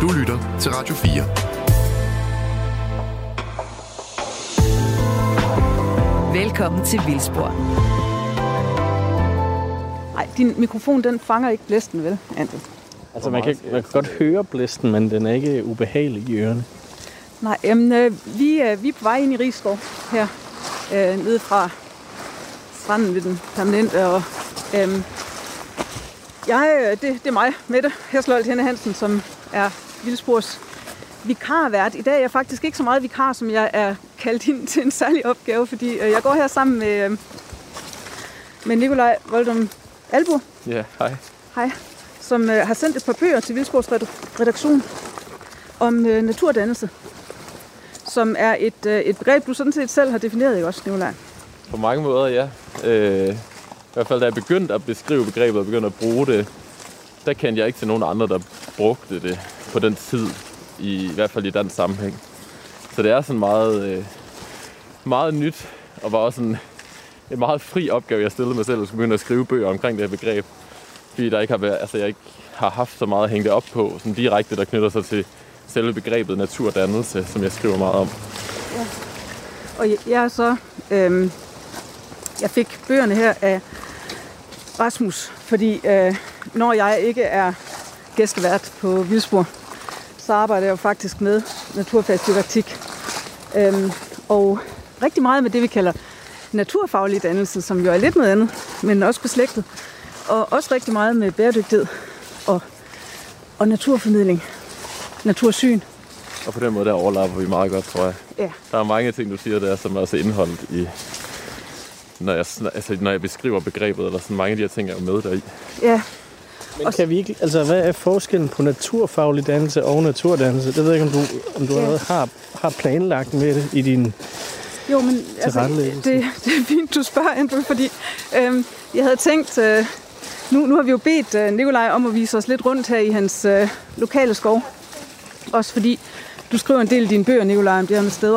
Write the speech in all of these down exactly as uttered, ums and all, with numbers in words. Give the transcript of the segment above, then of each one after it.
Du lytter til Radio fire. Velkommen til Vildspor. Nej, din mikrofon, den fanger ikke blæsten, vel, Andrew? Altså, man kan, man kan godt høre blæsten, men den er ikke ubehagelig i ørerne. Nej, jamen, øh, vi, øh, vi er på vej ind i Risskov her, øh, nede fra stranden ved den permanente, og øh, jeg, øh, det, det er mig, Mette Herslolt Henne Hansen, som er Vildspors vikarvært. I dag er jeg faktisk ikke så meget vikar, som jeg er kaldt ind til en særlig opgave, fordi øh, jeg går her sammen med, øh, med Nikolaj Voldum Albu. Ja, hej. Hej. Som øh, har sendt et par bøger til Vildspors redaktion om øh, naturdannelse, som er et, øh, et begreb, du sådan set selv har defineret, ikke også, Nikolaj? På mange måder, ja. Øh, I hvert fald, da jeg begyndte at beskrive begrebet og begyndte at bruge det, der kendte jeg ikke til nogen andre, der brugte det på den tid, i, i hvert fald i den sammenhæng. Så det er sådan meget, øh, meget nyt, og var også en, en meget fri opgave, jeg stillede mig selv, at skulle begynde at skrive bøger omkring det her begreb. Fordi der ikke har været, altså jeg ikke har haft så meget at hænge det op på, sådan direkte, der knytter sig til selve begrebet naturdannelse, som jeg skriver meget om. Ja. Og jeg, jeg er så, øhm, jeg fik bøgerne her af Rasmus, fordi øh, når jeg ikke er gæstevært på Vildspor, så arbejder jeg jo faktisk med naturfagsdidaktik. Øhm, og rigtig meget med det, vi kalder naturfaglig dannelse, som jo er lidt noget andet, men også beslægtet. Og også rigtig meget med bæredygtighed og, og naturformidling, natursyn. Og på den måde, der overlapper vi meget godt, tror jeg. Ja. Der er mange ting, du siger der, som er også indeholdt i, når jeg, altså, når jeg beskriver begrebet, eller sådan mange af de her ting, jeg er med deri. Ja. Men kan vi ikke, altså hvad er forskellen på naturfaglig dannelse og naturdannelse? Det ved jeg ikke, om du, om du ja. har, har planlagt med det i din Jo, men altså, det, det er fint, du spørger, Andrew, fordi øhm, jeg havde tænkt, øh, nu, nu har vi jo bedt øh, Nikolaj om at vise os lidt rundt her i hans øh, lokale skov. Også fordi du skriver en del af dine bøger, Nikolaj, om det her med steder.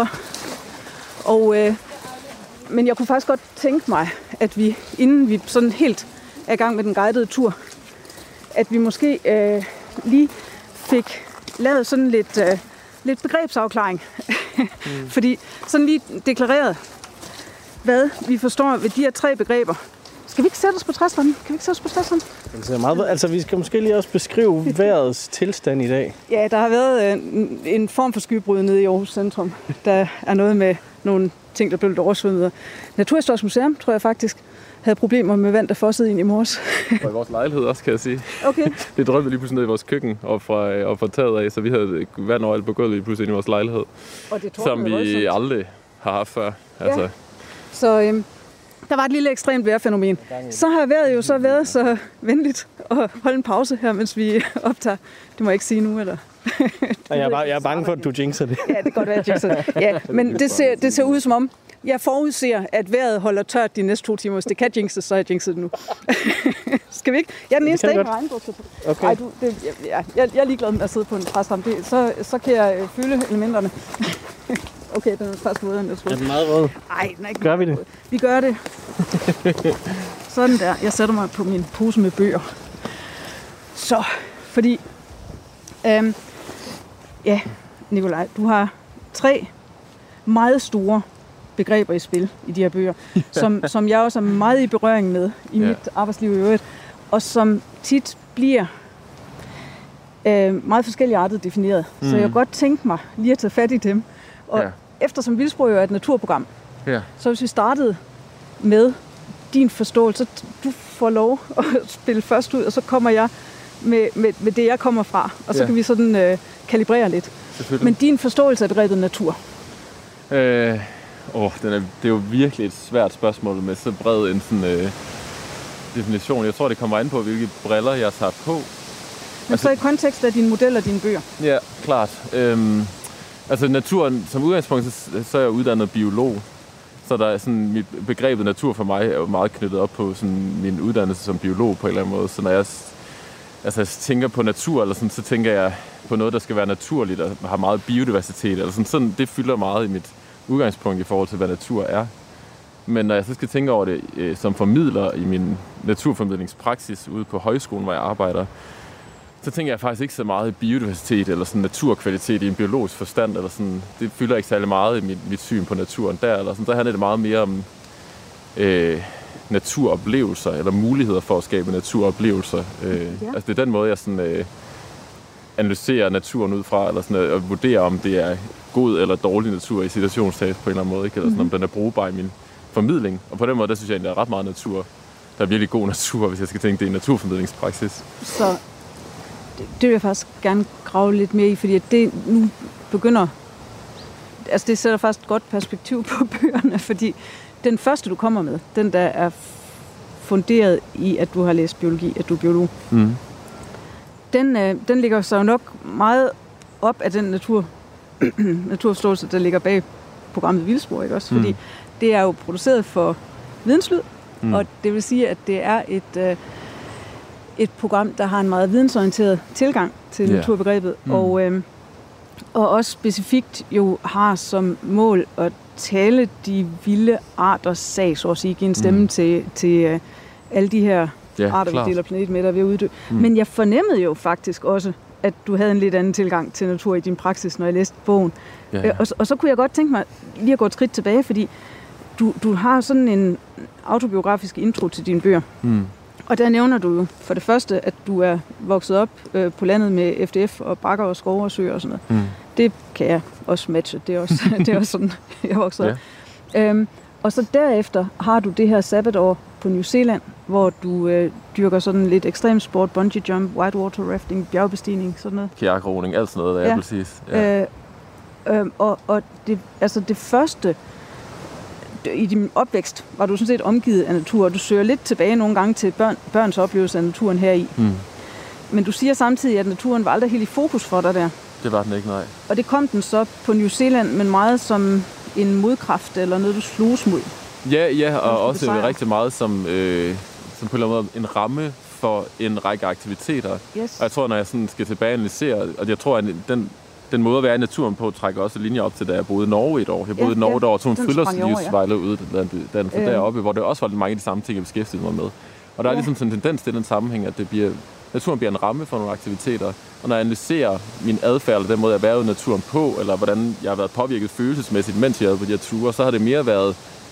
Og, øh, men jeg kunne faktisk godt tænke mig, at vi, inden vi sådan helt er i gang med den guidede tur, at vi måske øh, lige fik lavet sådan lidt, øh, lidt begrebsafklaring. mm. Fordi sådan lige deklareret, hvad vi forstår ved de her tre begreber. Skal vi ikke sætte os på træstammen? Kan vi ikke sætte os på træstammen? Altså, meget, altså vi skal måske lige også beskrive vejrets tilstand i dag. Ja, der har været en, en form for skybrud nede i Aarhus Centrum. Der er noget med nogle ting, der blev lidt oversvømmet. Naturhistorisk Museum, tror jeg faktisk, havde problemer med vand, der fossede ind i morges. Og i vores lejlighed også, kan jeg sige. Okay. Det drømte lige pludselig ned i vores køkken og fra, og fra taget af, så vi havde vand overalt på gulvet lige pludselig ind i vores lejlighed. Og det som vi voldsomt. aldrig har haft før. Altså. Ja. Så øhm, der var et lille ekstremt vejrfænomen. Så har vejret jo så været så venligt at holde en pause her, mens vi optager. Det må jeg ikke sige nu, eller? jeg, er bare, jeg er bange for, at du jinxer det. Ja, det kan godt være, at jeg jinxer det. Ja, men det ser, det ser ud som om, jeg forudser, at vejret holder tørt de næste to timer. Hvis det kan jinxes, så er jeg jinxet det nu. Skal vi ikke? Jeg er den eneste, der ikke har regnbukser på. Okay. Ej, du, det, jeg, jeg, jeg er ligeglad med at sidde på en træstamme. Så, så kan jeg øh, fylde elementerne. Okay, den er faktisk våd, end jeg troede. Er den meget våd? Nej, den er ikke. Gør vi det? Vi gør det. Sådan der. Jeg sætter mig på min pose med bøger. Så, fordi... Øhm, ja, Nikolaj, du har tre meget store begreber i spil i de her bøger, som, som jeg også er meget i berøring med i ja. mit arbejdsliv i øvrigt, og som tit bliver øh, meget forskelligartet defineret. Mm. Så jeg kan godt tænke mig lige at tage fat i dem. Og ja. eftersom Vildspor jo er et naturprogram, ja. så hvis vi startede med din forståelse, du får lov at spille først ud, og så kommer jeg med, med, med det, jeg kommer fra, og så ja. kan vi sådan øh, kalibrere lidt. Men din forståelse af begrebet natur? Øh, åh, den er, det er jo virkelig et svært spørgsmål med så bred en sådan, øh, definition. Jeg tror, det kommer an på, hvilke briller jeg tager på. Men altså, så i kontekst af dine modeller og dine bøger? Ja, klart. Øhm, altså naturen, som udgangspunkt, så, så er jeg uddannet biolog. Så der er sådan, mit begrebet natur for mig er jo meget knyttet op på sådan, min uddannelse som biolog på en eller anden måde. Så når jeg, altså, jeg tænker på natur, eller sådan, så tænker jeg på noget, der skal være naturligt og har meget biodiversitet. Eller sådan, sådan, det fylder meget i mit udgangspunkt i forhold til, hvad natur er. Men når jeg så skal tænke over det øh, som formidler i min naturformidlingspraksis ude på højskolen, hvor jeg arbejder, så tænker jeg faktisk ikke så meget i biodiversitet eller sådan naturkvalitet i en biologisk forstand. Eller sådan. Det fylder ikke særlig meget i mit, mit syn på naturen der. Eller sådan. Der handler det meget mere om øh, naturoplevelser eller muligheder for at skabe naturoplevelser. Øh, ja. Altså det er den måde, jeg sådan, øh, analyserer naturen ud fra, eller sådan, og vurderer, om det er god eller dårlig natur i situationstage på en eller anden måde. Ikke? Eller sådan, mm-hmm. om den er brugbar i min formidling. Og på den måde, der synes jeg, at der er ret meget natur. Der er virkelig god natur, hvis jeg skal tænke, det er en naturformidlingspraksis. Så det, det vil jeg faktisk gerne grave lidt mere i, fordi at det nu begynder... Altså det sætter faktisk et godt perspektiv på bøgerne, fordi den første, du kommer med, den der er funderet i, at du har læst biologi, at du er biolog, mm. den, øh, den ligger så nok meget op af den natur, naturforståelse, der ligger bag programmet Vildspor, ikke også? Fordi mm. det er jo produceret for videnslyd, mm. og det vil sige, at det er et, øh, et program, der har en meget vidensorienteret tilgang til yeah. naturbegrebet, mm. og, øh, og også specifikt jo har som mål at tale de vilde arters sag, så at sige, give en stemme mm. til, til øh, alle de her ja, arter, klart. Vi deler planet med, der er ved at uddø. Mm. Men jeg fornemmede jo faktisk også, at du havde en lidt anden tilgang til natur i din praksis, når jeg læste bogen. Ja, ja. Og, og så kunne jeg godt tænke mig lige at gå et skridt tilbage, fordi du, du har sådan en autobiografisk intro til dine bøger. Mm. Og der nævner du jo for det første, at du er vokset op øh, på landet med F D F og bakker og skove og søer og sådan noget. Mm. Det kan jeg også matche. Det er også, det er også sådan, jeg er vokset op. Ja. Øhm, og så derefter har du det her sabbatår på New Zealand, hvor du øh, dyrker sådan lidt ekstremsport, bungee jump, whitewater rafting, bjergbestigning, sådan noget. Kajakroning, alt sådan noget, der ja. er præcis. Ja. Øh, øh, og og det, altså det første, i din opvækst var du sådan set omgivet af natur, og du søger lidt tilbage nogle gange til børn, børns oplevelse af naturen heri. Mm. Men du siger samtidig, at naturen var aldrig helt i fokus for dig der. Det var den ikke, nej. Og det kom den så på New Zealand, men meget som en modkraft, eller noget, du sloges mod. Ja, ja, og også besejre. rigtig meget som, øh, som på en eller anden måde en ramme for en række aktiviteter. Yes. Og jeg tror, når jeg sådan skal tilbage analysere, og jeg tror, at den, den måde at være i naturen på, trækker også linjer op til, da jeg boede i Norge et år. Jeg boede ja, i Norge, ja. der var tog en friluftslivsvejleder ude den for øh. deroppe, hvor det også var mange af de samme ting, jeg beskæftigede mig med. Og der er ja. ligesom sådan en tendens til den sammenhæng, at det bliver, naturen bliver en ramme for nogle aktiviteter. Og når jeg analyserer min adfærd, eller den måde, jeg har været i naturen på, eller hvordan jeg har været påvirket følelsesmæssigt, mens jeg har været på de her ture, så har det mere været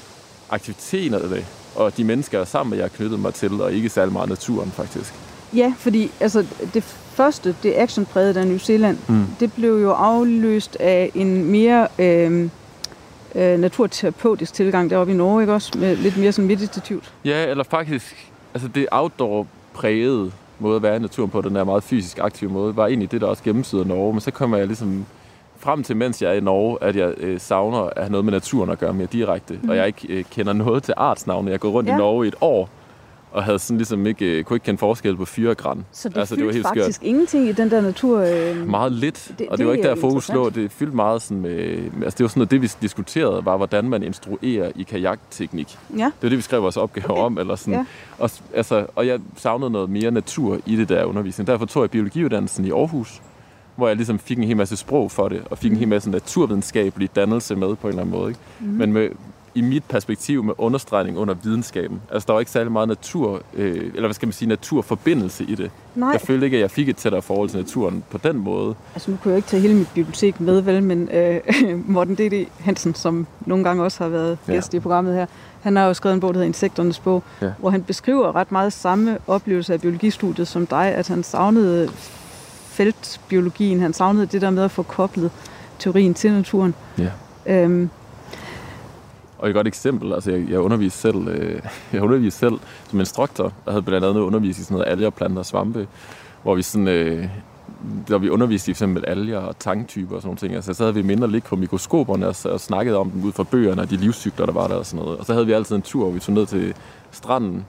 aktiviteter og de mennesker, jeg sammen med, jeg har knyttet mig til, og ikke særlig meget naturen, faktisk. Ja, fordi altså, det første, det actionprægede af New Zealand, mm. det blev jo afløst af en mere øh, øh, naturterapeutisk tilgang deroppe i Norge, ikke også? Med lidt mere sådan meditativt. Ja, eller faktisk, altså det outdoor-prægede måde at være i naturen på, den der meget fysisk aktive måde, var egentlig det, der også gennemsyder Norge. Men så kommer jeg ligesom frem til, mens jeg er i Norge, at jeg øh, savner at have noget med naturen at gøre mere direkte. Mm. Og jeg ikke øh, kender noget til artsnavne. Jeg går rundt ja. i Norge i et år, og havde sådan ligesom ikke, øh, kunne ikke kende forskel på fyre og gran. Så det altså, fyldte det var helt faktisk skørt. Ingenting i den der natur? Øh... Meget lidt, det, og det var ikke der fokus lå. Det fyldte meget sådan med, altså det var sådan noget, det vi diskuterede, var hvordan man instruerer i kajakteknik. Ja. Det var det, vi skrev vores opgave okay. om. Eller sådan. Ja. Og, altså, og jeg savnede noget mere natur i det der undervisning. Derfor tog jeg biologiuddannelsen i Aarhus, hvor jeg ligesom fik en hel masse sprog for det, og fik mm. en hel masse naturvidenskabelig dannelse med på en eller anden måde. Ikke? Mm. Men med, i mit perspektiv med understregning under videnskaben. Altså, der var ikke særlig meget natur, øh, eller hvad skal man sige, naturforbindelse i det. Nej. Jeg følte ikke, at jeg fik et tættere forhold til naturen på den måde. Altså, nu kunne jeg ikke tage hele mit bibliotek med, vel, men øh, Morten D D Hansen, som nogle gange også har været gæst ja. i programmet her, han har jo skrevet en bog, der hedder Insekternes bog, ja. hvor han beskriver ret meget samme oplevelse af biologistudiet som dig, at han savnede feltbiologien, han savnede det der med at få koblet teorien til naturen. Ja. Øhm, Og et godt eksempel, altså jeg, jeg underviste selv, øh, jeg underviste selv som instruktor, der havde blandt andet undervist i sådan noget alger, planter og svampe, hvor vi sådan, øh, der vi underviste i for eksempel alger og tangtyper og sådan nogle ting. Altså så havde vi mindre ligge på mikroskoperne og, og snakkede om dem ud fra bøgerne og de livscykler, der var der og sådan noget. Og så havde vi altid en tur, hvor vi tog ned til stranden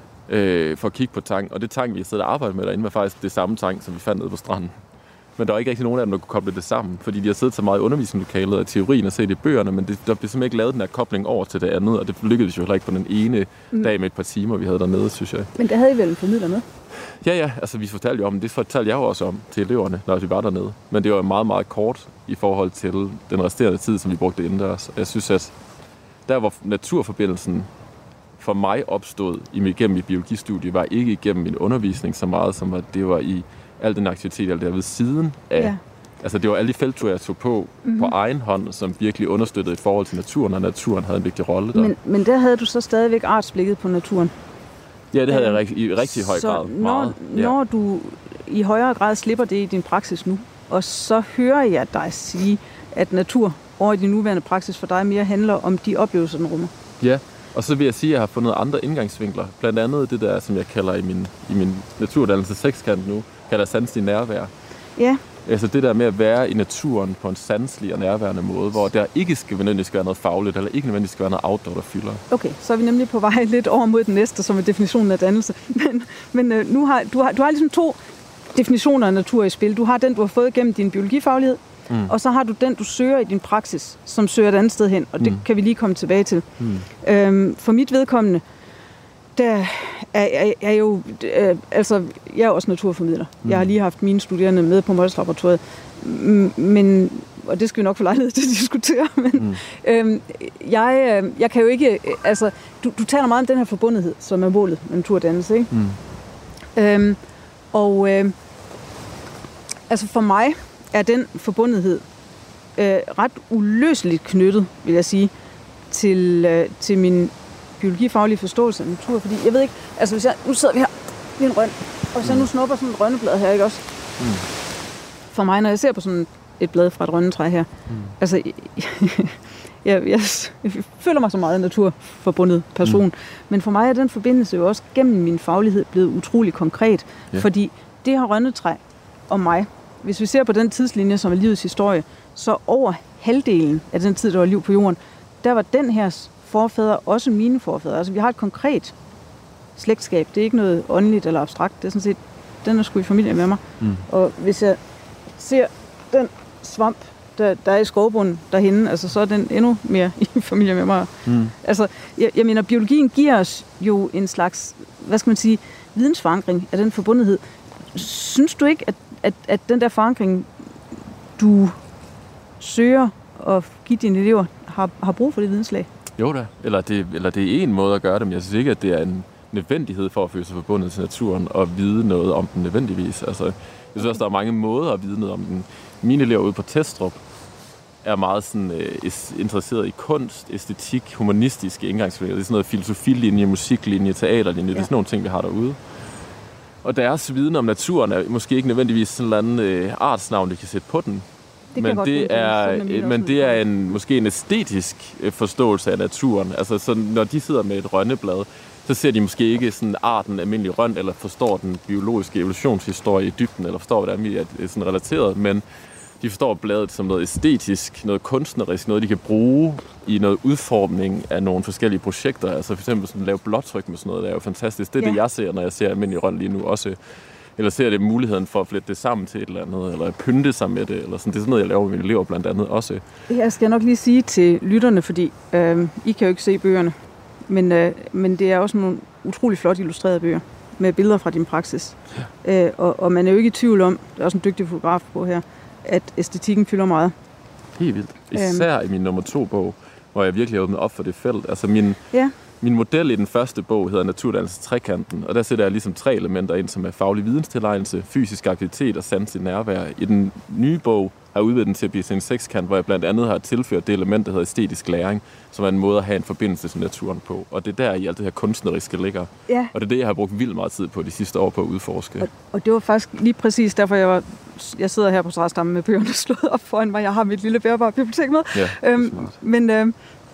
øh, for at kigge på tang. Og det tang, vi sad og arbejdede med derinde, var faktisk det samme tang, som vi fandt nede på stranden. Men der var ikke rigtig nogen af dem, der kunne koble det sammen, fordi de har siddet så meget i undervisningslokalet af teorien og set i bøgerne, men det, der blev simpelthen ikke lavet den her kobling over til det andet, og det lykkedes jo heller ikke på den ene mm. dag med et par timer, vi havde dernede, synes jeg. Men der havde I vel en formidler med? Ja, ja, altså vi fortalte jo om, det fortalte jeg jo også om til eleverne, når vi var dernede. Men det var meget, meget kort i forhold til den resterende tid, som vi brugte indendørs. Jeg synes, at der hvor naturforbindelsen for mig opstod igennem mit biologistudie, var ikke igennem min undervisning så meget, som at det var i al den aktivitet, jeg lavede ved siden af. Ja. Altså det var alle de feltture, jeg tog på mm-hmm. på egen hånd, som virkelig understøttede i forhold til naturen, og naturen havde en vigtig rolle der. Men, men der havde du så stadigvæk artsblikket på naturen? Ja, det havde jeg rigtig, i rigtig høj så grad. Når, meget. Ja. når du i højere grad slipper det i din praksis nu, og så hører jeg dig sige, at natur over i din nuværende praksis for dig mere handler om de oplevelser, den rummer. Ja, og så vil jeg sige, at jeg har fundet andre indgangsvinkler. Blandt andet det der, som jeg kalder i min, i min naturuddannelse sekskant nu, kalder sanselig nærvær. Ja. Altså det der med at være i naturen på en sanselig og nærværende måde, hvor der ikke skal nødvendigvis være noget fagligt, eller ikke nødvendigvis skal være noget outdoor, der fylder. Okay, så er vi nemlig på vej lidt over mod den næste, som er definitionen af dannelse. Men, men øh, nu har, du, har, du har ligesom to definitioner af natur i spil. Du har den, du har fået gennem din biologifaglighed, mm. og så har du den, du søger i din praksis, som søger et andet sted hen, og det mm. kan vi lige komme tilbage til. Mm. Øhm, for mit vedkommende, der er, er, er jo, øh, altså, jeg er også naturformidler. Mm. Jeg har lige haft mine studerende med på Molslaboratoriet, men, og det skal vi nok få lejlighed til at diskutere, men mm. øhm, jeg, jeg kan jo ikke, altså, du, du taler meget om den her forbundethed, som er målet med naturdannelse, ikke? Mm. Øhm, og øh, altså for mig er den forbundethed øh, ret uløseligt knyttet, vil jeg sige, til, øh, til min biologifaglige forståelse af natur, fordi jeg ved ikke, altså hvis jeg, nu sidder vi her i en røn, og hvis jeg nu snupper sådan et rønneblad her, ikke også? Mm. For mig, når jeg ser på sådan et blad fra et rønnetræ her, mm. altså, jeg, jeg, jeg føler mig så meget naturforbundet person, mm. men for mig er den forbindelse jo også gennem min faglighed blevet utrolig konkret, yeah. fordi det her rønnetræ og mig, hvis vi ser på den tidslinje, som er livets historie, så over halvdelen af den tid, der var liv på jorden, der var den her forfædre også mine forfædre. Altså vi har et konkret slægtskab. Det er ikke noget åndeligt eller abstrakt. Det er sådan set, den er sgu i familie med mig. Mm. Og hvis jeg ser den svamp, der, der er i skovbunden derhenne, altså så er den endnu mere i familie med mig. Mm. Altså, jeg, jeg mener, biologien giver os jo en slags, hvad skal man sige, vidensforankring af den forbundethed. Synes du ikke, at, at, at den der forankring, du søger at give dine elever, har, har brug for det videnslag? Jo da, eller det, eller det er en måde at gøre det, men jeg synes ikke, at det er en nødvendighed for at føle sig forbundet til naturen og vide noget om den nødvendigvis. Altså, jeg synes også, der er mange måder at vide noget om den. Mine elever ude på Testrup er meget sådan, øh, interesseret i kunst, æstetik, humanistiske indgangsvinkler. Det er sådan noget filosofilinje, musiklinje, teaterlinje. Ja. Det er sådan nogle ting, vi har derude. Og deres viden om naturen er måske ikke nødvendigvis sådan en eller anden øh, artsnavn, de kan sætte på den. Det men, det er, men det er en, måske en æstetisk forståelse af naturen. Altså, så når de sidder med et rønneblad, så ser de måske ikke sådan arten almindelig røn, eller forstår den biologiske evolutionshistorie i dybden, eller forstår, hvordan vi er sådan relateret, men de forstår bladet som noget æstetisk, noget kunstnerisk, noget de kan bruge i noget udformning af nogle forskellige projekter. Altså for eksempel sådan, lave blåtryk med sådan noget, det er jo fantastisk. Det er ja. det, jeg ser, når jeg ser almindelig røn lige nu også. Eller ser det muligheden for at flette det sammen til et eller andet, eller pynte sig med det, eller sådan. Det er sådan noget, jeg laver med mine elever blandt andet også. Jeg skal nok lige sige til lytterne, fordi øh, I kan jo ikke se bøgerne, men, øh, men det er også nogle utrolig flot illustrerede bøger, med billeder fra din praksis. Ja. Øh, og, og man er jo ikke i tvivl om, der er også en dygtig fotograf på her, at æstetikken fylder meget. Helt vildt. Især øhm. i min nummer to bog, hvor jeg virkelig har åbnet op for det felt. Altså min... Ja. Min model i den første bog hedder Naturdannelse Trekanten, og der sætter jeg ligesom tre elementer ind, som er faglig videnstilegnelse, fysisk aktivitet og sanselig nærvær. I den nye bog har jeg udvidet den til at blive en sekskant, hvor jeg blandt andet har tilført det element, der hedder æstetisk læring, som er en måde at have en forbindelse til naturen på. Og det er der i alt det her kunstneriske ligger. Ja. Og det er det, jeg har brugt vildt meget tid på de sidste år på at udforske. Og, og det var faktisk lige præcis derfor, jeg var... Jeg sidder her på træstammen med bøgerne slået op foran mig. Jeg har mit lille bærbare bibliotek med. Ja, øhm, men... Øhm,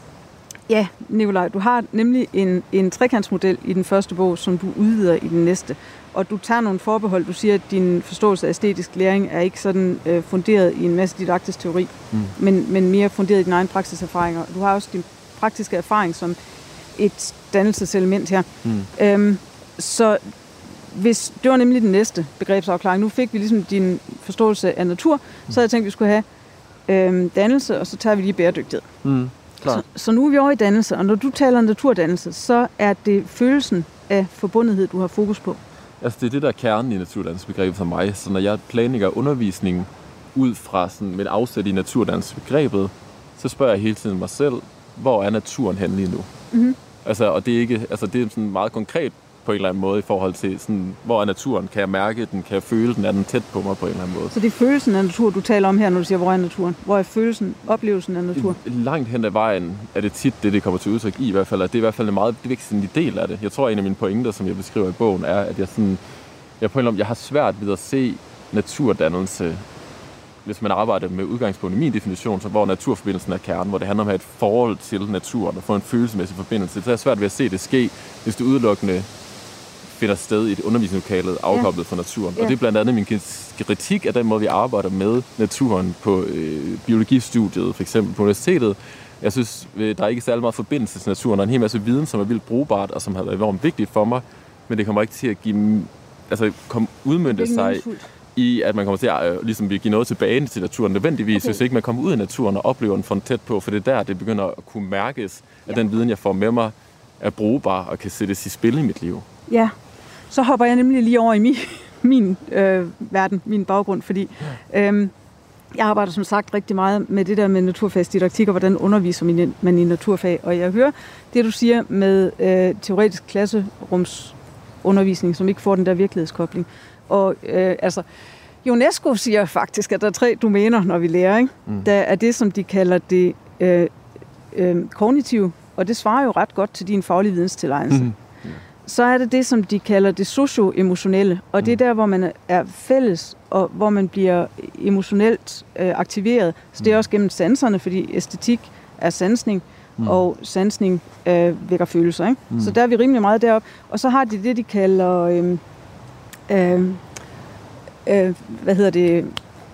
Ja, Nikolaj, du har nemlig en, en trekantsmodel i den første bog, som du udvider i den næste. Og du tager nogle forbehold. Du siger, at din forståelse af æstetisk læring er ikke sådan øh, funderet i en masse didaktisk teori, mm. men, men mere funderet i dine egne praksiserfaringer. Du har også din praktiske erfaring som et dannelseselement her. Mm. Øhm, så hvis det var nemlig den næste begrebsafklaring. Nu fik vi ligesom din forståelse af natur, mm. så havde jeg tænkt, at vi skulle have øh, dannelse, og så tager vi lige bæredygtighed. Mm. Så, så nu er vi over i dannelse, og når du taler om naturdannelse, så er det følelsen af forbundethed, du har fokus på. Altså det er det, der er kernen i naturdannelsesbegrebet for mig. Så når jeg planlægger undervisningen ud fra sådan mit afsæt i naturdannelsesbegrebet, så spørger jeg hele tiden mig selv, hvor er naturen henne lige nu? Mm-hmm. Altså, og det er ikke, altså det er sådan meget konkret på en eller anden måde i forhold til, sådan, hvor er naturen? Kan jeg mærke den? Kan jeg føle den? Er den tæt på mig på en eller anden måde? Så det er følelsen af natur, du taler om her, når du siger, hvor er naturen? Hvor er følelsen, oplevelsen af natur? Langt hen ad vejen er det tit det, det kommer til udtryk i, i hvert fald. At det er i hvert fald en meget vigtig en del af det. Jeg tror, en af mine pointer, som jeg beskriver i bogen, er, at jeg, sådan, jeg, på en eller anden, jeg har svært ved at se naturdannelse, hvis man arbejder med udgangspunkt i min definition, så hvor naturforbindelsen er kernen, hvor det handler om at have et forhold til naturen og få en følelsesmæssig forbindelse. Så er det svært ved at se det ske, hvis det udelukkende finder sted i et undervisningslokale afkoblet ja. fra naturen. Ja. Og det er blandt andet min kritik af den måde, vi arbejder med naturen på øh, biologistudiet, for eksempel på universitetet. Jeg synes, der er ikke særlig meget forbindelse til naturen, og en hel masse viden, som er vildt brugbart, og som har været enormt vigtigt for mig, men det kommer ikke til at give, altså, komme udmønte sig i, at man kommer til at øh, ligesom, give noget tilbage til naturen nødvendigvis, okay. hvis ikke man kommer ud i naturen og oplever den for tæt på, for det er der, det begynder at kunne mærkes, at ja. den viden, jeg får med mig, er brugbar og kan sættes i spil i mit liv. Ja, så hopper jeg nemlig lige over i min, min øh, verden, min baggrund, fordi øh, jeg arbejder som sagt rigtig meget med det der med naturfagsdidaktik, og hvordan underviser man i naturfag, og jeg hører det, du siger med øh, teoretisk klasserumsundervisning, som ikke får den der virkelighedskobling. Og øh, altså, UNESCO siger faktisk, at der er tre domæner, når vi lærer. Ikke? Mm. Der er det, som de kalder det øh, øh, kognitive, og det svarer jo ret godt til din faglige videnstilegnelse. Mm. Yeah. Så er det det, som de kalder det socio-emotionelle, og mm. det er der, hvor man er fælles, og hvor man bliver emotionelt øh, aktiveret. Så det er også gennem sanserne, fordi æstetik er sansning, mm. og sansning øh, vækker følelser. Ikke? Mm. Så der er vi rimelig meget deroppe. Og så har de det, de kalder... Øh, Øh, øh, hvad hedder det,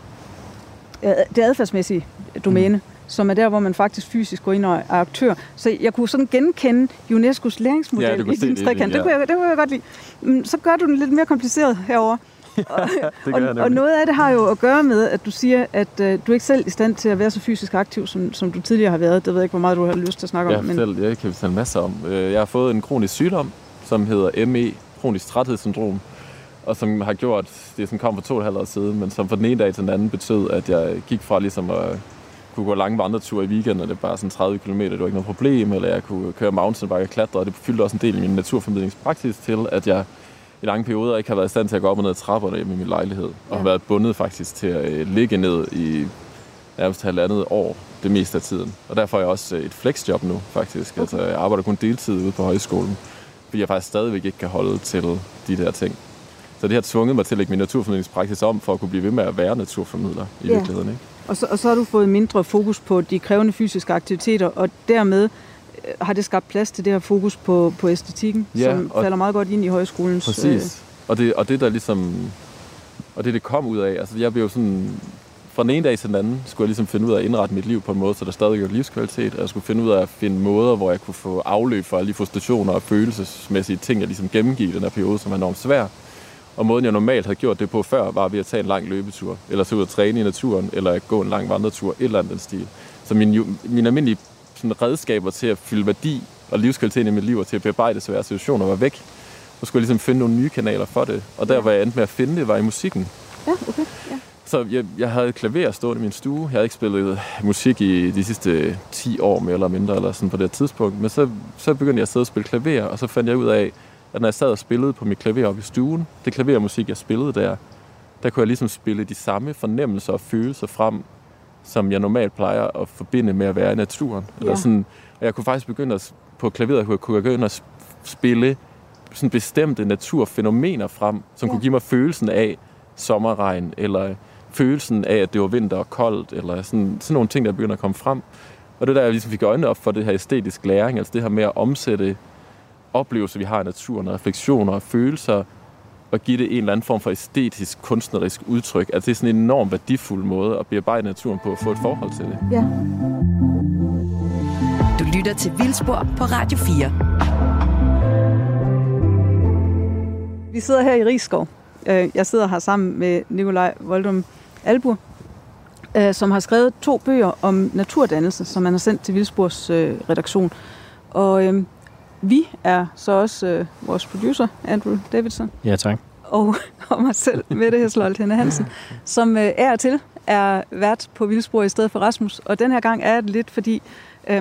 det adfærdsmæssige domæne, mm. som er der, hvor man faktisk fysisk går ind og er aktør. Så jeg kunne sådan genkende UNESCO's læringsmodel ja, i din trekant. Det, ja. det, det kunne jeg godt lide. Så gør du den lidt mere kompliceret herover. og, og, og noget af det har jo at gøre med, at du siger, at øh, du er ikke selv i stand til at være så fysisk aktiv, som, som du tidligere har været. Det ved jeg ikke, hvor meget du har lyst til at snakke ja, om. Men... selv, jeg kan fortælle masser om. Jeg har fået en kronisk sygdom, som hedder M E, kronisk træthedssyndrom, og som har gjort, det som kom for to og et halvt år siden, men som fra den ene dag til den anden betød, at jeg gik fra ligesom at kunne gå lange vandreture i weekenden, og det er bare sådan tredive kilometer, det var ikke noget problem, eller jeg kunne køre mountainbike og klatre, og det fyldte også en del i min naturformidlingspraksis til, at jeg i lange perioder ikke har været i stand til at gå op og ned ad trapperne hjemme i min lejlighed, og ja. har været bundet faktisk til at øh, ligge ned i nærmest halvandet år det meste af tiden. Og derfor er jeg også et flexjob nu, faktisk. Okay. Altså, jeg arbejder kun deltid ude på højskolen, fordi jeg faktisk stadigvæk ikke kan holde til de der ting. Så det har tvunget mig til at lægge min naturformidlingspraksis om, for at kunne blive ved med at være naturformidler i ja. virkeligheden. Ikke? Og, så, og så har du fået mindre fokus på de krævende fysiske aktiviteter, og dermed har det skabt plads til det her fokus på, på æstetikken, ja, som falder meget godt ind i højskolens... Præcis. Øh... Og, det, og det der ligesom... Og det, det kom ud af... Altså, jeg blev sådan... Fra den ene dag til den anden skulle jeg ligesom finde ud af at indrette mit liv på en måde, så der stadig var livskvalitet, og jeg skulle finde ud af at finde måder, hvor jeg kunne få afløb for alle de frustrationer og følelsesmæssige ting, jeg ligesom gennemgik i den her periode, som er enormt svær. Og måden, jeg normalt havde gjort det på før, var ved at tage en lang løbetur, eller så ud og træne i naturen, eller gå en lang vandretur, et eller andet den stil. Så mine, mine almindelige sådan, redskaber til at fylde værdi og livskvalitet i mit liv, og til at bearbejde svære situationer, var væk. Så skulle jeg ligesom finde nogle nye kanaler for det. Og der, hvor jeg endte med at finde det, var i musikken. Ja, okay. Ja. Så jeg, jeg havde klaver stående i min stue. Jeg havde ikke spillet musik i de sidste ti år, mere eller mindre, eller sådan på det tidspunkt. Men så, så begyndte jeg at sidde og spille klaver, og så fandt jeg ud af, at når jeg sad og spillede på mit klaver oppe i stuen, det klavermusik, jeg spillede der, der kunne jeg ligesom spille de samme fornemmelser og følelser frem, som jeg normalt plejer at forbinde med at være i naturen. Ja. Eller sådan, og jeg kunne faktisk begynde at, på klaveret kunne jeg, kunne jeg begynde at spille sådan bestemte naturfænomener frem, som ja. kunne give mig følelsen af sommerregn, eller følelsen af, at det var vinter og koldt, eller sådan, sådan nogle ting, der begynder at komme frem. Og det der, jeg ligesom fik øjnene op for det her æstetisk læring, altså det her med at omsætte oplevelser, vi har i naturen, og refleksioner og følelser, og give det en eller anden form for æstetisk, kunstnerisk udtryk. Altså det er sådan en enormt værdifuld måde at bearbejde naturen på, at få et forhold til det. Ja. Du lytter til Vildspor på Radio fire. Vi sidder her i Risskov. Jeg sidder her sammen med Nikolaj Voldum Albur, som har skrevet to bøger om naturdannelse, som han har sendt til Vildspors redaktion. Og vi er så også øh, vores producer, Andrew Davidson. Ja, tak. Og, og mig selv, Mette Hesselholt Henne Hansen, som øh, er til er vært på Vildspor i stedet for Rasmus. Og den her gang er det lidt, fordi øh,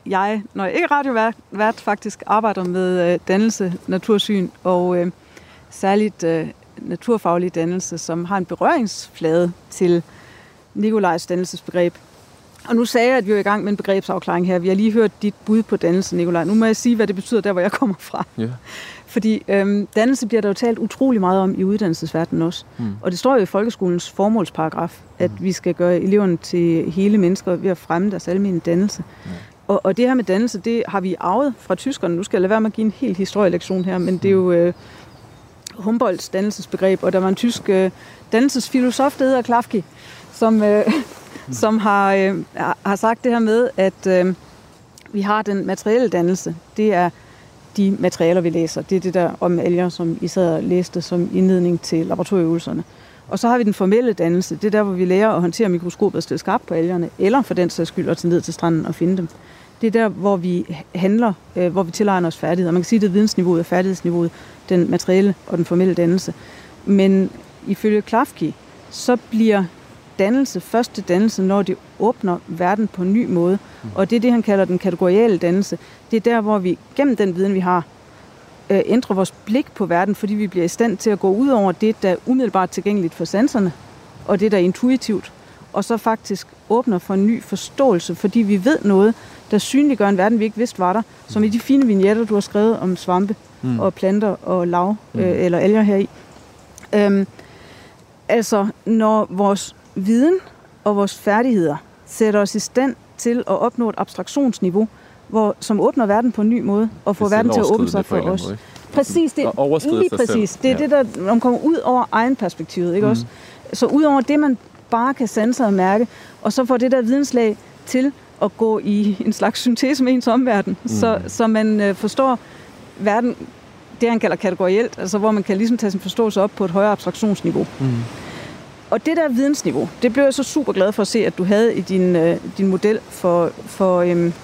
jeg, når jeg ikke er radiovært, faktisk arbejder med øh, dannelse, natursyn og øh, særligt øh, naturfaglig dannelse, som har en berøringsflade til Nikolajs dannelsesbegreb. Og nu sagde jeg, at vi er i gang med en begrebsafklaring her. Vi har lige hørt dit bud på dannelse, Nikolaj. Nu må jeg sige, hvad det betyder der, hvor jeg kommer fra. Ja. Fordi øhm, dannelse bliver der jo talt utrolig meget om i uddannelsesverdenen også. Mm. Og det står jo i folkeskolens formålsparagraf, at mm. vi skal gøre eleverne til hele mennesker ved at fremme deres almene dannelse. Mm. Og, og det her med dannelse, det har vi arvet fra tyskerne. Nu skal jeg lade være med at give en helt historielektion her, men det er jo øh, Humboldts dannelsesbegreb, og der var en tysk øh, dannelsesfilosof, der hedder Klafki, som, øh, mm. som har, øh, har sagt det her med, at øh, vi har den materielle dannelse. Det er de materialer, vi læser. Det er det der om alger, som I sad og læste som indledning til laboratorieøvelserne. Og så har vi den formelle dannelse. Det er der, hvor vi lærer at håndtere mikroskopet og stille skarpt på algerne, eller for den sags skyld at tage ned til stranden og finde dem. Det er der, hvor vi handler, øh, hvor vi tilegner os færdigheder. Man kan sige, at det er vidensniveauet og færdighedsniveauet, den materielle og den formelle dannelse. Men ifølge Klafki, så bliver dannelse første dannelse, når det åbner verden på en ny måde. Og det er det, han kalder den kategoriale dannelse. Det er der, hvor vi gennem den viden, vi har, øh, ændrer vores blik på verden, fordi vi bliver i stand til at gå ud over det, der er umiddelbart tilgængeligt for sanserne, og det, der er intuitivt, og så faktisk åbner for en ny forståelse, fordi vi ved noget, der synliggør en verden, vi ikke vidste var der, som i de fine vignetter, du har skrevet om svampe mm. og planter og lav øh, mm. eller alger heri. Øhm, altså, når vores viden og vores færdigheder sætter os i stand til at opnå et abstraktionsniveau, hvor, som åbner verden på en ny måde, og får verden til at åbne sig for os. Måde. Præcis, det er lige præcis. Det er ja. det, der man kommer ud over egen perspektivet, ikke mm. også? Så ud over det, man bare kan sanse og mærke, og så får det der videnslag til at gå i en slags syntese med ens omverden, mm. så, så man øh, forstår verden, det han kalder kategorielt, altså hvor man kan ligesom tage sin forståelse op på et højere abstraktionsniveau. Mm. Og det der vidensniveau, det blev jeg så super glad for at se, at du havde i din, øh, din model for, for øhm,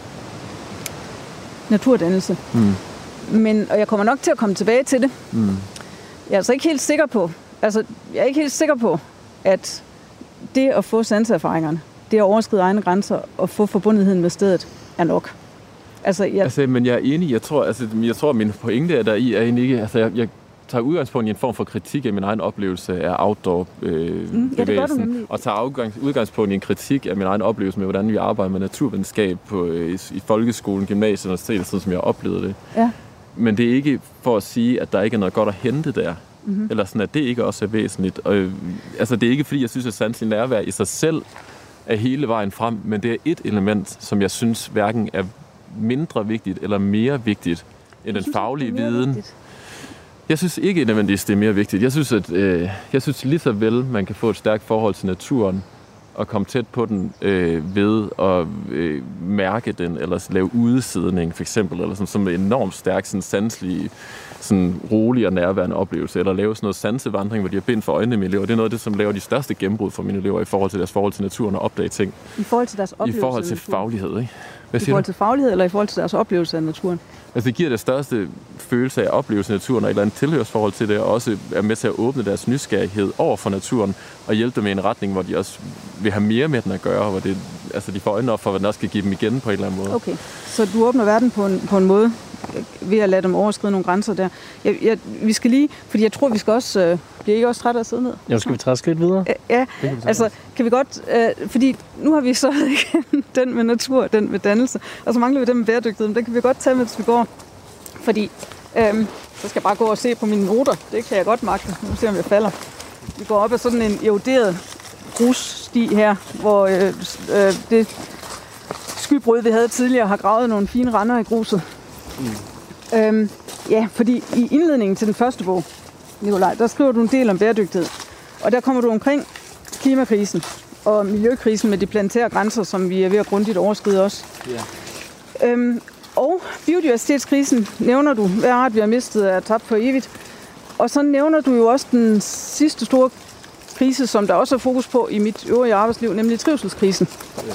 naturdannelse. Mm. Men, og jeg kommer nok til at komme tilbage til det. Mm. Jeg er altså ikke helt sikker på, altså jeg er ikke helt sikker på, at det at få sanseerfaringerne, det at overskride egne grænser og få forbundetheden med stedet, er nok. Altså, jeg... altså men jeg er enig. Jeg tror, altså, jeg tror, at min pointe er der i, er egentlig ikke, altså jeg, jeg tager udgangspunkt i en form for kritik af min egen oplevelse af outdoor-bevægelsen, øh, mm, ja, og tager afgangs, udgangspunkt i en kritik af min egen oplevelse med, hvordan vi arbejder med naturvidenskab på, øh, i, i folkeskolen, gymnasiet og universitetet, sådan som jeg oplevede det. Ja. Men det er ikke for at sige, at der ikke er noget godt at hente der, mm-hmm. eller sådan, at det ikke også er væsentligt. Og, øh, altså, det er ikke, fordi jeg synes, at sanselig nærvær i sig selv er hele vejen frem, men det er et element, som jeg synes hverken er mindre vigtigt eller mere vigtigt end den faglige viden. Vigtigt. Jeg synes ikke nødvendigvis, det er mere vigtigt. Jeg synes, at øh, jeg synes lige så vel, man kan få et stærkt forhold til naturen og komme tæt på den øh, ved at øh, mærke den, eller lave udesidning for eksempel, eller sådan, som en enormt stærk, sådan sanselig, sådan rolig og nærværende oplevelse, eller lave sådan noget sansevandring, hvor de har bind for øjnene med elever. Det er noget af det, som laver de største gennembrud for mine elever i forhold til deres forhold til naturen og opdage ting. I forhold til deres oplevelse? I forhold til faglighed, ikke? Hvad I forhold til faglighed, eller i forhold til deres oplevelse af naturen? Altså det giver det største følelse af oplevelse af naturen, og et eller andet tilhørsforhold til det, og også er med til at åbne deres nysgerrighed over for naturen, og hjælpe dem i en retning, hvor de også vil have mere med den at gøre, hvor det, altså de får øjnene op for, hvad den også skal give dem igen på en eller anden måde. Okay, så du åbner verden på en, på en måde, ved at lade dem overskride nogle grænser der. Jeg, jeg, vi skal lige, fordi jeg tror, vi skal også... Øh, bliver ikke også træt af at sidde ned? Ja, skal vi træske lidt videre? Ja, kan altså kan vi godt... Øh, fordi nu har vi så igen den med natur, den med dannelse, og så mangler vi den med bæredygtighed, men den kan vi godt tage, mens vi går. Fordi øh, så skal jeg bare gå og se på mine noter. Det kan jeg godt magte. Nu ser om jeg falder. Vi går op ad sådan en eroderet grussti her, hvor øh, øh, det skybrud, vi havde tidligere, har gravet nogle fine render i gruset. Mm. Øhm, ja, fordi i indledningen til den første bog, Nikolaj, der skriver du en del om bæredygtighed. Og der kommer du omkring klimakrisen og miljøkrisen med de planetære grænser, som vi er ved at grundigt overskride også. Yeah. Øhm, og biodiversitetskrisen nævner du, hver art vi har mistet er tabt for evigt. Og så nævner du jo også den sidste store krise, som der også er fokus på i mit øvrige arbejdsliv, nemlig trivselskrisen. Yeah.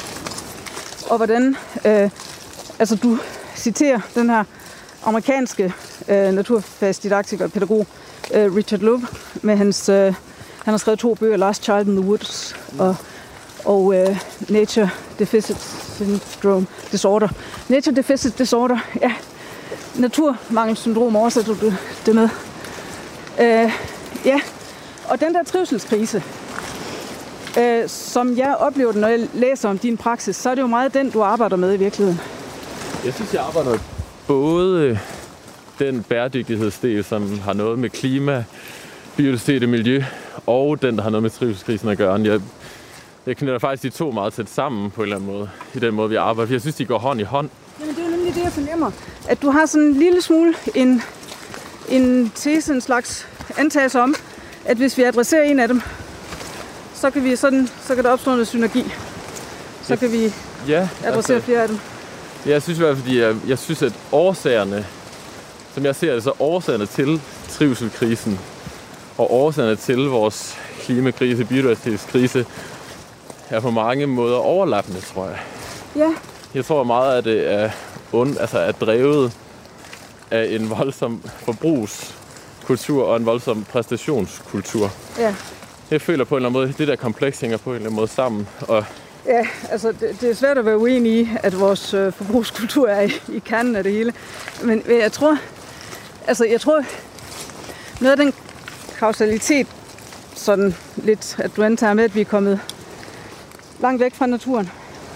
Og hvordan, øh, altså du citerer den her amerikanske øh, naturfagsdidaktiker og pædagog øh, Richard Louv med hans, øh, han har skrevet to bøger, Last Child in the Woods og og øh, Nature Deficit Syndrome Disorder. Nature Deficit Disorder, ja. Naturmangelsyndrom oversætter du det med. Øh, ja, og den der trivselskrise, øh, som jeg oplever den, når jeg læser om din praksis, så er det jo meget den, du arbejder med i virkeligheden. Jeg synes, jeg arbejder både den bæredygtighedsdel, som har noget med klima, biodiversitet og miljø, og den, der har noget med trivselskrisen at gøre. Jeg, jeg knytter faktisk de to meget tæt sammen på en eller anden måde, i den måde, vi arbejder. For jeg synes, de går hånd i hånd. Jamen, det er jo nemlig det, jeg fornemmer. At du har sådan en lille smule en, en tese, en slags antagelse om, at hvis vi adresserer en af dem, så kan, vi sådan, så kan der opstå noget synergi. Så kan vi ja, adressere altså, flere af dem. Jeg synes i hvert fald, fordi jeg, jeg synes, at årsagerne, som jeg ser det, så årsagerne til trivselkrisen og årsagerne til vores klimakrise, biodiversitetskrise, er på mange måder overlappende, tror jeg. Ja. Jeg tror meget, at det er, und, altså er drevet af en voldsom forbrugskultur og en voldsom præstationskultur. Ja. Jeg føler på en eller anden måde, det der kompleks hænger på en eller anden måde sammen. Og ja, altså det, det er svært at være uenig i, at vores øh, forbrugskultur er i, i kernen af det hele. Men jeg tror, altså jeg tror, noget af den kausalitet, sådan lidt, at du antager med, at vi er kommet langt væk fra naturen.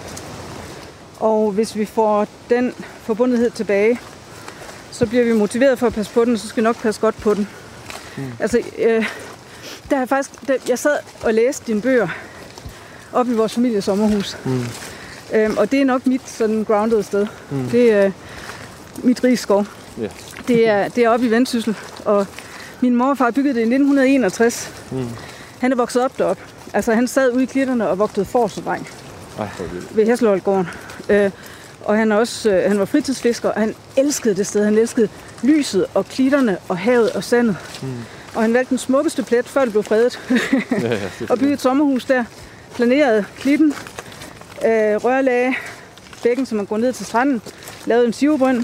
Og hvis vi får den forbundethed tilbage, så bliver vi motiveret for at passe på den, og så skal vi nok passe godt på den. Mm. Altså, øh, der er faktisk, der, jeg sad og læste dine bøger op i vores families sommerhus. Mm. Øhm, og det er nok mit sådan grounded sted. Mm. Det er mit rigskov. Yeah. Det er, det er oppe i Vendsyssel, og min morfar byggede det i nitten enogtres. Mm. Han er vokset op deroppe. Altså, han sad ude i klitterne og vogtede får som dreng. Ej, ved Hesselholtgården. Øh, og han, også, øh, han var fritidsfisker, og han elskede det sted. Han elskede lyset og klitterne og havet og sandet. Mm. Og han valgte den smukkeste plet, før det blev fredet. ja, ja, og byggede et sommerhus der. Planerede klitten, øh, rørlage, bækken, så man går ned til stranden. Lavede en sivebrønd.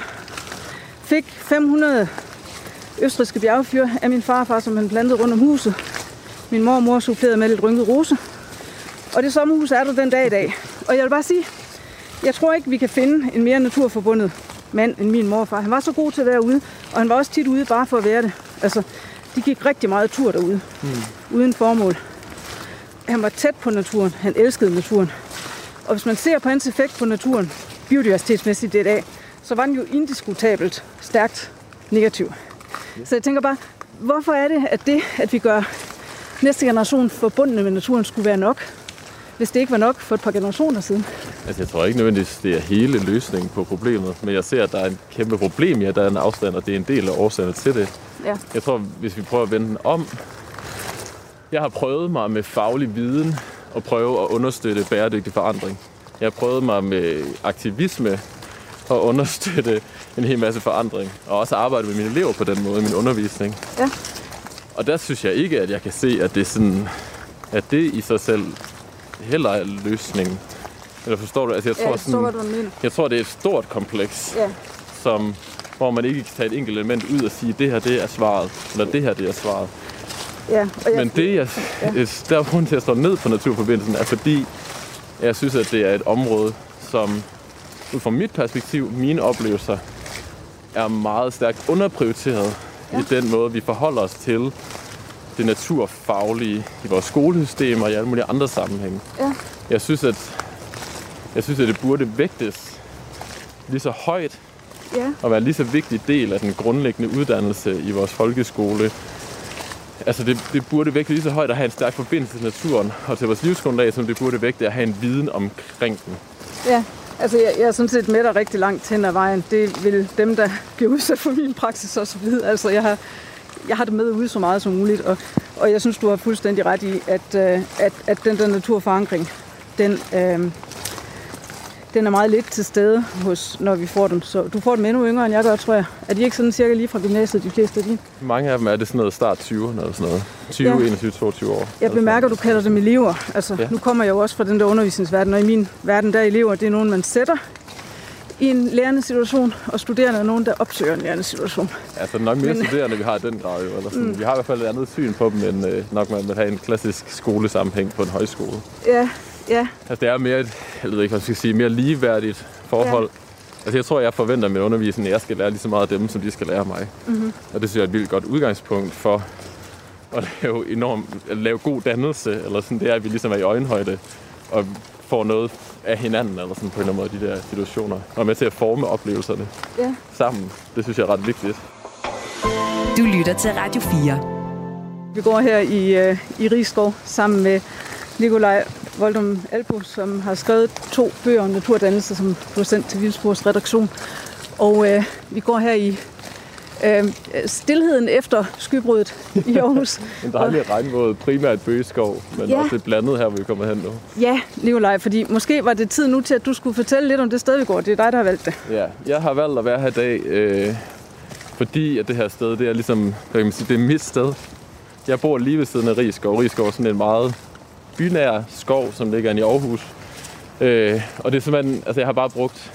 Fik fem hundrede østrigske bjergfyr af min farfar, som han plantede rundt om huset. Min mor og mor supplerede med lidt rynket rose. Og det sommerhus er der den dag i dag. Og jeg vil bare sige, jeg tror ikke, vi kan finde en mere naturforbundet mand end min morfar. Han var så god til at være ude, og han var også tit ude bare for at være det. Altså, de gik rigtig meget tur derude, mm. uden formål. Han var tæt på naturen. Han elskede naturen. Og hvis man ser på hans effekt på naturen, biodiversitetsmæssigt i dag, så var den jo indiskutabelt stærkt negativ. Yeah. Så jeg tænker bare, hvorfor er det, at det, at vi gør næste generation forbundne med naturen, skulle være nok, hvis det ikke var nok for et par generationer siden? Altså, jeg tror ikke nødvendigvis, det er hele løsningen på problemet, men jeg ser, at der er en kæmpe problem i, at der er en afstand, og det er en del af årsagerne til det. Ja. Jeg tror, hvis vi prøver at vende den om. Jeg har prøvet mig med faglig viden og prøve at understøtte bæredygtig forandring. Jeg har prøvet mig med aktivisme og understøtte en hel masse forandring, og også arbejde med mine elever på den måde i min undervisning. Ja. Og der synes jeg ikke, at jeg kan se, at det, sådan, at det i sig selv heller er løsningen. Eller forstår du? Altså, jeg, tror, ja, jeg, forstår, sådan, hvad du mener. jeg tror, det er et stort kompleks, ja. som, hvor man ikke kan tage et enkelt element ud og sige, det her det er svaret, eller det her det er svaret. Ja, og jeg, Men det, jeg, ja. der er grund til at stå ned på naturforbindelsen, er fordi, jeg synes, at det er et område, som ud fra mit perspektiv, mine oplevelser, er meget stærkt underprioriteret ja. i den måde, vi forholder os til det naturfaglige i vores skolesystem og i alle mulige andre sammenhænge. Ja. Jeg synes, at jeg synes, at det burde vægtes lige så højt ja. og være en lige så vigtig del af den grundlæggende uddannelse i vores folkeskole. Altså det, det burde vægte lige så højt at have en stærk forbindelse til naturen og til vores livsgrundlag, som det burde vægte at have en viden omkring den. Ja, altså jeg, jeg er sådan set med dig rigtig langt hen ad vejen. Det vil dem, der bliver udsat for min praksis også vide. Altså jeg har, jeg har det med ude så meget som muligt, og, og jeg synes, du har fuldstændig ret i, at, at, at den der naturforankring, den, øh, den er meget lidt til stede, hos, når vi får dem. Så du får dem endnu yngre, end jeg gør, tror jeg. Er de ikke sådan cirka lige fra gymnasiet, de fleste af de? Mange af dem er det sådan noget start tyverne eller sådan noget. tyve, ja. enogtyve, toogtyve år. Jeg bemærker, du kalder dem elever. Altså, ja. Nu kommer jeg jo også fra den der undervisningsverden, og i min verden, der er elever, det er nogen, man sætter i en lærende situation, og studerende er nogen, der opsøger en lærende situation. Altså nok mere Men, studerende, vi har i den grad jo. Eller sådan. Mm. Vi har i hvert fald et andet syn på dem, end øh, nok man vil have en klassisk skolesammenhæng på en højskole. Ja, Ja. Altså det er mere et, jeg ved ikke, hvad jeg skal sige, mere ligeværdigt forhold. Ja. Altså jeg tror, jeg forventer med undervisning, at jeg skal lære lige så meget af dem, som de skal lære mig. Mm-hmm. Og det synes jeg er et vildt godt udgangspunkt for at lave, enorm, at lave god dannelse, eller sådan, det er, at vi ligesom er i øjenhøjde og får noget af hinanden, eller sådan på en eller anden måde, de der situationer. Og er med til at forme oplevelserne ja. sammen. Det synes jeg er ret vigtigt. Du lytter til Radio fire. Vi går her i, øh, i Risskov sammen med Nikolaj Voldum Albo, som har skrevet to bøger om naturdannelse, som blev sendt til Vildspors redaktion. Og øh, vi går her i øh, stilheden efter skybruddet i Aarhus. En dejlig regnvåd, primært bøgeskov, men ja. også lidt blandet her, hvor vi kommer hen nu. Ja, Nikolaj, fordi måske var det tid nu til, at du skulle fortælle lidt om det sted, vi går. Det er dig, der har valgt det. Ja, jeg har valgt at være her i dag, øh, fordi at det her sted, det er ligesom, hvad kan man sige, det er mit sted. Jeg bor lige ved siden af Risskov. Risskov er sådan en meget bynær skov, som ligger inde i Aarhus. Øh, og det er simpelthen, altså jeg har bare brugt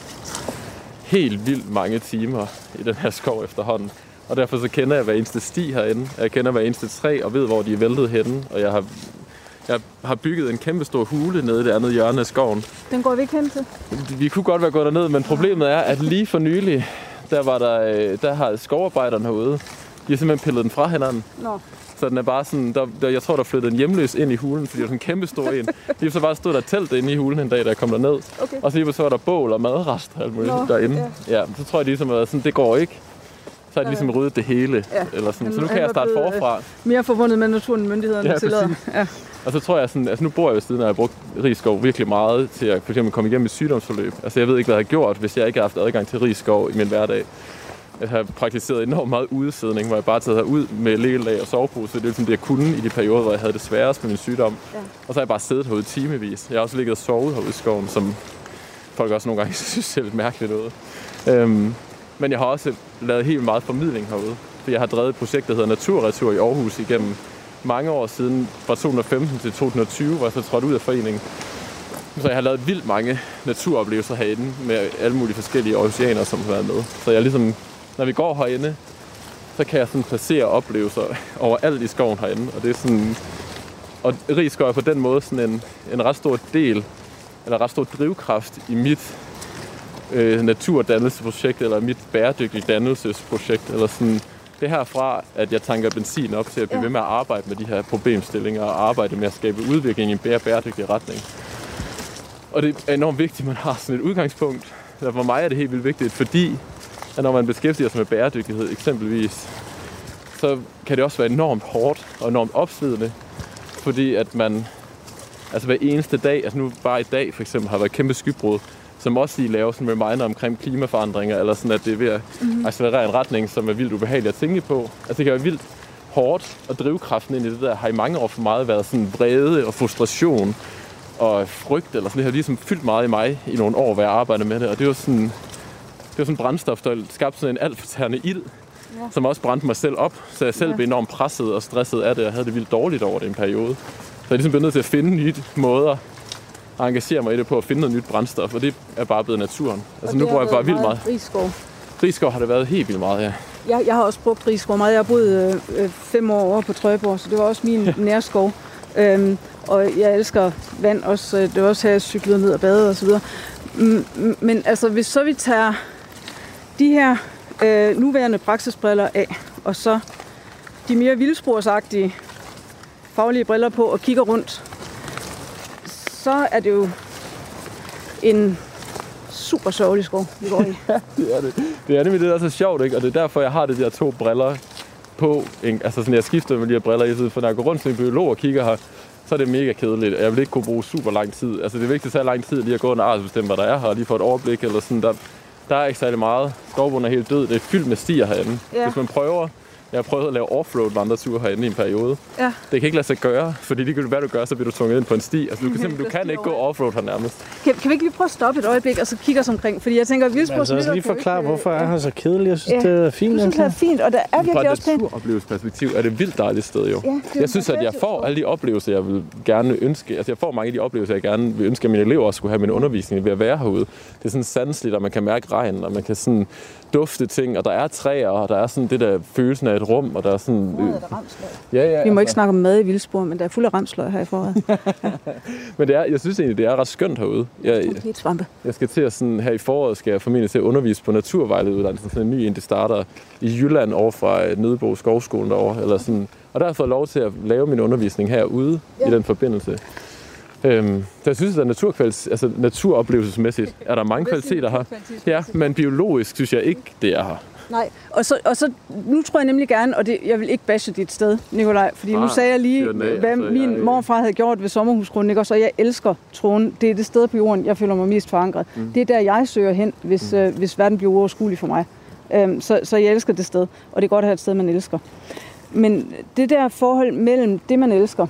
helt vildt mange timer i den her skov efterhånden. Og derfor så kender jeg hver eneste sti herinde. Jeg kender hver eneste træ og ved, hvor de er væltet henne. Og jeg har, jeg har bygget en kæmpe stor hule nede i det andet hjørne af skoven. Den går vi ikke hen til? Vi kunne godt være gået derned, men problemet er, at lige for nylig, der, var der, der har skovarbejderne herude, de har simpelthen pillet den fra hinanden. Nå. Så den er bare sådan, der, der, jeg tror, der flyttede en hjemløs ind i hulen, fordi det var sådan en kæmpe stor en. Lige så bare stod der telt inde i hulen en dag, da jeg kom derned. Okay. Og så lige så var der bål og madrest og alt muligt Nå, derinde. Ja. Ja, så tror jeg ligesom, at sådan, det går ikke. Så har de ligesom ryddet det hele. Ja. Eller sådan. Så nu kan jeg starte forfra. Mere forbundet med naturen end myndighederne ja, tillader. Ja. Og så tror jeg sådan, altså nu bor jeg ved siden af, at jeg har brugt Risskov virkelig meget til at for eksempel komme igennem et sygdomsforløb. Altså jeg ved ikke, hvad jeg har gjort, hvis jeg ikke har haft adgang til Risskov i min hverdag. Jeg har praktiseret enormt meget udesidning, hvor jeg bare taget ud med lægelag og sovepose. Det er ligesom det, jeg kunne i de perioder, hvor jeg havde det sværest med min sygdom. Ja. Og så har jeg bare siddet herude timevis. Jeg har også ligget og sovet herude i skoven, som folk også nogle gange synes er lidt mærkeligt ud. Øhm, men jeg har også lavet helt meget formidling herude. For jeg har drevet et projekt, der hedder Naturretur i Aarhus igennem mange år siden, fra to tusind og femten til to tusind og tyve, hvor jeg så trådte ud af foreningen. Så jeg har lavet vildt mange naturoplevelser herinde med alle mulige forskellige aarhusianere, som har været med. Så jeg ligesom, når vi går herinde, så kan jeg sådan placere oplevelser overalt i skoven herinde. Og det er sådan, og Risskov er på den måde sådan en, en ret stor del, eller ret stor drivkraft i mit øh, naturdannelsesprojekt, eller mit bæredygtige dannelsesprojekt, eller sådan. Det herfra, at jeg tanker benzin op til at blive ja. ved med at arbejde med de her problemstillinger, og arbejde med at skabe udvikling i en mere bæredygtig retning. Og det er enormt vigtigt, at man har sådan et udgangspunkt. For mig er det helt vildt vigtigt, fordi at når man beskæftiger sig med bæredygtighed eksempelvis, så kan det også være enormt hårdt og enormt opslidende, fordi at man, altså hver eneste dag, altså nu bare i dag for eksempel, har været kæmpe skybrud, som også lige laver sådan en reminder omkring klimaforandringer, eller sådan, at det er ved at mm-hmm. accelerere en retning, som er vildt ubehagelig at tænke på. Altså det kan være vildt hårdt, og drivkraften ind i det der har i mange år for meget været sådan vrede og frustration og frygt, eller sådan det har ligesom fyldt meget i mig i nogle år, hvor jeg arbejder med det, og det var sådan, det var sådan brændstof, der skabte sådan en alt for tærende ild, ja. som også brændte mig selv op, så jeg selv ja. blev enormt presset og stresset af det, og havde det vildt dårligt over det en periode. Så jeg ligesom blev nødt til at finde nye måder at engagere mig i det på, at finde noget nyt brændstof, og det er bare blevet naturen. Altså nu bruger jeg bare vildt meget. Risskov. Risskov har det været helt vildt meget, ja. Jeg, jeg har også brugt Risskov meget. Jeg har boet øh, fem år over på Trøjborg, så det var også min ja. nærskov. Øhm, og jeg elsker vand også. Det var også her, jeg cyklede ned og badede og så videre. Men altså, hvis så vi tager de her øh, nuværende praksisbriller af, og så de mere vildsporsagtige faglige briller på og kigger rundt, så er det jo en super sørgelig skov, vi går i. Ja, det er det. Det er nemlig det, der er så sjovt, ikke? Og det er derfor, jeg har det der to briller på. Ikke? Altså sådan, jeg skifter med de her briller i tiden, for når jeg går rundt som en biolog og kigger her, så er det mega kedeligt. Jeg vil ikke kunne bruge super lang tid. Altså det er vigtigt at tage lang tid lige at gå under artsbestemme, hvad der er her, og lige få et overblik eller sådan. Der, der er ikke særlig meget. Skovbunden er helt død. Det er fyldt med stier herinde. Ja. Hvis man prøver... Jeg har prøvet at lave offroad vandreture herinde i en periode. Ja. Det kan ikke lade sig gøre, fordi ligegyldigt hvad du gør, så bliver du tvunget ind på en sti. Altså du kan simpelthen, du kan ikke gå offroad her nærmest. Kan, kan vi ikke lige prøve at stoppe et øjeblik og så kigge os omkring? Fordi jeg tænker, at Vildspors altså, lytter... Altså lige forklare, hvorfor er han så kedelig? Jeg synes, ja. det er fint. Jeg synes, det er fint, og der er virkelig også pænt. Fra et naturoplevelsesperspektiv er det et vildt dejligt sted jo. Ja, jeg synes, at jeg får alle de oplevelser, jeg vil gerne ønske. Altså jeg får mange af de oplevelser, jeg gerne vil ønske, at mine elever skulle have min undervisning ved at være herude. Det er sådan sanseligt, og man kan mærke regnen, og man kan sådan dufte ting, og der er træer, og der er sådan det der følelsen af et rum, og der er sådan... Foråret er der ramsløg. Ja, ja, Vi må altså. ikke snakke om mad i Vildspor, men der er fuld af ramsløg her i foråret. Ja. Men det er, jeg synes egentlig, det er ret skønt herude. Jeg, Jeg, svampe. jeg skal til at sådan, her i foråret skal jeg formentlig til at undervise på naturvejlederuddannelsen. Sådan en ny en, det starter i Jylland over fra Nødebo Skovskolen derovre. Eller sådan. Og der har jeg fået lov til at lave min undervisning herude ja. i den forbindelse. Øhm, så jeg synes, at naturkvalitet, altså naturoplevelsesmæssigt er der mange kvaliteter her. Ja, men biologisk synes jeg ikke, det er her. Nej, og så, og så nu tror jeg nemlig gerne, og det, jeg vil ikke bashe dit sted, Nikolaj, fordi ah, nu sagde jeg lige, af, hvad altså, min jeg... morfar havde gjort ved sommerhusgrunden, ikke? Og så jeg elsker Troen. Det er det sted på jorden, jeg føler mig mest forankret. Mm. Det er der, jeg søger hen, hvis, mm. øh, hvis verden bliver uoverskuelig for mig. Øhm, så, så jeg elsker det sted, og det er godt at have et sted, man elsker. Men det der forhold mellem det, man elsker,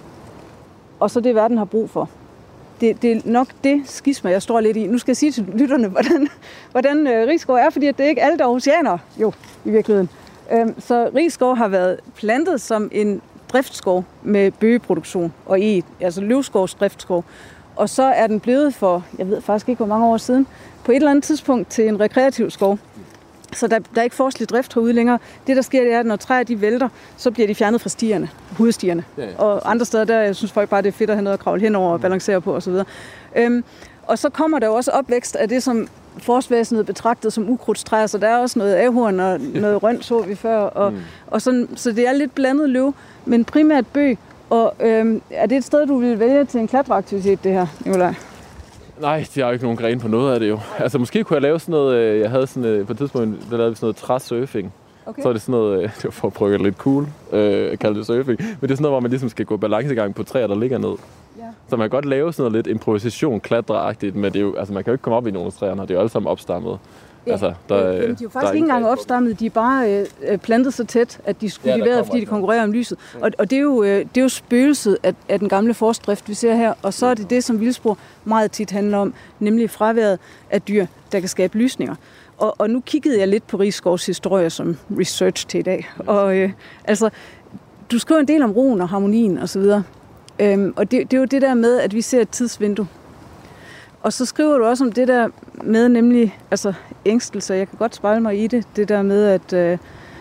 og så det, verden har brug for, Det, det er nok det skisma, jeg står lidt i. Nu skal jeg sige til lytterne, hvordan, hvordan øh, Risskov er, fordi det er ikke alle, der er oceaner, jo, i virkeligheden. Øhm, så Risskov har været plantet som en driftskov med bøgeproduktion og i, altså løvskovs driftskov. Og så er den blevet for, jeg ved faktisk ikke, hvor mange år siden, på et eller andet tidspunkt til en rekreativ skov. Så der, der er ikke forestelig drift herude længere. Det, der sker, det er, at når træer de vælter, så bliver de fjernet fra stierne, hovedstierne. Ja, ja. Og andre steder, der jeg synes folk bare, det er fedt at have noget at kravle henover og balancere på osv. Øhm, og så kommer der jo også opvækst af det, som forstvæsenet betragtet som ukrudtstræer, så der er også noget ahorn og noget rønt, så vi før. Og, mm. og sådan, så det er lidt blandet løv, men primært bøg. Og øhm, er det et sted, du vil vælge til en klatreaktivitet, det her, Nikolaj? Nej, de har jo ikke nogen grene på noget af det jo. Altså måske kunne jeg lave sådan noget, jeg havde sådan, på et tidspunkt, der lavede vi sådan noget træsurfing. Okay. Så er det sådan noget, det var for at prøve lidt cool, øh, kalde det surfing. Men det er sådan noget, hvor man ligesom skal gå balancegang på træer, der ligger ned. Ja. Så man kan godt lave sådan noget lidt improvisation, klatreagtigt, men det er jo, altså man kan jo ikke komme op i nogle af træerne, det er jo alle sammen opstammet. Ja, altså, der, øh, de er jo faktisk ikke engang opstammet, de er bare øh, plantet så tæt, at de skulle ja, være, fordi de konkurrerer om lyset. Ja. Og, og det, er jo, øh, det er jo spøgelset af, af den gamle forstdrift, vi ser her, og så er det det, som vildspor meget tit handler om, nemlig fraværet af dyr, der kan skabe lysninger. Og, og nu kiggede jeg lidt på Risskovs historie som research til i dag, og øh, altså, du skriver en del om roen og harmonien osv., øhm, og det, det er jo det der med, at vi ser et tidsvindue. Og så skriver du også om det der med, nemlig altså ængstelse. Jeg kan godt spejle mig i det. Det der med, at øh,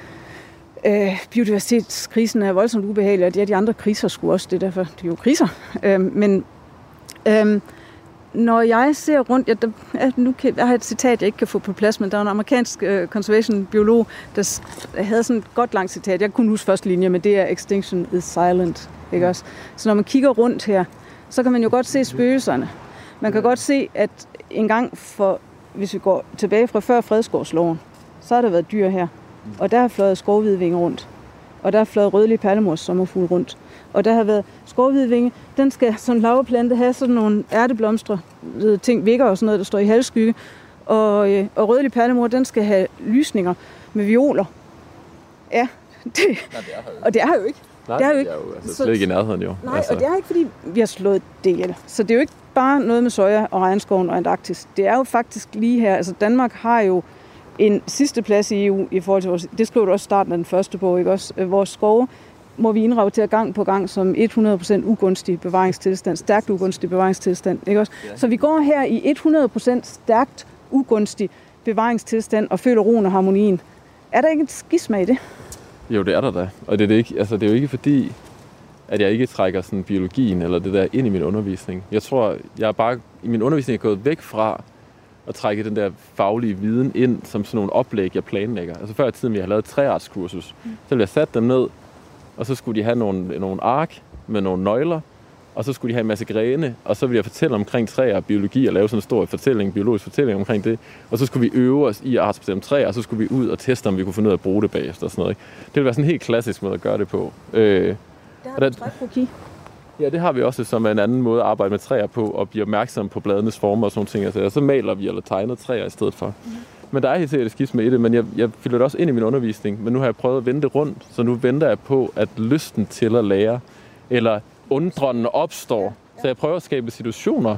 øh, biodiversitetskrisen er voldsomt ubehagelig, og de, de andre kriser skulle også det, derfor det er jo kriser. Øh, men øh, når jeg ser rundt, ja, der, ja, nu kan, jeg har et citat, jeg ikke kan få på plads, men der er en amerikansk øh, conservation-biolog, der havde sådan et godt langt citat. Jeg kunne kun huske første linje, men det er extinction is silent. Ikke også? Så når man kigger rundt her, så kan man jo godt se spøgelserne. Man kan godt se, at en gang for, hvis vi går tilbage fra før fredskovsloven, så har der været dyr her. Og der har fløjet skovhvidvinge rundt. Og der har fløjet rødlige perlemors sommerfugl rundt. Og der har været skovhvidvinge. Den skal som laveplante have sådan nogle ærteblomstre, ting, vikker og sådan noget, der står i halvskygge. Og, øh, og rødlige perlemor, den skal have lysninger med violer. Ja, det, nej, det er her jo. Og det er her jo ikke. Nej, det er jo ikke. Det er jo altså, slet ikke i nærheden jo. Nej, altså. Og det er ikke, fordi vi har slået det ihjel. Så det er jo ikke bare noget med soja og regnskoven og Antarktis. Det er jo faktisk lige her. Altså Danmark har jo en sidste plads i E U i forhold til vores... Det skriver du også i starten af den første bog, ikke også? Vores skove må vi indrapportere gang på gang som hundrede procent ugunstig bevaringstilstand, stærkt ugunstig bevaringstilstand, ikke også? Ja. Så vi går her i hundrede procent stærkt ugunstig bevaringstilstand og føler roen og harmonien. Er der ikke et skisma i det? Jo, det er der da. Og det er, det ikke, altså, det er jo ikke fordi, at jeg ikke trækker sådan biologien eller det der ind i min undervisning. Jeg tror, jeg er bare i min undervisning er gået væk fra at trække den der faglige viden ind som sådan nogle oplæg, jeg planlægger. Altså før i tiden, vi har lavet et træartskursus, mm. så ville jeg sat dem ned, og så skulle de have nogle, nogle ark med nogle nøgler, og så skulle de have en masse grene, og så ville jeg fortælle omkring træer og biologi, og lave sådan en stor fortælling, biologisk fortælling omkring det. Og så skulle vi øve os i at artsbestemme træer, og så skulle vi ud og teste, om vi kunne finde ud af at bruge det bagefter og sådan noget. Ikke? Det ville være sådan en helt klassisk måde at gøre det på. Øh, der har du trækroki. Ja, det har vi også som en anden måde at arbejde med træer på, og blive opmærksom på bladenes former og sådan nogle ting. Altså, og så maler vi eller tegner træer i stedet for. Mm. Men der er helt sikkert et skisma i det, men jeg, jeg fylder det også ind i min undervisning. Men nu har jeg prøvet at vende det rundt, så nu venter jeg på, at lysten til at lære, eller undren opstår. Så jeg prøver at skabe situationer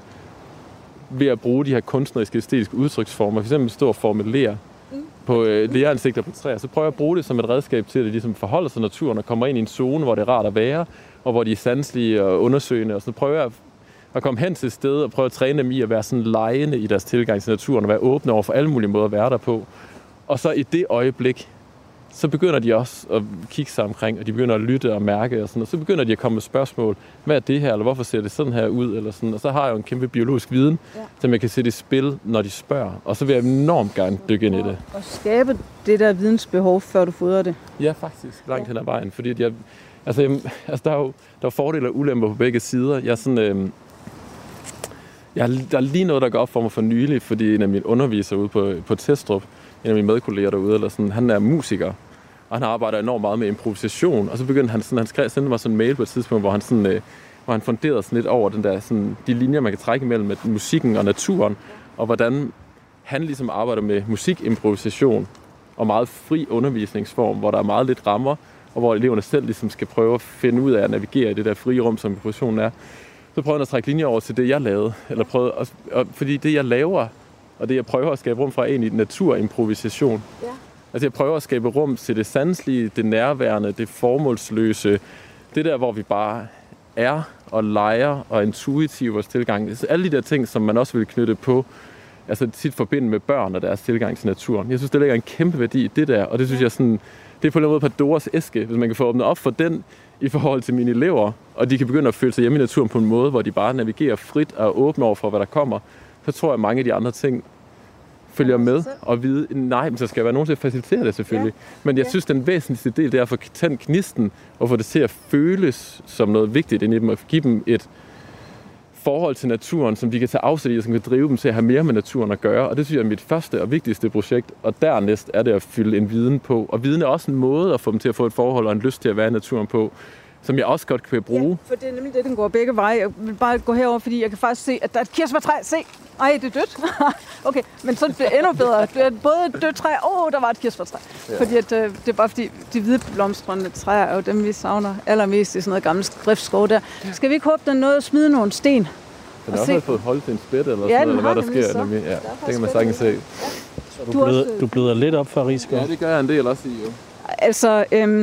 ved at bruge de her kunstneriske, æstetiske udtryksformer. For eksempel stå og formulere på øh, læreansigter på træer. Så prøver jeg at bruge det som et redskab til, at det ligesom forholder sig naturen og kommer ind i en zone, hvor det er rart at være, og hvor de er sanselige og undersøgende. Og så prøver jeg at komme hen til et sted og prøve at træne dem i at være sådan legende i deres tilgang til naturen og være åbne over for alle mulige måder at være der på. Og så i det øjeblik, så begynder de også at kigge sig omkring, og de begynder at lytte og mærke, og, sådan, og så begynder de at komme med spørgsmål. Hvad er det her, eller hvorfor ser det sådan her ud? Eller sådan. Og så har jeg jo en kæmpe biologisk viden, ja. som jeg kan sætte i spil, når de spørger. Og så vil jeg enormt gerne dykke ind i det. Og skabe det der vidensbehov, før du fodrer det. Ja, faktisk. Langt hen ad vejen. Fordi jeg, altså, jeg, altså, der er jo der er fordele og ulemper på begge sider. Jeg er sådan... Øh, jeg, der er lige noget, der går op for mig for nylig, fordi en af mine undervisere ude på, på Testrup, en af mine medkolleger derude, eller sådan, han er musiker. Og han arbejder enormt meget med improvisation. Og så begyndte han sådan, han skrev, sendte mig sådan en mail på et tidspunkt, hvor han sådan, øh, hvor han funderede sådan lidt over den der, sådan, de linjer, man kan trække imellem med musikken og naturen, og hvordan han ligesom arbejder med musikimprovisation og meget fri undervisningsform, hvor der er meget lidt rammer, og hvor eleverne selv ligesom skal prøve at finde ud af at navigere i det der frie rum, som improvisationen er. Så prøvede han at trække linjer over til det, jeg lavede. Eller prøvede at, og, fordi det, jeg laver, og det, jeg prøver at skabe rum fra, er egentlig naturimprovisation. Ja. Altså, jeg prøver at skabe rum til det sanselige, det nærværende, det formålsløse. Det der, hvor vi bare er og leger og intuitiv vores tilgang. Altså, alle de der ting, som man også vil knytte på, altså tit forbinde med børn og deres tilgang til naturen. Jeg synes, det ligger en kæmpe værdi i det der, og det synes jeg sådan, det er på en måde Pandoras æske, hvis man kan få åbnet op for den i forhold til mine elever, og de kan begynde at føle sig hjemme i naturen på en måde, hvor de bare navigerer frit og åbner over for, hvad der kommer, så tror jeg, at mange af de andre ting følger med og vide, nej, men så skal være nogen til at facilitere det selvfølgelig. Ja. Men jeg synes, den væsentligste del, det er at få tændt gnisten og få det til at føles som noget vigtigt inde i dem, og give dem et forhold til naturen, som de kan tage afsæt i, og som kan drive dem til at have mere med naturen at gøre. Og det synes jeg er mit første og vigtigste projekt. Og dernæst er det at fylde en viden på. Og viden er også en måde at få dem til at få et forhold og en lyst til at være i naturen på, som jeg også godt kan bruge. Ja, for det er nemlig det, den går begge veje. Jeg vil bare gå herover, fordi jeg kan faktisk se, at der er et kirsebærtræ. Se! Ej, det er dødt. Okay, men så bliver det endnu bedre. Det er både et dødt træ, og oh, der var et kirsebærtræ. Ja. Fordi at, øh, det er bare fordi, de hvide blomstrende træer er jo dem, vi savner allermest i sådan noget gammelt driftsskov der. Skal vi ikke håbe, den nåede at smide nogle sten? Den har også fået holdt til en spæt, eller, ja, sådan, eller hvad der sker. Nemlig. Ja, det kan man sagtens se. Ja. Så du, bløder, du bløder lidt op for Risskov? Ja, det gør jeg en del også i, jo. Altså, øhm,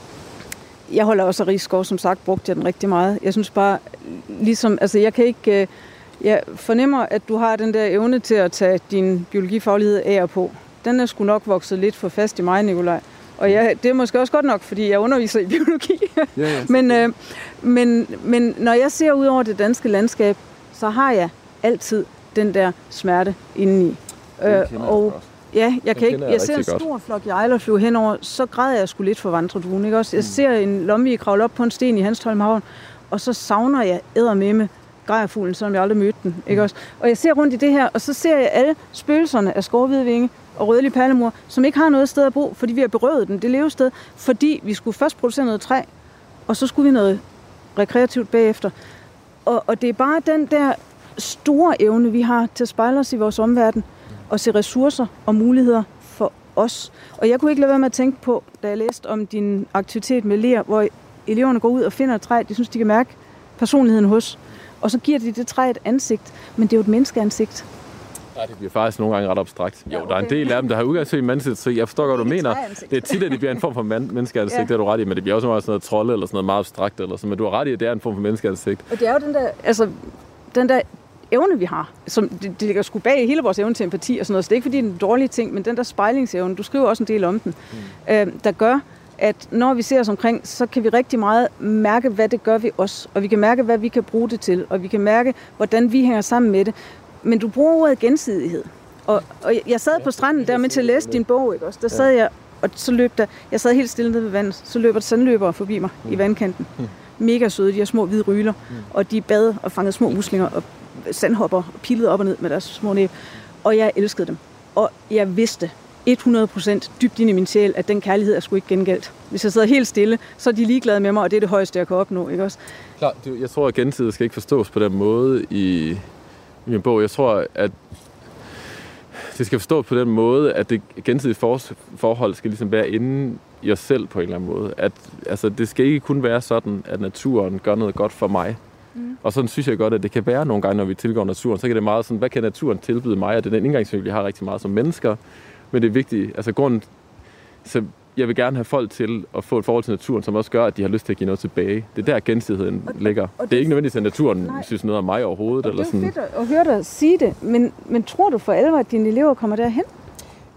jeg holder også af Risskov, som sagt, brugte jeg den rigtig meget. Jeg synes bare, ligesom, altså jeg kan ikke, øh, jeg fornemmer, at du har den der evne til at tage din biologifaglighed af og på. Den er sgu nok vokset lidt for fast i mig, Nikolaj. Og jeg, det er måske også godt nok, fordi jeg underviser i biologi. Ja, ja, men, øh, men, men når jeg ser ud over det danske landskab, så har jeg altid den der smerte indeni. Øh, og ja, jeg kan ikke. Jeg, jeg ser en stor godt. flok jejler flyve henover, så græder jeg sgu lidt for vandreduen, ikke også? Jeg ser en lomvig kravle op på en sten i Hanstholm Havn, og så savner jeg eddermame grejerfuglen, selvom jeg aldrig mødte den, ikke også? Og jeg ser rundt i det her, og så ser jeg alle spøgelserne af skovhvidvinge og rødlig perlemor, som ikke har noget sted at bo, fordi vi har berøvet dem, det levested, fordi vi skulle først producere noget træ, og så skulle vi noget rekreativt bagefter. Og, og det er bare den der store evne, vi har til at spejle os i vores omverden, og se ressourcer og muligheder for os. Og jeg kunne ikke lade være med at tænke på, da jeg læste om din aktivitet med ler, hvor eleverne går ud og finder et træ, de synes, de kan mærke personligheden hos, og så giver de det træ et ansigt, men det er jo et menneskeansigt. Ja, det bliver faktisk nogle gange ret abstrakt. Jo, ja, okay. Der er en del af dem, der har udgangspunkt i mennesket, så jeg forstår godt, hvad du mener. Det er tit, at det bliver en form for man- menneskeansigt, ja. Det er du ret i, men det bliver også meget sådan noget trolde eller sådan noget meget abstrakt, eller sådan, men du har ret i, at det er en form for menneskeansigt. Og det er jo den der, altså, den der evne, vi har, som det, det ligger sgu bag hele vores evne til empati og sådan noget, så det er ikke fordi, det er en dårlig ting, men den der spejlingsevne, du skriver også en del om den, mm. øh, der gør, at når vi ser os omkring, så kan vi rigtig meget mærke, hvad det gør ved os, og vi kan mærke, hvad vi kan bruge det til, og vi kan mærke, hvordan vi hænger sammen med det. Men du bruger ordet gensidighed. Og, og jeg sad på stranden der med til at læse din bog, ikke også? Der sad jeg, og så løb der, jeg sad helt stille nede ved vandet, så løber der sandløbere forbi mig mm. i vandkanten. Mm. Mega søde, de har små hvide ryler, mm. og de bad og fangede små muslinger og sandhopper og pillede op og ned med deres små næb. Og jeg elskede dem. Og jeg vidste hundrede procent dybt ind i min sjæl, at den kærlighed er sgu ikke gengældt. Hvis jeg sidder helt stille, så er de ligeglade med mig, og det er det højeste, jeg kan opnå, ikke også? Klar, jeg tror, at gensidighed skal ikke forstås på den måde i i min bog. Jeg tror, at det skal forstås på den måde, at det gensidige forhold skal ligesom være inde i os selv på en eller anden måde. At, altså, det skal ikke kun være sådan, at naturen gør noget godt for mig. Mm. Og sådan synes jeg godt, at det kan være nogle gange, når vi tilgår naturen, så kan det meget sådan, hvad kan naturen tilbyde mig? Og det er den indgangsvinkel, vi har rigtig meget som mennesker. Men det er vigtigt, altså grunden, så jeg vil gerne have folk til at få et forhold til naturen, som også gør, at de har lyst til at give noget tilbage. Det er der gensidigheden og, ligger. Og det, det er ikke nødvendigvis, at naturen nej. synes noget om mig overhovedet. Og eller det er sådan. fedt at høre dig sige det, men, men tror du for alvor, at dine elever kommer derhen?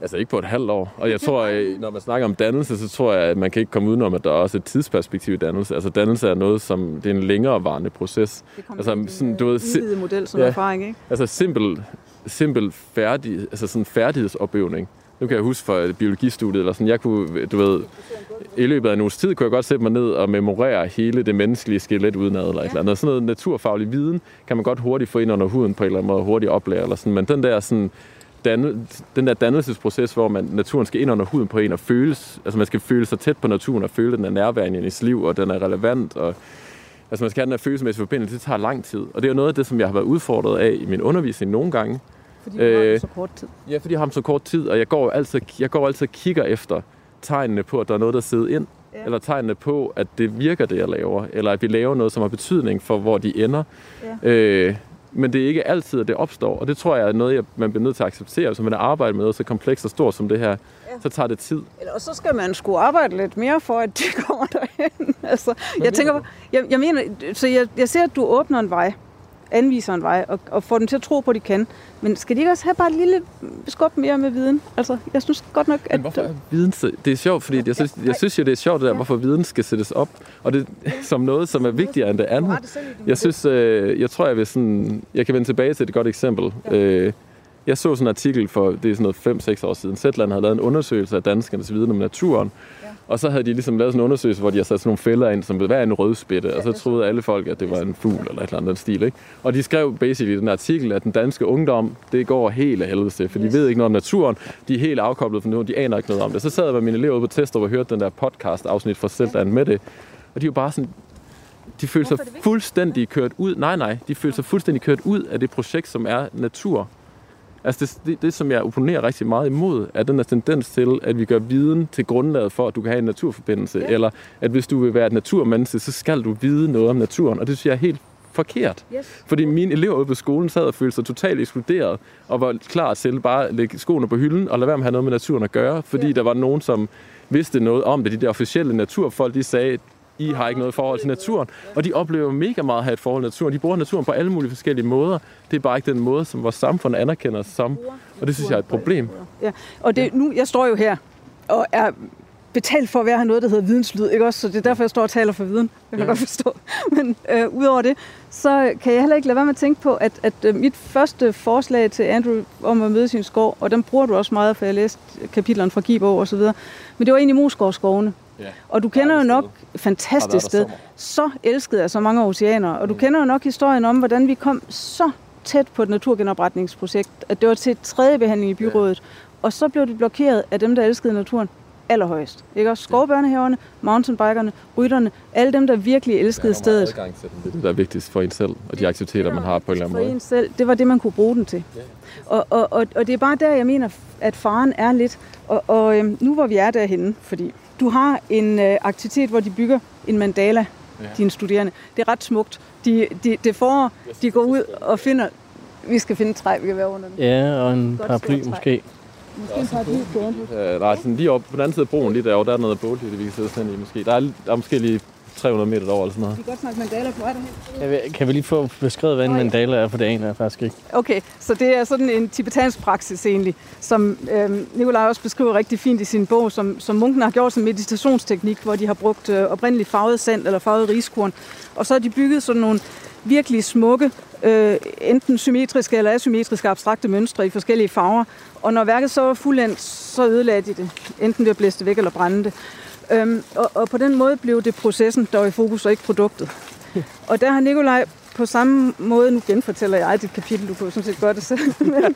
Altså ikke på et halvt år. Og jeg tror, når man snakker om dannelse, så tror jeg, at man kan ikke komme udenom, at der er også et tidsperspektiv i dannelse. Altså dannelse er noget, som det er en længerevarende proces. Det kommer altså sådan, du ved, si- model som ja, erfaring, ikke? Altså simpel, simpel færdig, altså sådan færdighedsopøvning. Nu kan jeg huske fra biologistudiet, eller sådan, jeg kunne, du ved, i løbet af en uges tid kunne jeg godt sætte mig ned og memorere hele det menneskelige skelet udenad, eller et eller andet. Sådan noget naturfaglig viden kan man godt hurtigt få ind under huden på en eller anden måde, hurtigt oplære, eller sådan. Men den der sådan, danne, den der dannelsesproces, hvor man, naturen skal ind under huden på en og føles, altså man skal føle sig tæt på naturen og føle, at den er nærværende i ens liv, og den er relevant, og altså man skal have den her følelsesmæssige forbindelse, det tager lang tid. Og det er jo noget af det, som jeg har været udfordret af i min undervisning nogle gange. Fordi du øh, har så kort tid. Ja, fordi jeg har så kort tid, og jeg går altid, jeg går altid og kigger efter tegnene på, at der er noget, der sidder ind, ja. Eller tegnene på, at det virker, det jeg laver, eller at vi laver noget, som har betydning for, hvor de ender. Ja. Øh, men det er ikke altid, at det opstår, og det tror jeg er noget, jeg, man bliver nødt til at acceptere. Så man arbejder med noget så komplekst og stort som det her, ja. Så tager det tid. Eller så skal man sgu arbejde lidt mere for, at det kommer derhen. altså, jeg tænker, jeg, jeg mener, så jeg, jeg ser, at du åbner en vej, anviser en vej, og, og får dem til at tro på, at de kan. Men skal de ikke også have bare et lille skub mere med viden? Altså, jeg synes godt nok, at... Men hvorfor er viden? Det er sjovt, fordi jeg synes, jeg synes jo, det er sjovt, det der, hvorfor viden skal sættes op. Og det som noget, som er vigtigere end det andet. Jeg synes, øh, jeg tror, jeg vil sådan... Jeg kan vende tilbage til et godt eksempel. Ja. Øh, jeg så sådan en artikel for, det er sådan noget fem seks år siden. Zetland havde lavet en undersøgelse af danskernes viden om naturen. Ja. Og så havde de ligesom lavet sådan en undersøgelse, hvor de har sat sådan nogle fælder ind, som hvad er en rødspætte, ja, og så troede alle folk, at det var en fugl eller et eller andet stil, ikke? Og de skrev basically i den artikel, at den danske ungdom, det går helt af helvede til, for yes. de ved ikke noget om naturen, de er helt afkoblet fra noget, de aner ikke noget om det. Så sad jeg med mine elever ude på Testrup og hørte den der podcast-afsnit fra Zetland med det, og de var bare sådan, de følte sig fuldstændig kørt ud, nej nej, de følte sig fuldstændig kørt ud af det projekt, som er natur. Altså det, det, det, som jeg opponerer rigtig meget imod, er den der tendens til, at vi gør viden til grundlaget for, at du kan have en naturforbindelse, ja. Eller at hvis du vil være et naturmenneske, så skal du vide noget om naturen, og det synes jeg er helt forkert. Yes. Fordi mine elever ude på skolen sad og følte sig totalt ekskluderet, og var klar til bare at lægge skoene på hylden, og lade være med at have noget med naturen at gøre, fordi ja. Der var nogen, som vidste noget om det. De der officielle naturfolk, de sagde, I har ikke noget forhold til naturen, og de oplever mega meget at have et forhold til naturen. De bruger naturen på alle mulige forskellige måder. Det er bare ikke den måde, som vores samfund anerkender os som, og det synes jeg er et problem. Ja, og det, nu, jeg står jo her og er betalt for at være her noget, der hedder videnslyd, ikke også? Så det er derfor, jeg står og taler for viden. Det kan jeg ja. Godt forstå. Men øh, udover det, så kan jeg heller ikke lade være med at tænke på, at, at øh, mit første forslag til Andrew om at møde sin skov, og den bruger du også meget, for jeg læste kapitlerne fra Gibog og så videre, men det var egentlig Moskovskovene. Ja. Og du kender jo nok fantastisk sted. Så elsket af så mange oceaner. Og du mm. kender jo nok historien om, hvordan vi kom så tæt på et naturgenopretningsprojekt, at det var til tredje behandling i byrådet. Ja. Og så blev det blokeret af dem, der elskede naturen allerhøjst. Ikke også? Skovbørnehaverne, mountainbikerne, rytterne, alle dem, der virkelig elskede ja, stedet. Adgang til dem. Det er vigtigst for en selv, og de aktiviteter, man har på en eller anden måde. For en selv, det var det, man kunne bruge den til. Ja. Og, og, og, og det er bare der, jeg mener, at faren er lidt. Og, og øhm, nu hvor vi er derhenne, fordi du har en øh, aktivitet, hvor de bygger en mandala, ja. Dine studerende. Det er ret smukt. De, de, det forår, de går ud og finder... Vi skal finde træ, vi kan være under den. Ja, og en paraply måske. Måske en paraply på ja, der er sådan lige oppe på den anden side af broen, lige derovre, der er noget bål, vi kan sidde sådan i måske. Der er, der er måske lige tre hundrede meter derovre eller sådan noget. Vi kan godt snakke mandala på vej derhen. Kan vi, kan vi lige få beskrevet, hvad en mandala er, for det aner jeg faktisk ikke. Okay, så det er sådan en tibetansk praksis egentlig, som øh, Nikolaj også beskriver rigtig fint i sin bog, som, som munkene har gjort som meditationsteknik, hvor de har brugt øh, oprindeligt farvet sand eller farvet riskorn. Og så har de bygget sådan nogle virkelig smukke, øh, enten symmetriske eller asymmetriske abstrakte mønstre i forskellige farver. Og når værket så var fuldendt, så ødelagde de det, enten ved at blæse det væk eller brænde det. Øhm, og, og på den måde blev det processen, der var i fokus, og ikke produktet. Og der har Nikolaj på samme måde, nu genfortæller jeg dit kapitel, du kunne sådan set gøre det selv, men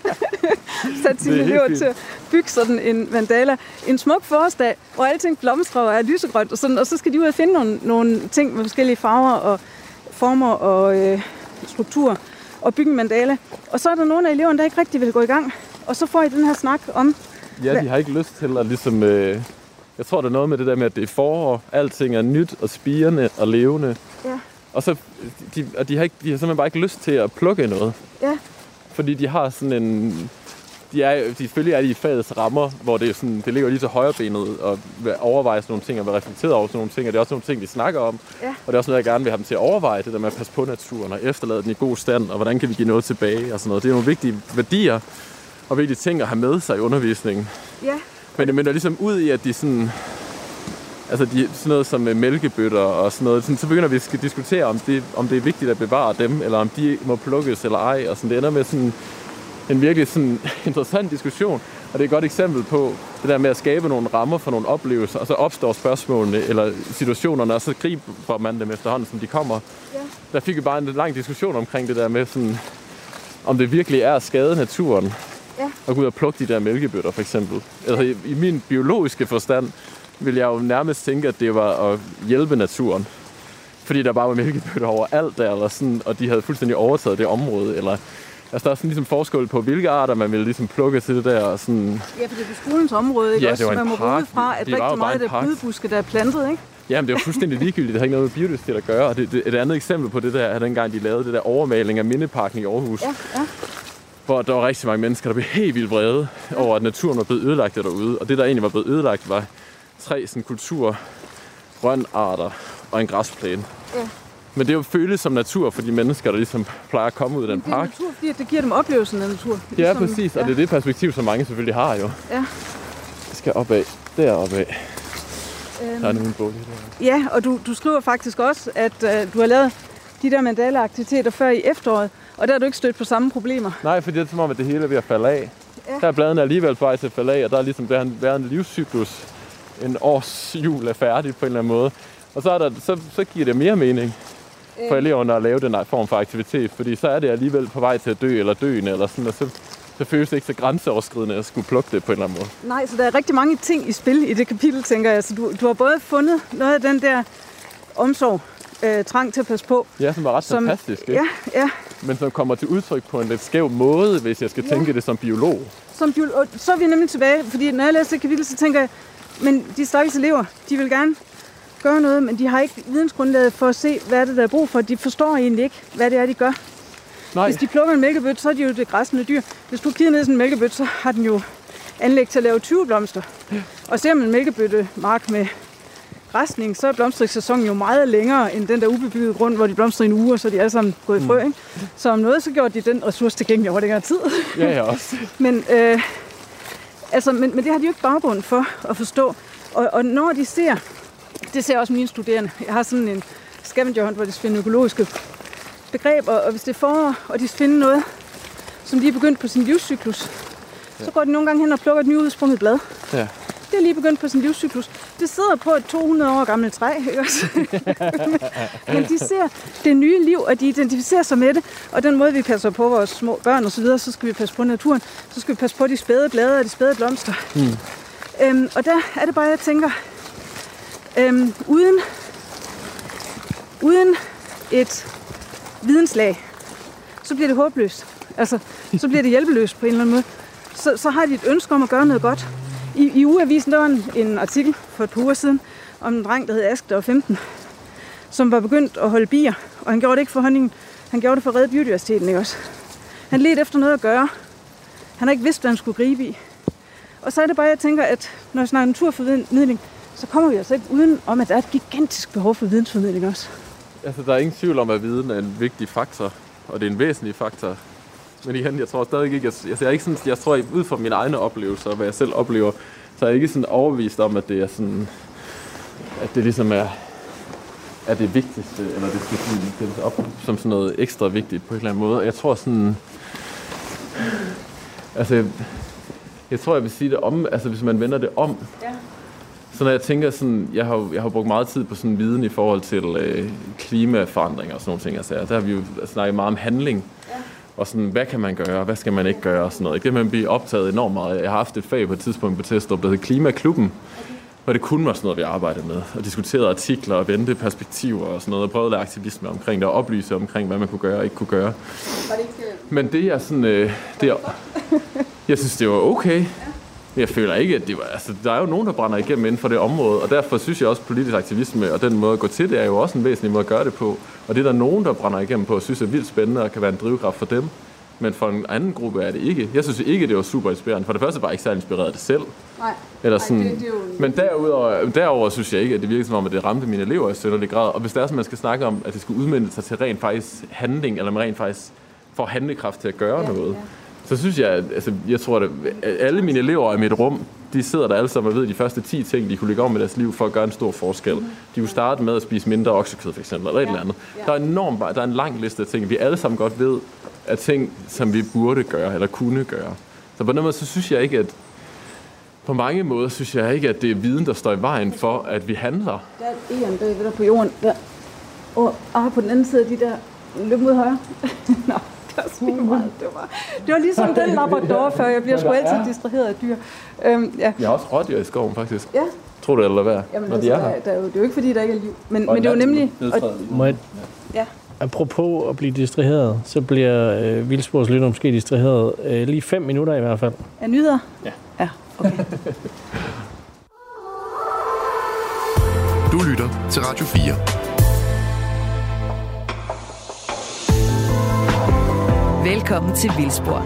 sat sine elever til at bygge sådan en mandala. En smuk forårsdag, hvor alting blomstrer og er lysegrønt, og, sådan, og så skal de ud og finde nogle, nogle ting med forskellige farver og former og øh, strukturer, og bygge en mandala. Og så er der nogle af eleverne, der ikke rigtig vil gå i gang, og så får I den her snak om... Ja, de har ikke lyst til at ligesom... Øh Jeg tror, der er noget med det der med, at det er forår, alting er nyt og spirende og levende. Ja. Og så de, og de, har ikke, de har simpelthen bare ikke lyst til at plukke noget. Ja. Fordi de har sådan en... De er, de selvfølgelig er de i fagets rammer, hvor det, er sådan, det ligger lige til højrebenet og overveje sådan nogle ting og være reflekteret over sådan nogle ting. Og det er også nogle ting, de snakker om. Ja. Og det er også noget, jeg gerne vil have dem til at overveje, det der med at passe på naturen og efterlade den i god stand, og hvordan kan vi give noget tilbage og sådan noget. Det er nogle vigtige værdier. og vigtige ting at have med sig i undervisningen. Ja. Men det minder ligesom ud i, at de sådan... Altså de, sådan noget som mælkebøtter og sådan noget. Sådan, så begynder vi at diskutere, om det, om det er vigtigt at bevare dem, eller om de må plukkes eller ej. Og sådan, det ender med sådan en virkelig sådan interessant diskussion. Og det er et godt eksempel på det der med at skabe nogle rammer for nogle oplevelser, og så opstår spørgsmålene eller situationerne, og så griber man dem efterhånden, som de kommer. Ja. Der fik vi bare en lang diskussion omkring det der med, sådan, om det virkelig er at skade naturen. Ja. Og gå ud og plukke de der mælkebøtter, for eksempel. Altså i, i min biologiske forstand vil jeg jo nærmest tænke, at det var at hjælpe naturen. Fordi der bare var mælkebøtter overalt der, eller sådan, og de havde fuldstændig overtaget det område. Eller, altså der er sådan ligesom forskel på, hvilke arter man ville ligesom plukke til det der. Og sådan. Ja, for det er på skolens område, ikke? Ja, også? Det var man må gå ud fra, at det rigtig meget af det brydebuske, der er plantet, ikke? Jamen, det var fuldstændig ligegyldigt. Det har ikke noget med biodiversitet at gøre. Og det, det, et andet eksempel på det der er dengang, de lavede det der overmaling af Mindeparken i Aarhus. Ja, ja. Hvor der var rigtig mange mennesker, der blev helt vildt vrede over, at naturen var blevet ødelagt derude. Og det, der egentlig var blevet ødelagt, var tre sådan, kultur, grønarter og en græsplæne. Ja. Men det er jo føles som natur for de mennesker, der ligesom plejer at komme ud af den park. Det er natur, fordi det giver dem oplevelsen af natur. Ligesom, ja, præcis. Og ja. Det er det perspektiv, som mange selvfølgelig har jo. Ja. Jeg skal opad. Deroppe af. Øhm, der er en bolig der. Ja, og du, du skriver faktisk også, at uh, du har lavet de der mandala-aktiviteter før i efteråret, og der er du ikke stødt på samme problemer. Nej, for det er som om, at det hele er ved at falde af. Ja. Der er bladene alligevel på vej til at falde af, og der er ligesom været en livscyklus. En års jul er færdigt på en eller anden måde. Og så, er der, så, så giver det mere mening for eleverne at lave den form for aktivitet, fordi så er det alligevel på vej til at dø eller døende, eller sådan, og så, så føles det ikke så grænseoverskridende at skulle plukke det på en eller anden måde. Nej, så der er rigtig mange ting i spil i det kapitel, tænker jeg. Så du, du har både fundet noget af den der omsorg, øh, trang til at passe på. Ja, som er ret som, fantastisk, ikke? Ja, ja. Men som kommer til udtryk på en lidt skæv måde, hvis jeg skal ja. tænke det som biolog. Som biolog. Så er vi nemlig tilbage, fordi når jeg læser det kapitel, så tænker jeg, men de stakkels elever, de vil gerne gøre noget, men de har ikke vidensgrundlaget for at se, hvad det der er brug for. De forstår egentlig ikke, hvad det er, de gør. Nej. Hvis de plukker en mælkebøtte, så er de jo det græssende dyr. Hvis du kigger ned i sådan en mælkebøtte, så har den jo anlæg til at lave tyve blomster. Og ser man en mælkebøttemark med græsning, så er blomstringssæsonen jo meget længere end den der ubebyggede grund, hvor de blomstrer i en uge, og så er de alle sammen gået i frø. Ikke? Så om noget, så gjorde de den ressource tilgængelig over længere tid. Ja, ja også. men, øh, altså, men, men det har de jo ikke baggrund for at forstå. Og, og når de ser, det ser også mine studerende, jeg har sådan en scavenger hunt, hvor de finder økologiske begreber, og hvis det er forår, og de finder noget, som de er begyndt på sin livscyklus, ja. så går de nogle gange hen og plukker et nyudsprunget blad. Ja. Det er lige begyndt på sin livscyklus. Det sidder på et to hundrede år gammelt træ, ikke også? Men de ser det nye liv, og de identificerer sig med det. Og den måde, vi passer på vores små børn og så videre, så skal vi passe på naturen. Så skal vi passe på de spæde blade og de spæde blomster. Mm. Øhm, og der er det bare, jeg tænker, øhm, uden, uden et videnslag, så bliver det håbløst. Altså, så bliver det hjælpeløst på en eller anden måde. Så, så har de et ønske om at gøre noget godt. I, i ugeavisen, der var en, en artikel for et par uger siden om en dreng, der hed Ask, der var femten, som var begyndt at holde bier, og han gjorde det ikke for honningen, han gjorde det for at redde biodiversiteten, ikke også? Han ledte efter noget at gøre. Han har ikke vidst, hvad han skulle gribe i. Og så er det bare, jeg tænker, at når jeg snakker naturformidling, så kommer vi altså ikke uden om, at der er et gigantisk behov for vidensformidling også. Altså, der er ingen tvivl om, at viden er en vigtig faktor, og det er en væsentlig faktor. Men igen, jeg tror stadig ikke, jeg, jeg, jeg er ikke sådan, jeg tror, ud fra mine egne oplevelser, hvad jeg selv oplever, så er jeg ikke sådan overbevist om, at det er sådan, at det ligesom er, er det vigtigste, eller det skal sættes op som sådan noget ekstra vigtigt på en eller anden måde. Jeg tror sådan, altså, jeg, jeg tror, jeg vil sige det om, altså hvis man vender det om, ja. Så når jeg tænker sådan, jeg har jeg har brugt meget tid på sådan viden i forhold til øh, klimaforandringer og sådan nogle ting, altså, der har vi jo snakket meget om handling. Ja. Og sådan, hvad kan man gøre, hvad skal man ikke gøre og sådan noget. Det man bliver optaget enormt meget. Jeg har haft et fag på et tidspunkt på Testrup, der hed Klimaklubben, okay. Og det kun var sådan noget, vi arbejdede med. Og diskuterede artikler og vendte perspektiver og sådan noget, og prøvede at lave aktivisme omkring det, og oplyse omkring, hvad man kunne gøre og ikke kunne gøre. Var det ikke... Men det er sådan, øh, det er, jeg synes, det var okay. Jeg føler ikke, at det var... Altså, der er jo nogen, der brænder igennem inden for det område, og derfor synes jeg også, at politisk aktivisme og den måde at gå til det, er jo også en væsentlig måde at gøre det på. Og det er der nogen, der brænder igennem på, og synes er vildt spændende og kan være en drivkraft for dem. Men for en anden gruppe er det ikke. Jeg synes ikke, det var super inspirerende. For det første var jeg ikke særlig inspireret af det selv. Nej. Eller sådan. Ej, det, det jo... Men derudover, derover synes jeg ikke, at det virker som om, at det ramte mine elever i synderlig grad. Og hvis det er sådan, man skal snakke om, at det skulle udmønte sig til rent faktisk handling, eller man rent faktisk får handlekraft til at gøre ja, noget, ja. så synes jeg, altså, jeg tror, at alle mine elever i mit rum, de sidder der alle sammen og ved de første ti ting, de kunne lægge om med deres liv for at gøre en stor forskel. De kunne starte med at spise mindre oksekød, for eksempel, eller et eller andet. Der er enormt, der er en lang liste af ting, vi alle sammen godt ved, af ting, som vi burde gøre, eller kunne gøre. Så på den måde, så synes jeg ikke, at på mange måder, synes jeg ikke, at det er viden, der står i vejen for, at vi handler. Der er en der der på jorden, der, og ah, på den anden side af de der, løb mod højre. Nå, det var så meget. Det var, det var ligesom den labrador, før jeg bliver sgu altid distraheret af dyr. Øhm, ja. Jeg har også rådyr i skoven, faktisk. Ja. Tror du, eller hvad? Jamen, altså, de er her? Der, der er jo, det er jo ikke, fordi der ikke er liv. Men, men det er jo nemlig... Og, Må jeg, ja. apropos at blive distraheret, så bliver øh, Vildspors lytter måske distraheret øh, lige fem minutter i hvert fald. Er nyheder? Ja. Ja, okay. Du lytter til Radio fire. Velkommen til Vildspor.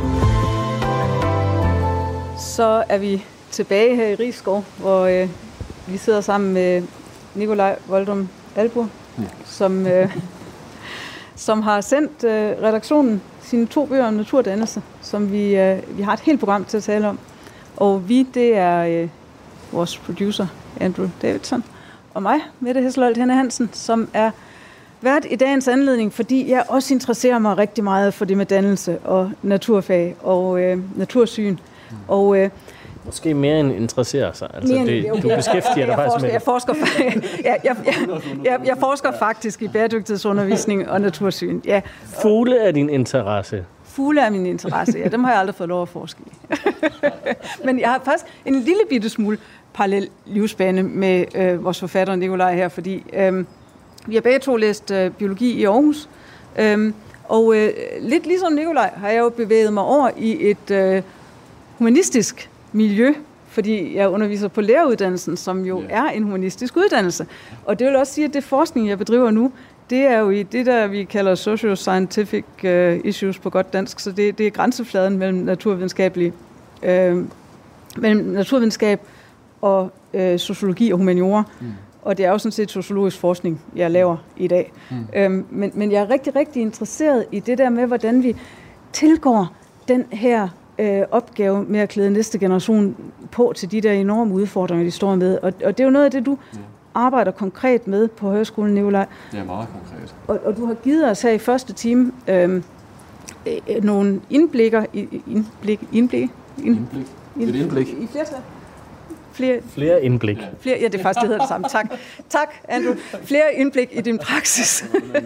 Så er vi tilbage her i Risskov, hvor øh, vi sidder sammen med Nikolaj Voldum Albur, ja. som, øh, som har sendt øh, redaktionen sine to bøger om naturdannelse, som vi, øh, vi har et helt program til at tale om. Og vi, det er øh, vores producer, Andrew Davidson, og mig, Mette Hesselholt Henne Hansen, som er vært i dagens anledning, fordi jeg også interesserer mig rigtig meget for det med dannelse og naturfag og øh, natursyn. Mm. Og, øh, Måske mere end interesserer sig. Altså, mere, det, okay. Du beskæftiger dig faktisk forsker, med jeg forsker, jeg, jeg, jeg, jeg, jeg forsker faktisk i bæredygtighedsundervisning og natursyn. Ja. Fugle er din interesse. Fugle er min interesse, ja. Dem har jeg aldrig fået lov at forske i. Men jeg har faktisk en lille bitte smule parallel livsbane med øh, vores forfatter Nikolaj her, fordi øh, vi har begge to læst øh, biologi i Aarhus. Øh, og øh, lidt ligesom Nikolaj har jeg jo bevæget mig over i et øh, humanistisk miljø, fordi jeg underviser på læreruddannelsen, som jo yeah. er en humanistisk uddannelse. Og det vil også sige, at det forskning, jeg bedriver nu, det er jo i det, der vi kalder socio-scientific uh, issues på godt dansk, så det, det er grænsefladen mellem naturvidenskabelig, øh, mellem naturvidenskab og øh, sociologi og humaniora. Mm. Og det er jo sådan set sociologisk forskning, jeg laver i dag. Mm. Øhm, men, men jeg er rigtig, rigtig interesseret i det der med, hvordan vi tilgår den her øh, opgave med at klæde næste generation på til de der enorme udfordringer, de står med. Og, og det er jo noget af det, du ja. arbejder konkret med på højskolen, Nikolaj. Det er meget konkret. Og, og du har givet os her i første time øh, øh, nogle indblikker, indblik, indblik, ind, indblik. Et indblik. I flertal. Flere, flere indblik. Flere, ja, det er faktisk, det hedder det samme. Tak, tak Andrew. Flere indblik i din praksis.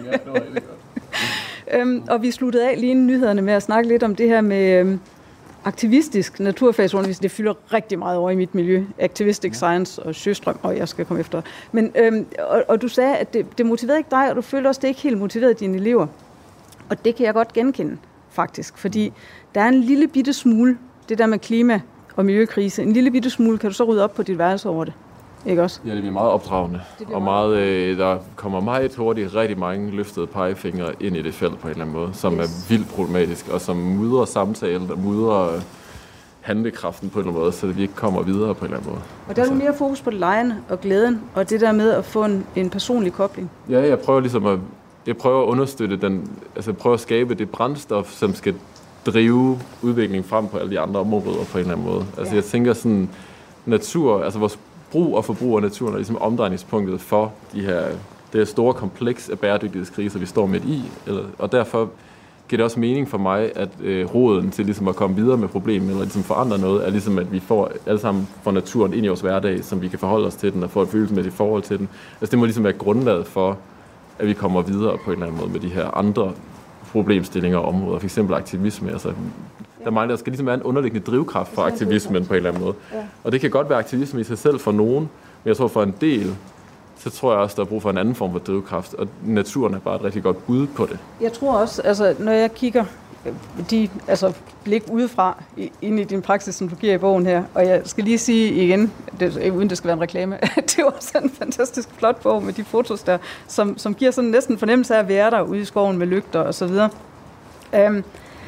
øhm, og vi sluttede af lige inden nyhederne med at snakke lidt om det her med øhm, aktivistisk naturfagsundervisning. Det fylder rigtig meget over i mit miljø. Activistic science og Sjöström, og jeg skal komme efter. Men, øhm, og, og du sagde, at det, det motiverede ikke dig, og du følte også, at det ikke helt motiverede dine elever. Og det kan jeg godt genkende, faktisk. Fordi der er en lille bitte smule, det der med klima og miljøkrise. En lille bitte smule, kan du så rydde op på dit værelse over det? Ikke også? Ja, det bliver meget opdragende. Og meget, øh, der kommer meget hurtigt rigtig mange løftede pegefingre ind i det felt på en eller anden måde, som yes. er vildt problematisk, og som mudrer samtalen og mudrer handlekraften på en eller anden måde, så vi ikke kommer videre på en eller anden måde. Og der er du mere fokus på legene og glæden, og det der med at få en, en personlig kobling. Ja, jeg prøver ligesom at, jeg prøver at understøtte den, altså prøver at skabe det brændstof, som skal drive udviklingen frem på alle de andre områder på en eller anden måde. Altså ja. jeg tænker sådan, natur, altså vores brug og forbrug af naturen er ligesom omdrejningspunktet for de her, det her store kompleks af bæredygtighedskriser, vi står midt i. Eller, og derfor giver det også mening for mig, at øh, roden til ligesom at komme videre med problemet, eller ligesom forandre noget, er ligesom, at vi får alle sammen får naturen ind i vores hverdag, som vi kan forholde os til den, og få et følelsesmæssigt forhold til den. Altså det må ligesom være grundlaget for, at vi kommer videre på en eller anden måde med de her andre problemstillinger og områder, f.eks. aktivisme. Altså, der, mangler, der skal ligesom være en underliggende drivkraft for aktivismen på en eller anden måde. Og det kan godt være aktivisme i sig selv for nogen, men jeg tror for en del, så tror jeg også, der er brug for en anden form for drivkraft, og naturen er bare et rigtig godt bud på det. Jeg tror også, altså når jeg kigger de altså, blik udefra ind i din praksis, som du giver i bogen her, og jeg skal lige sige igen, det, uden det skal være en reklame, det er også en fantastisk flot bog med de fotos der, som, som giver sådan næsten fornemmelse af at være der ude i skoven med lygter og så videre. Um,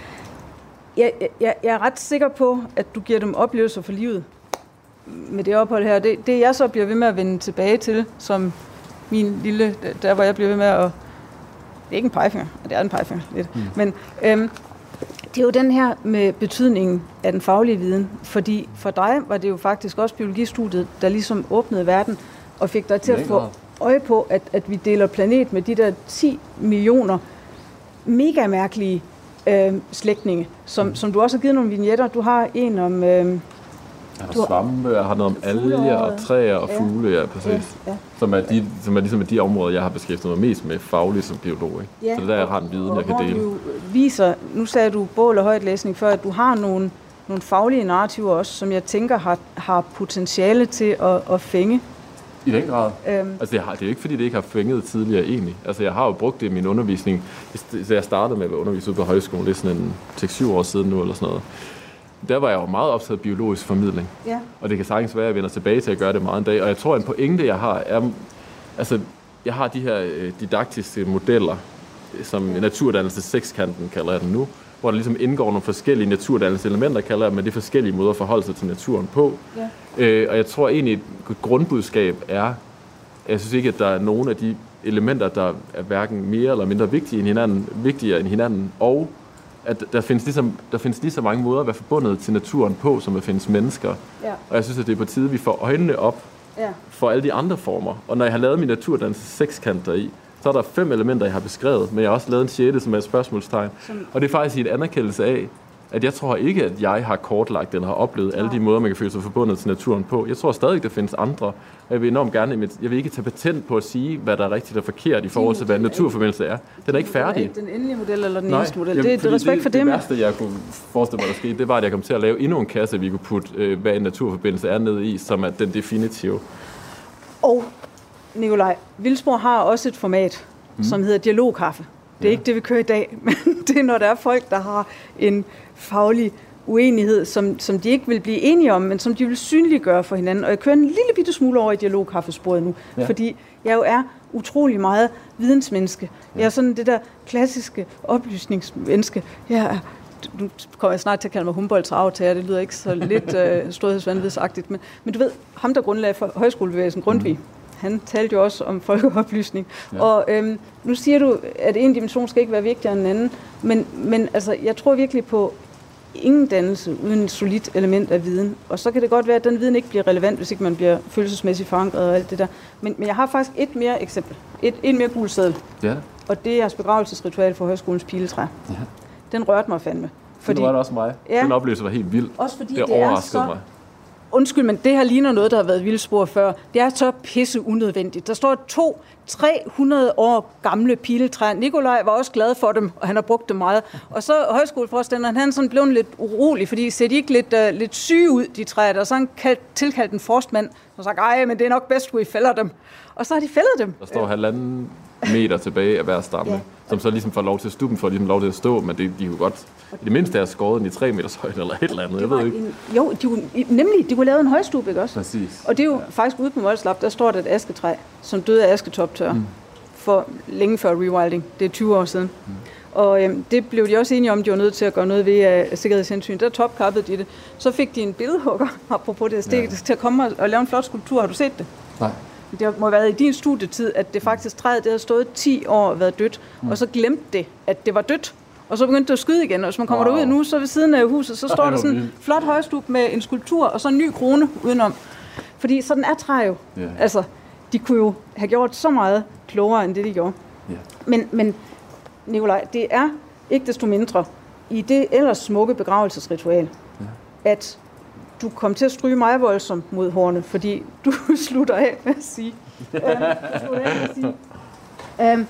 jeg, jeg, jeg er ret sikker på, at du giver dem oplevelser for livet med det ophold her. Det, det jeg så bliver ved med at vende tilbage til, som min lille, der hvor jeg bliver ved med at, det er ikke en pegefinger, det er en pegefinger lidt, mm. men øhm, Det er jo den her med betydningen af den faglige viden, fordi for dig var det jo faktisk også biologistudiet, der ligesom åbnede verden og fik dig til at få øje på, at, at vi deler planet med de der ti millioner mega mærkelige øh, slægtninge, som, mm. som du også har givet nogle vignetter. Du har en om... Øh, Jeg har svampe, jeg har noget om alger og træer og ja. fugle, ja, præcis. Ja, ja. Som, er de, som er ligesom de områder, jeg har beskæftiget mig mest med fagligt som biolog. Ikke? Ja, så det er der, jeg har en viden, jeg kan dele. Du viser, nu sagde du bål og højtlæsning før, at du har nogle, nogle faglige narrativer også, som jeg tænker har, har potentiale til at, at fænge. I den grad. Øhm. Altså, det, har, det er jo ikke, fordi det ikke har fænget tidligere egentlig. Altså, jeg har jo brugt det i min undervisning. Så jeg startede med at undervise ude på højskolen, det er sådan en seks syv år siden nu, eller sådan noget. Der var jeg jo meget optaget af biologisk formidling. Ja. Og det kan sagtens være, at jeg vender tilbage til at gøre det meget en dag. Og jeg tror, en pointe, jeg har, er... Altså, jeg har de her øh, didaktiske modeller, som ja. naturdannelse sekskanten kalder jeg den nu, hvor der ligesom indgår nogle forskellige naturdannelseselementer, kalder jeg, men det er forskellige måder at forholde sig til naturen på. Ja. Øh, og jeg tror egentlig, et grundbudskab er, jeg synes ikke, at der er nogen af de elementer, der er hverken mere eller mindre vigtige end hinanden, vigtigere end hinanden, og at der findes, ligesom, der findes lige så mange måder at være forbundet til naturen på, som der findes mennesker. Ja. Og jeg synes, at det er på tide, at vi får øjnene op ja. for alle de andre former. Og når jeg har lavet min naturdannelse sekskanter i, så er der fem elementer, jeg har beskrevet, men jeg har også lavet en sjette, som er et spørgsmålstegn. Som... Og det er faktisk i en anerkendelse af, at jeg tror ikke, at jeg har kortlagt eller har oplevet alle de måder, man kan føle sig forbundet til naturen på. Jeg tror stadig, der findes andre. Og jeg vil enormt gerne, jeg vil ikke tage patent på at sige, hvad der er rigtigt og forkert i forhold til, hvad en naturforbindelse er. Den er ikke færdig. Er ikke den endelige model eller den eneste model. Det er respekt for det. Det værste, jeg kunne forestille mig, der skete, det var, at jeg kom til at lave endnu en kasse, vi kunne putte, øh, hvad en naturforbindelse er nede i, som er den definitive. Og Nikolaj, Vildsborg har også et format, mm. som hedder dialogkaffe. Det er ja. ikke det, vi kører i dag, men det er, når der er folk, der har en faglig uenighed, som, som de ikke vil blive enige om, men som de vil synliggøre for hinanden. Og jeg kører en lille bitte smule over i dialogkaffesporet nu, ja. fordi jeg jo er utrolig meget vidensmenneske. Jeg er sådan det der klassiske oplysningsmenneske. Jeg er, nu kommer jeg snart til at kalde mig Humboldt-aftager, det lyder ikke så lidt øh, storhedsvanvidsagtigt, men, men du ved, ham der grundlag for højskolebevægelsen, Grundtvig, mm. han talte jo også om folkeoplysning. Ja. Og øhm, nu siger du, at en dimension skal ikke være vigtigere end en anden, men, men altså, jeg tror virkelig på ingen dannelse uden et solidt element af viden. Og så kan det godt være, at den viden ikke bliver relevant, hvis ikke man bliver følelsesmæssigt forankret og alt det der. Men, men jeg har faktisk et mere eksempel. Et, en mere gul seddel. Ja. Og det er jeres begravelsesritual for højskolens piletræ. Ja. Den rørte mig fandme. Fordi, den rørte også mig. Ja, den oplevelse var helt vild. Også fordi det, det overraskede så, mig. Undskyld, men det her ligner noget, der har været Vildsborg før. Det er så pisse unødvendigt. Der står to tre hundrede år gamle piletræer. Nikolaj var også glad for dem, og han har brugt dem meget. Og så højskoleforstanderen, han sådan blev lidt urolig, fordi ser de ikke lidt, uh, lidt syge ud, de træer der. Så han kaldt, tilkaldt en forstmand, og sagde, ej, men det er nok bedst, at vi fælder dem. Og så har de fældet dem. Der står halvanden meter tilbage af hver stamme, ja. som så ligesom får lov til at stuppen, for ligesom lov til at stå, men det, de kunne godt, i det mindste er skåret i tre meters højde, eller et eller andet, jeg ved ikke. En, jo, de kunne, nemlig, de kunne lave en højstube, ikke også? Præcis. Og det er jo ja. faktisk ude på Molslap, der står der et asketræ, som døde af asketoptør, mm. for længe før rewilding, det er tyve år siden. Mm. Og øhm, det blev de også enige om, de var nødt til at gøre noget ved af sikkerhedshensyn. Der topkappede de det. Så fik de en billedhugger, apropos det, ja. til at komme og, og lave en flot skulptur. Har du set det? Nej. Det må have været i din studietid, at det faktisk træet, det havde stået ti år og været dødt, mm. og så glemte det, at det var dødt. Og så begyndte det at skyde igen, og hvis man kommer wow. derud nu, så ved siden af huset, så står Ej, der sådan en flot højstub med en skulptur, og så en ny krone udenom. Fordi sådan er træ jo. Yeah. Altså, de kunne jo have gjort så meget klogere, end det de gjorde. Yeah. Men, men Nikolaj, det er ikke desto mindre i det ellers smukke begravelsesritual, yeah. at du kom til at stryge mig voldsomt mod hårene, fordi du slutter af med at sige... øhm, slutter af med at sige øhm,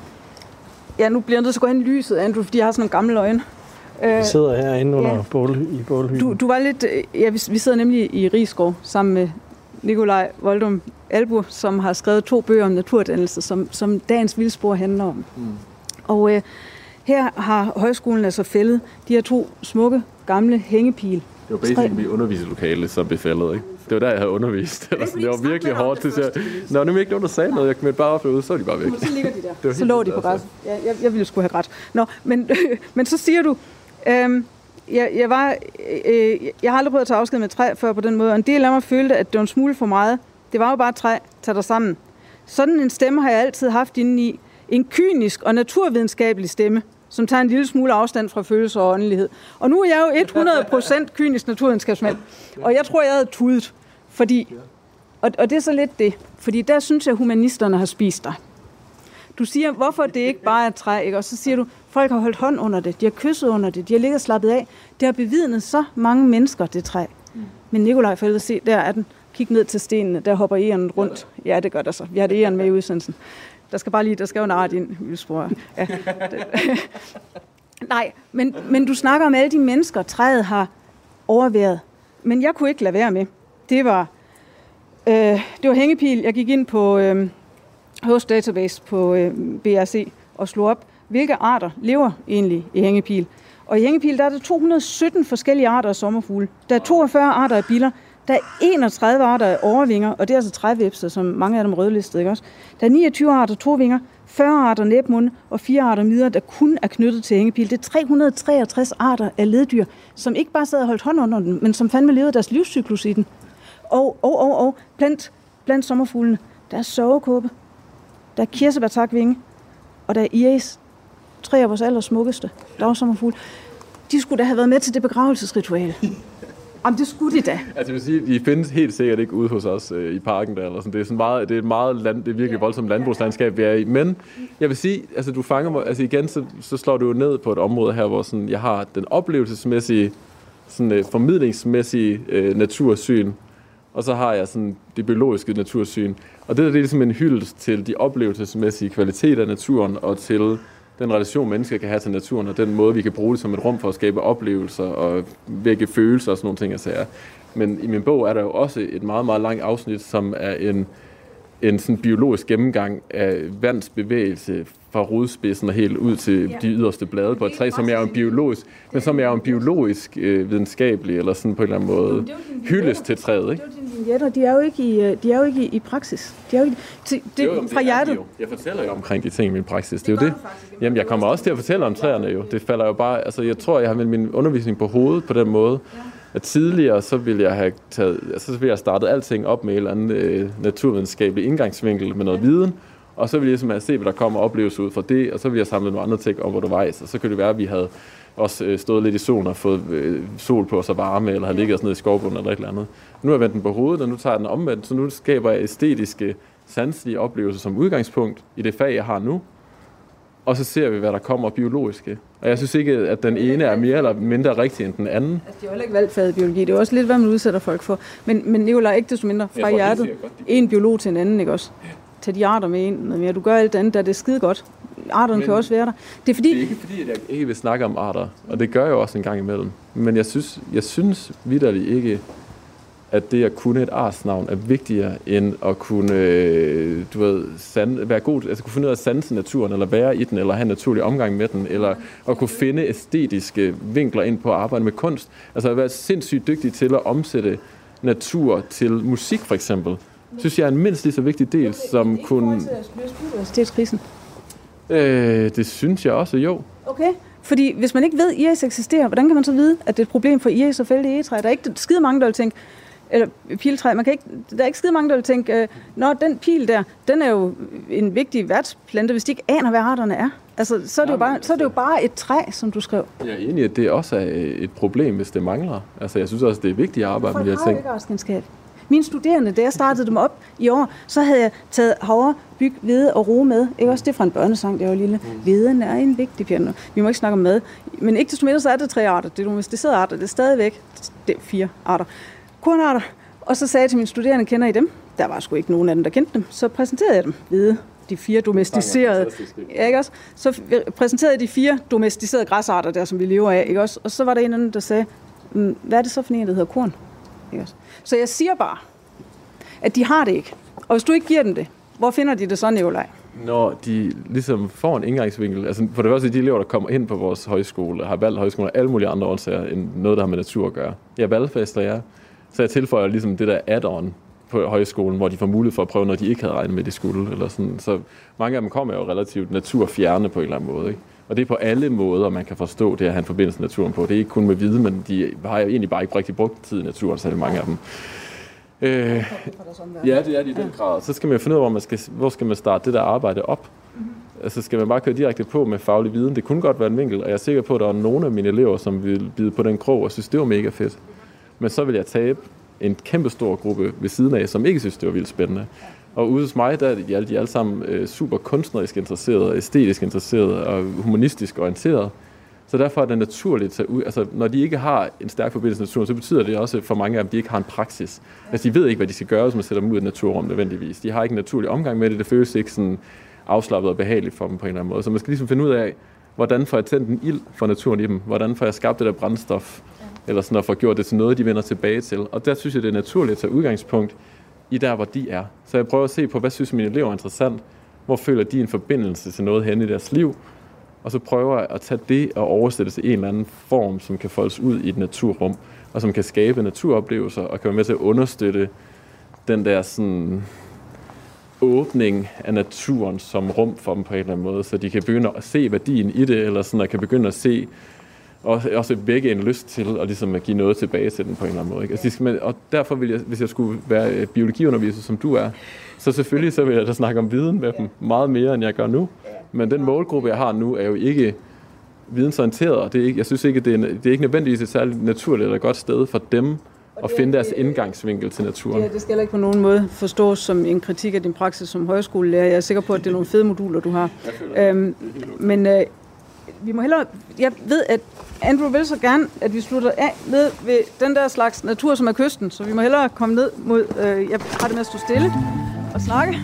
ja, nu bliver jeg nødt til at gå hen i lyset, Andrew, fordi jeg har sådan nogle gamle øjne. Vi sidder herinde under ja. bål, i bålhytten. Du, du var lidt... Ja, vi, vi sidder nemlig i Risskov sammen med Nikolaj Voldum Albu, som har skrevet to bøger om naturdannelse, som, som dagens Vildsborg handler om. Mm. Og øh, her har højskolen altså fældet de her to smukke, gamle hængepile. Det var basically mit underviselokale, som blev fældet, ikke? Det var der, jeg havde undervist. Det, det var virkelig hårdt til at... Nå, nu er ikke nogen, der sagde noget. Jeg kom bare op derude, så er de bare væk. Så ligger de der. Så lå de på græs. Ja, jeg, jeg ville sgu have græt. Nå, men, øh, men så siger du... Øh, jeg, jeg, var, øh, jeg har aldrig prøvet at tage afsked med træ før på den måde, og en del af mig følte, at det var en smule for meget. Det var jo bare træ. Tag dig sammen. Sådan en stemme har jeg altid haft inde i. En kynisk og naturvidenskabelig stemme. som tager en lille smule afstand fra følelser og åndelighed. Og nu er jeg jo hundrede procent kynisk naturvidenskabsmand, og jeg tror, jeg havde tudet, fordi, og, og det er så lidt det, fordi der synes jeg, at humanisterne har spist dig. Du siger, hvorfor det ikke bare er træ, ikke? Og så siger du, folk har holdt hånd under det, de har kysset under det, de har ligget og slappet af. Det har bevidnet så mange mennesker, det træ. Men Nikolaj, for helvede, se, der er den. Kig ned til stenene, der hopper egeren rundt. Ja, det gør der så. Vi har det egeren med i udsendelsen. Der skal bare lige, der skal jo en art ind, Vildsborg. Ja. Nej, men, men du snakker om alle de mennesker, træet har overværet. Men jeg kunne ikke lade være med. Det var, øh, det var hængepil. Jeg gik ind på øh, Host Database på øh, B R C og slog op, hvilke arter lever egentlig i hængepil. Og i hængepil, der er der to hundrede og sytten forskellige arter af sommerfugle. Der er toogfyrre arter af biller. Der er enogtredive arter af overvinger, og det er altså trævepser, som mange af dem er rødlistede, ikke også? Der er niogtyve arter tovinger, fyrre arter næbmunde og fire arter midder, der kun er knyttet til hængepil. Det er tre hundrede og treogtres arter af leddyr, som ikke bare sad og holdt hånd under den, men som fandme levede deres livscyklus i den. Og, og, og, og blandt, blandt sommerfuglene, der er sovekåbe, der er kirsebærtakvinge, og der er iris, tre af vores allersmukkeste dagsommerfugle. De skulle da have været med til det begravelsesritual. Jamen, det skulle de da. Altså, jeg vil sige, de findes helt sikkert ikke ude hos os øh, i parken der, eller sådan. Det er sådan meget, det er et meget land, det er virkelig voldsomt landbrugslandskab, vi er i. Men jeg vil sige, altså, du fanger mig, altså igen, så, så slår du jo ned på et område her, hvor sådan, jeg har den oplevelsesmæssige, sådan, øh, formidlingsmæssige øh, natursyn, og så har jeg sådan det biologiske natursyn. Og det der, det er ligesom en hyldest til de oplevelsesmæssige kvaliteter af naturen, og til den relation, mennesker kan have til naturen, og den måde, vi kan bruge det som et rum for at skabe oplevelser og vække følelser og sådan nogle ting, jeg siger. Men i min bog er der jo også et meget, meget langt afsnit, som er en, en sådan biologisk gennemgang af vands bevægelse fra rodspidsen og helt ud til de yderste blade på et træ, som er jo en biologisk, men som er jo en biologisk øh, videnskabelig, eller sådan på en eller anden måde hyldest til træet, ikke? Vignetter, de er jo ikke i, de er jo ikke i, i praksis. De er jo ikke, det, det, jo, jo, fra hjertet. De jeg fortæller jo omkring de ting i min praksis. Det er jo det. Jamen, jeg kommer også til at fortælle om træerne jo. Det falder jo bare, altså jeg tror, jeg har min undervisning på hovedet på den måde, at tidligere så ville jeg have taget, altså, så ville jeg startet alting op med en eller anden øh, naturvidenskabelig indgangsvinkel med noget viden, og så ville jeg simpelthen se, hvad der kommer og opleves ud fra det, og så ville jeg samle nogle andre ting om undervejs, og så kunne det være, at vi havde også stået lidt i solen og fået øh, sol på os og varme, eller havde ligget os ned i skovbunden eller et eller andet. Nu har jeg vendt den på hovedet, og nu tager jeg den omvendt, så nu skaber jeg æstetiske, sanselige oplevelser som udgangspunkt i det fag, jeg har nu. Og så ser vi, hvad der kommer biologiske. Og jeg synes ikke, at den ene er mere eller mindre rigtig end den anden. Altså, det er jo heller ikke valgt faget biologi. Det er også lidt, hvad man udsætter folk for. Men, men Nikolaj, ikke desto mindre fra hjertet. Godt, en biolog til en anden, ikke også? Tag de arter med ind noget mere. Du gør alt andet, der det er skide godt. Arterne men, kan også være der. Det er, fordi... det er ikke fordi, at jeg ikke vil snakke om arter. Og det gør jeg jo også en gang imellem. Men jeg synes, jeg synes vitterligt ikke, at det at kunne et artsnavn er vigtigere end at kunne, øh, du ved, sand, være god, altså kunne finde ud af at sanse naturen, eller være i den, eller have en naturlig omgang med den, eller at kunne finde æstetiske vinkler ind på at arbejde med kunst. Altså at være sindssygt dygtig til at omsætte natur til musik, for eksempel. Synes jeg er en mindst lige så vigtig del, okay, som ikke kunne... Ikke forhold til universitetskrisen? Øh, det synes jeg også, jo. Okay, fordi hvis man ikke ved, at iris eksisterer, hvordan kan man så vide, at det er et problem for iris og fælte egetræ? Der er ikke skide mange, der vil tænke, eller piltræ, man kan ikke, der er ikke skide mange, der vil tænke, øh, når den pil der, den er jo en vigtig værtsplante, hvis de ikke aner, hvad arterne er. Altså, så er det, jo bare, så er det jo bare et træ, som du skrev. Jeg er enig, at det også er et problem, hvis det mangler. Altså, jeg synes også, det er vigtigt at arbejde med de her ting. Folk har ikke mine studerende, da jeg startede dem op i år, så havde jeg taget havre, byg, hvede og roe med. Ikke også det fra en børnesang, der var lille. Hveden er en vigtig piano. Vi må ikke snakke om mad. Men ikke desto mindre, så er det tre arter. Det er domesticerede arter. Det er stadigvæk det er fire arter. Kornarter. Og så sagde jeg til mine studerende, kender I dem? Der var sgu ikke nogen af dem, der kendte dem. Så præsenterede jeg dem hvede. De fire domesticerede. Ja, ikke også? Så præsenterede jeg de fire domesticerede græsarter der, som vi lever af. Ikke også? Og så var der en anden, der sagde, hvad er det så for en, der hedder korn? Ikke også? Så jeg siger bare, at de har det ikke. Og hvis du ikke giver dem det, hvor finder de det så, Nikolaj? Når de ligesom får en indgangsvinkel, altså for det første de elever, der kommer ind på vores højskole, har valgt højskoler alle mulige andre årsager end noget, der har med natur at gøre. Jeg er valgfester, ja. Så jeg tilføjer ligesom det der add-on på højskolen, hvor de får mulighed for at prøve noget, de ikke havde regnet med, de skulle. Eller sådan. Så mange af dem kommer jo relativt naturfjerne på en eller anden måde, ikke? Og det er på alle måder, man kan forstå det at have en forbindelse med naturen på. Det er ikke kun med viden, men de har jo egentlig bare ikke rigtig brugt tid i naturen, så er det mange af dem. Øh, ja, det er de i den grad. Så skal man jo finde ud af, hvor, man skal, hvor skal man starte det der arbejde op. altså skal man bare køre direkte på med faglig viden. Det kunne godt være en vinkel, og jeg er sikker på, at der er nogle af mine elever, som vil bide på den krog og synes, det var mega fedt. Men så vil jeg tabe en kæmpe stor gruppe ved siden af, som ikke synes, det var vildt spændende. Og ude hos mig, der er de alle, de alle sammen øh, super kunstnerisk interesserede, æstetisk interesserede og humanistisk orienterede. Så derfor er det naturligt, at altså, når de ikke har en stærk forbindelse med naturen, så betyder det også for mange af dem, at de ikke har en praksis. Altså de ved ikke, hvad de skal gøre, hvis man sætter dem ud i et naturrum nødvendigvis. De har ikke en naturlig omgang med det, det føles ikke sådan afslappet og behageligt for dem på en eller anden måde. Så man skal ligesom finde ud af, hvordan får jeg tændt en ild for naturen i dem? Hvordan får jeg skabt det der brændstof? Eller sådan at få gjort det til noget, de vender tilbage til. Og der synes jeg, det er naturligt at tage udgangspunkt i der, hvor de er. Så jeg prøver at se på, hvad synes mine elever er interessant? Hvor føler de en forbindelse til noget hen i deres liv? Og så prøver jeg at tage det og oversætte til en eller anden form, som kan foldes ud i et naturrum, og som kan skabe naturoplevelser, og kan være med til at understøtte den der sådan åbning af naturen som rum for dem på en eller anden måde, så de kan begynde at se værdien i det, eller sådan at kan begynde at se og også vække en lyst til at, ligesom at give noget tilbage til den på en eller anden måde. Ikke? Altså, de skal, og derfor vil jeg, hvis jeg skulle være biologiunderviser, som du er, så selvfølgelig så vil jeg da snakke om viden med dem meget mere, end jeg gør nu. Men den målgruppe, jeg har nu, er jo ikke vidensorienteret, og det er ikke, jeg synes ikke, det er, det er ikke nødvendigvis et særligt naturligt eller godt sted for dem at finde deres indgangsvinkel til naturen. Ja, det skal heller ikke på nogen måde forstås som en kritik af din praksis som højskolelærer. Jeg er sikker på, at det er nogle fede moduler, du har. Øhm, men øh, vi må hellere... Jeg ved, at Andrew vil så gerne, at vi slutter af ned ved den der slags natur, som er kysten, så vi må hellere komme ned mod... Øh, jeg har det med at stå stille og snakke.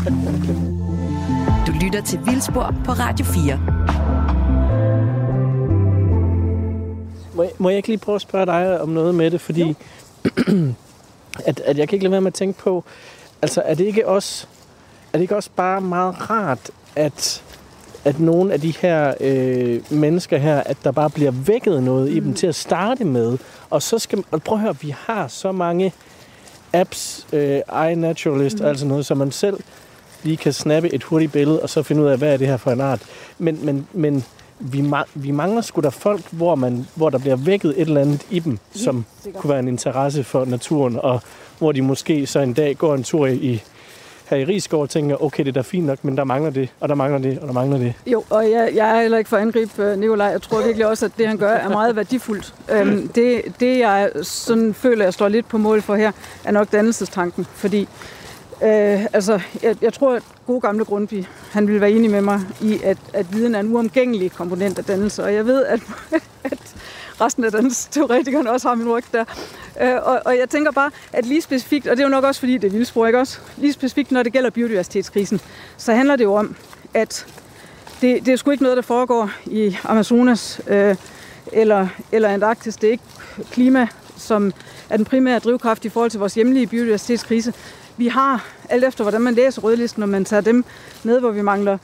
Du lytter til Vildspor på Radio fire. Må jeg, må jeg ikke lige prøve at spørge dig om noget med det, fordi at, at jeg kan ikke lade være med at tænke på, altså er det ikke også, er det ikke også bare meget rart, at, at nogle af de her øh, mennesker her, at der bare bliver vækket noget mm. i dem til at starte med, og så skal man, prøv at høre, vi har så mange apps, øh, iNaturalist, mm. altså noget, så man selv lige kan snappe et hurtigt billede, og så finde ud af, hvad er det her for en art. Men, men, men vi, ma- vi mangler sgu da folk, hvor, man, hvor der bliver vækket et eller andet i dem, som ja, kunne være en interesse for naturen, og hvor de måske så en dag går en tur i, her i Risskov og tænker, okay, det er da fint nok, men der mangler det, og der mangler det, og der mangler det. Jo, og jeg, jeg er heller ikke for at angribe Nikolaj. Jeg tror virkelig også, at det, han gør, er meget værdifuldt. Øhm, det, det, jeg sådan føler, jeg står lidt på mål for her, er nok dannelsestanken, fordi Øh, altså, jeg, jeg tror, at gode gamle Grundtvig, han ville være enig med mig i, at, at viden er en uomgængelig komponent af dannelse, og jeg ved, at, at resten af dannelsesteoretikerne også har min ryg der. Øh, og, og jeg tænker bare, at lige specifikt, og det er jo nok også fordi, det er vildspor, ikke også? Lige specifikt, når det gælder biodiversitetskrisen, så handler det jo om, at det, det er sgu ikke noget, der foregår i Amazonas øh, eller, eller Antarktis. Det er ikke klima, som er den primære drivkraft i forhold til vores hjemlige biodiversitetskrise. Vi har, alt efter hvordan man læser rødlisten, når man tager dem med, hvor vi mangler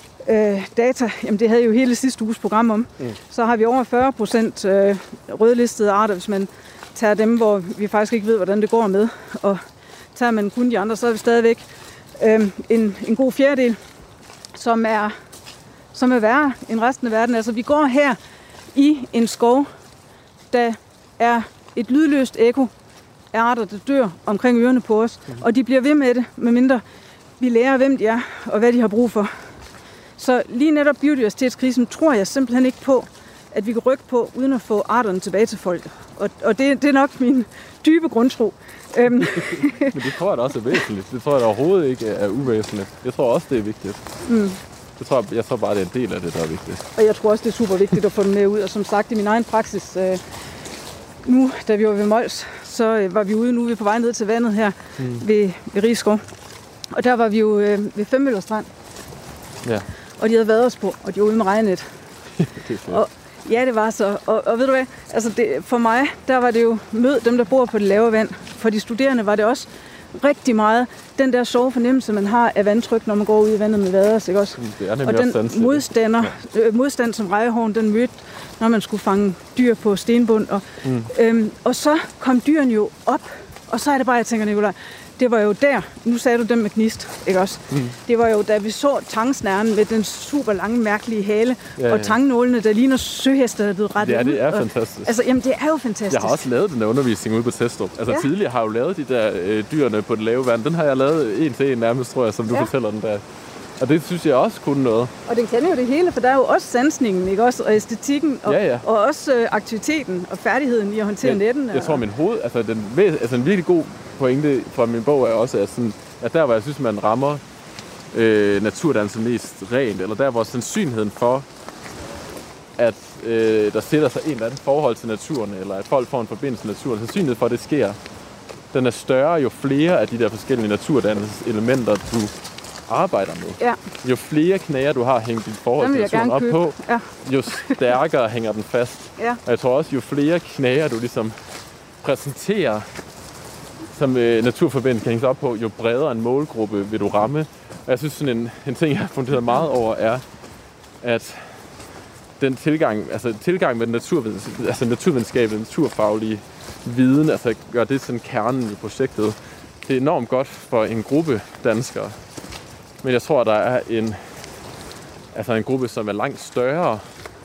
øh, data, jamen det havde jo hele sidste uges program om, mm. så har vi over fyrre procent øh, rødlistede arter, hvis man tager dem, hvor vi faktisk ikke ved, hvordan det går med, og tager man kun de andre, så er vi stadigvæk øh, en, en god fjerdedel, som er, som er værre end resten af verden. Altså vi går her i en skov, der er et lydløst ekko af arter, der dør omkring ørerne på os, mm. og de bliver ved med det, medmindre vi lærer, hvem de er, og hvad de har brug for. Så lige netop biodiversitetskrisen tror jeg simpelthen ikke på, at vi kan rykke på, uden at få arterne tilbage til folket. Og, og det, det er nok min dybe grundtro. Men det tror jeg da også er væsentligt. Det tror jeg da overhovedet ikke er uvæsentligt. Jeg tror også, det er vigtigt. Mm. Jeg tror, jeg tror bare, det er en del af det, der er vigtigt. Og jeg tror også, det er super vigtigt at få dem med ud. Og som sagt, i min egen praksis, øh, nu, da vi var ved Mols, så øh, var vi ude, nu er vi på vej ned til vandet her mm. ved, ved Risskov. Og der var vi jo øh, ved Femmøller Strand. Ja. Og de havde været os på, og de var ude med regnet. Det er fedt. Og, ja, det var så. Og, og ved du hvad, altså det, for mig, der var det jo mød dem, der bor på det lave vand. For de studerende var det også rigtig meget den der sjove fornemmelse, man har af vandtryk, når man går ud i vandet med vaders, ikke også? Det er og den modstander, ja. øh, modstand som rejehorn, den mødte, når man skulle fange dyr på stenbund. Og, mm. øhm, og så kom dyrene jo op, og så er det bare, jeg tænker, Nikolaj, det var jo der, nu sagde du dem med gnist, ikke også? Mm. Det var jo, da vi så tangsnæren med den super lange, mærkelige hale, ja, ja. Og tangnålene, der ligner søhester, der er blevet rettet ud. Ja, det er og, fantastisk. Altså, jamen, det er jo fantastisk. Jeg har også lavet den undervisning ude på Testrup. Altså, ja. Tidligere har jeg jo lavet de der øh, dyrene på det lave vand. Den har jeg lavet en til en nærmest, tror jeg, som du ja. fortæller den der. Og det synes jeg også kunne noget. Og den kan jo det hele, for der er jo også sansningen, ikke også? Og æstetikken, og, ja, ja. og også øh, aktiviteten og færdigheden i at håndtere jeg, netten. Jeg tror, min hoved, altså, den, altså en virkelig god pointe fra min bog er også, at, sådan, at der, hvor jeg synes, man rammer øh, naturdansen mest rent, eller der, hvor sandsynligheden for, at øh, der sætter sig en eller anden forhold til naturen, eller at folk får en forbindelse med naturen, sandsynligheden for, at det sker, den er større, jo flere af de der forskellige naturdanselselementer, du arbejder med. Ja. Jo flere knager, du har hængt dit forhold til naturen op købe. på, ja. jo stærkere hænger den fast. Ja. Og jeg tror også, jo flere knager, du ligesom præsenterer, som øh, naturforbindelsen kan hænge op på, jo bredere en målgruppe vil du ramme. Og jeg synes, sådan en, en ting, jeg har funderet meget over, er, at den tilgang, altså tilgang med den naturvidenskab, altså naturvidenskabelige, naturfaglige viden, altså gør det sådan kernen i projektet. Det er enormt godt for en gruppe danskere. Men jeg tror, der er en, altså en gruppe, som er langt større.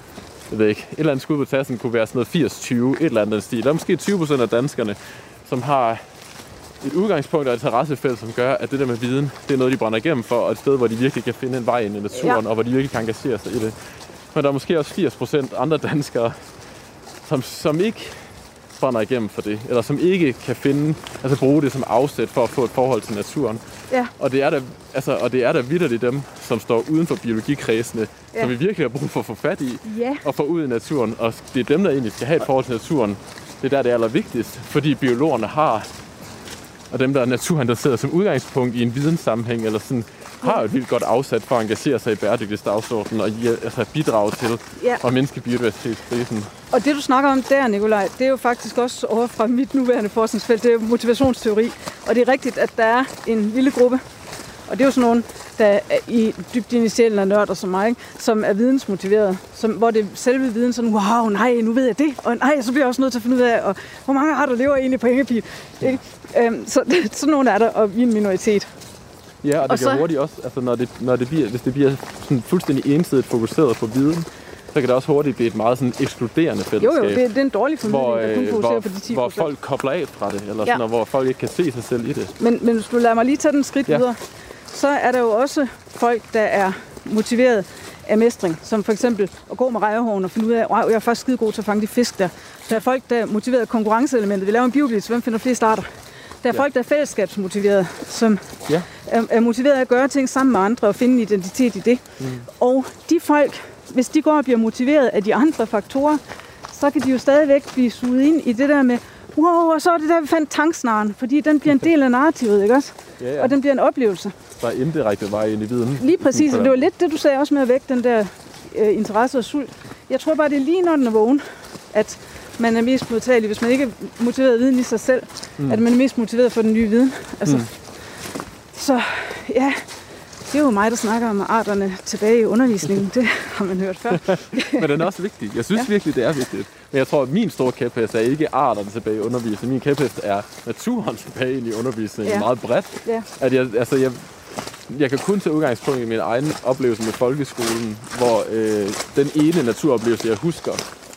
Jeg ved ikke, et eller andet skud på tassen kunne være sådan noget firs tyve, et eller andet stil. Der er måske tyve procent af danskerne, som har et udgangspunkt og et interessefelt, som gør, at det der med viden, det er noget, de brænder igennem for, og et sted, hvor de virkelig kan finde en vej ind i naturen, ja. og hvor de virkelig kan engagere sig i det. Men der er måske også firs procent andre danskere, som, som ikke brænder igennem for det, eller som ikke kan finde, altså bruge det som afsæt for at få et forhold til naturen. Ja. Og det er der, altså, og det er der vitterligt dem, som står uden for biologikredsene, ja. som vi virkelig har brug for at få fat i, ja. og få ud i naturen. Og det er dem, der egentlig skal have et forhold til naturen. Det er der, det er allervigtigst, fordi biologerne har, og dem, der er naturinteresserede som udgangspunkt i en videnssammenhæng, eller sådan, har jo et vildt godt afsat for at engagere sig i bæredygtighedsdagsordenen og altså bidrage til ja. at mindske biodiversitetskrisen. Og det, du snakker om der, Nikolaj, det er jo faktisk også over fra mit nuværende forskningsfelt, det er jo motivationsteori. Og det er rigtigt, at der er en lille gruppe, og det er jo sådan nogen, der er i dybt initielle nørder som mig, ikke? Som er vidensmotiveret, som, hvor det er selve viden sådan, wow, nej, nu ved jeg det, og nej, så bliver jeg også nødt til at finde ud af, og hvor mange arter lever egentlig på Hengepil. Ikke? Øhm, så sådan nogen er der, og vi er en minoritet. Ja, og det og kan så... hurtigt også, altså når det, når det bliver, hvis det bliver sådan fuldstændig ensidigt fokuseret på viden, så kan det også hurtigt blive et meget sådan ekskluderende fællesskab. Jo, jo, det, det er en dårlig formidling, hvor, der kun fokuserer på de ti procent. Hvor folk kobler af fra det, eller ja. sådan, og hvor folk ikke kan se sig selv i det. Men, men hvis du lader mig lige tage den skridt ja. videre, så er der jo også folk, der er motiveret af mestring, som for eksempel at gå med rejehorn og finde ud af, wow, jeg er faktisk skide god til at fange de fisk der. Der er folk, der er motiveret af konkurrenceelementet. Vi laver en bioblitz, hvem finder flest arter? Der er ja. folk, der er fællesskabsmotiveret, som ja. er, er motiveret af at gøre ting sammen med andre og finde en identitet i det. Mm. Og de folk, hvis de går og bliver motiveret af de andre faktorer, så kan de jo stadigvæk blive suget ind i det der med, wow, og så er det der, vi fandt tanksnaren, fordi den bliver en del af narrativet, ikke også? Ja, ja. Og den bliver en oplevelse. Der er indirekte vej ind i viden. Lige præcis, og det var lidt det, du sagde også med at vække den der øh, interesse og sult. Jeg tror bare, det er lige når den er vågen, at man er mest modtagelig, hvis man ikke er motiveret af viden i sig selv, mm. at man er mest motiveret for den nye viden. Altså, mm. Så ja, det er jo mig, der snakker om arterne tilbage i undervisningen. Det har man hørt før. Men den er også vigtig. Jeg synes ja. virkelig, det er vigtigt. Men jeg tror, at min store kæphest er ikke arterne tilbage i undervisningen. Min kæphest er naturen tilbage ind i undervisningen. Ja. Meget bredt. Ja. At jeg, altså, jeg, jeg kan kun tage udgangspunkt i min egen oplevelse med folkeskolen, hvor øh, den ene naturoplevelse, jeg husker,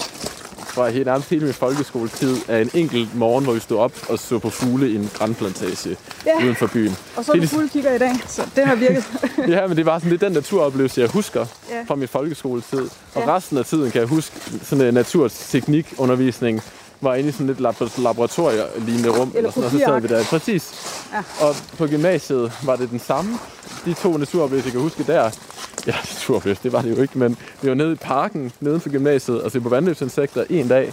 fra helt nærmest hele min folkeskoletid, er en enkelt morgen, hvor vi stod op og så på fugle i en grantplantage ja. uden for byen. Og så er du fuglekigger i dag, så det har virket. Ja, men det var sådan lidt den naturoplevelse, jeg husker ja. fra min folkeskoletid. Og ja. resten af tiden kan jeg huske sådan en naturteknikundervisning, var inde i sådan lidt laboratorielignende rum, eller sådan, og så sad vi der. Præcis. Ja. Og på gymnasiet var det den samme. De to naturoplevelser, jeg kan huske der, ja, naturoplevelse, det var det jo ikke, men vi var nede i parken, neden for gymnasiet, og se på vandløbsinsekter en dag.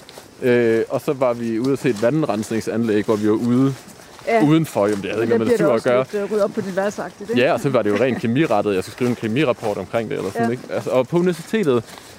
Øh, og så var vi ude at se et vandrensningsanlæg, hvor vi var ude ja. udenfor. Jamen, det havde ikke med natur at gøre. Det bliver op på dit værtsagtigt, ikke? Ja, og så var det jo rent kemirettet. Jeg skulle skrive en kemirapport omkring det, eller sådan, ja. ikke? Altså, og på universitetet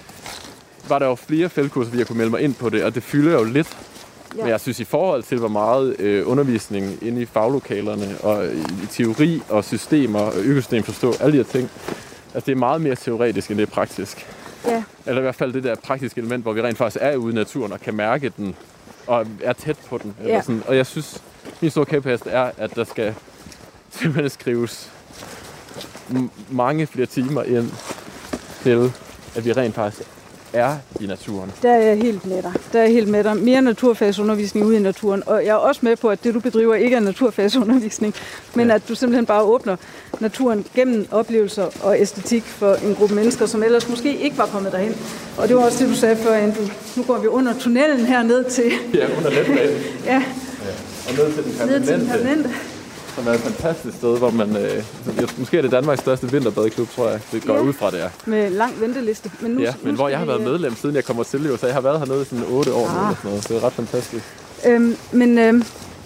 var der jo flere feltkurser, vi jeg kunne melde mig ind på det, og det fylder jo lidt. Ja. Men jeg synes, i forhold til, hvor meget øh, undervisning inde i faglokalerne, og i, i teori og systemer og økosystemforstå, alle de her ting, altså det er meget mere teoretisk, end det er praktisk. Ja. Eller i hvert fald det der praktiske element, hvor vi rent faktisk er ude i naturen og kan mærke den, og er tæt på den. Eller ja. sådan. Og jeg synes, min store kæphest er, at der skal simpelthen skrives m- mange flere timer ind til, at vi rent faktisk er i naturen. Der er jeg helt med dig. Der er jeg helt med dig. Mere naturfagsundervisning ude i naturen. Og jeg er også med på, at det, du bedriver, ikke er naturfagsundervisning, men ja. At du simpelthen bare åbner naturen gennem oplevelser og æstetik for en gruppe mennesker, som ellers måske ikke var kommet derhen. Og det var også det, du sagde før, Andrew. Nu går vi under tunnelen her ned til... Ja, under letbanen. ja. ja. Og ned til den permanente. Ned til den permanente. Som er et fantastisk sted, hvor man... Øh, måske er det Danmarks største vinterbadeklub, tror jeg. Det går ja, ud fra det, er. Med lang venteliste. Men nu, ja, men nu hvor jeg har været medlem, siden jeg kommer til det, så jeg har været hernede i sådan otte år. Ah. Eller sådan noget. Det er ret fantastisk. Øhm, men øhm,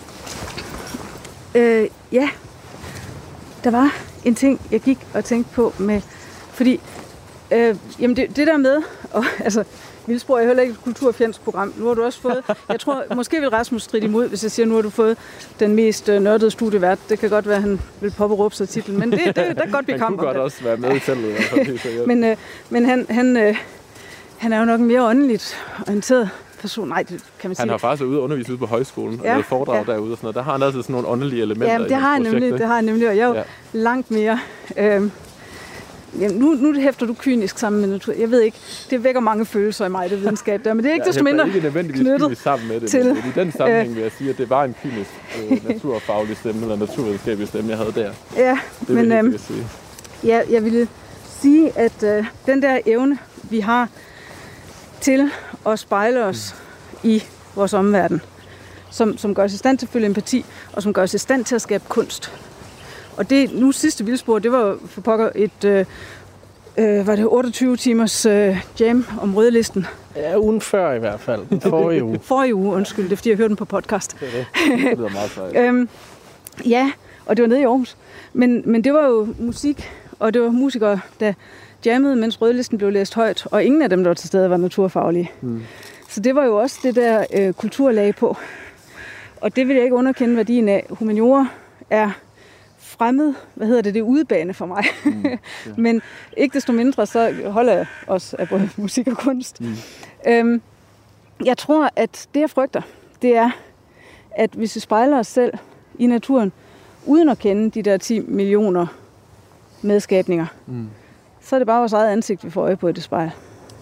øh, ja, der var en ting, jeg gik og tænkte på med... Fordi, øh, jamen det, det der med... Og, altså, Vildspor er heller ikke et kulturfjendsk-program. Nu har du også fået... Jeg tror, måske vil Rasmus stride imod, hvis jeg siger, nu har du fået den mest uh, nørdede studievært. Det kan godt være, at han vil påberåbe sig titlen, men det, det, der er godt, vi kan. Han kunne godt også være med i teltet. men uh, men han, han, uh, han er jo nok en mere åndeligt orienteret person. Nej, det kan man sige. Han har faktisk været ude og undervise ude på højskolen, ja, og noget foredrag ja. derude og sådan noget. Der har han altså sådan nogle åndelige elementer. Ja, det har han nemlig, det har han nemlig, og jeg er jo ja. langt mere... Øh, Jamen, nu, nu hæfter du kynisk sammen med natur. Jeg ved ikke, det vækker mange følelser i mig, det videnskab der, men det er ikke desto mindre ikke nødvendigvis kynisk sammen med det, til, men i den sammenhæng vil jeg sige, at det var en kynisk øh, naturfaglig stemme, eller naturvidenskabelig stemme, jeg havde der. Ja, det men jeg, øhm, sige. Ja, jeg ville sige, at øh, den der evne, vi har til at spejle os mm. i vores omverden, som, som gør os i stand til at føle empati, og som gør os i stand til at skabe kunst. Og det nu sidste Vildspor, det var for pokker et øh, øh, var det otteogtyve timers øh, jam om rødlisten. Ja, ugen før i hvert fald. Den forrige uge. forrige uge, undskyld. Det er fordi, jeg hørte den på podcast. Det er det. Det lyder meget sejt. øhm, ja, og det var nede i Aarhus. Men, men det var jo musik, og det var musikere, der jammede, mens rødlisten blev læst højt. Og ingen af dem, der var til stede, var naturfaglige. Hmm. Så det var jo også det der øh, kulturlag på. Og det vil jeg ikke underkende værdien af. Humaniora er... fremmed, hvad hedder det, det er udebane for mig. Mm, yeah. Men ikke desto mindre, så holder jeg også af både musik og kunst. Mm. Øhm, jeg tror, at det jeg frygter, det er, at hvis vi spejler os selv i naturen, uden at kende de der ti millioner medskabninger, mm. så er det bare vores eget ansigt, vi får øje på i det spejl.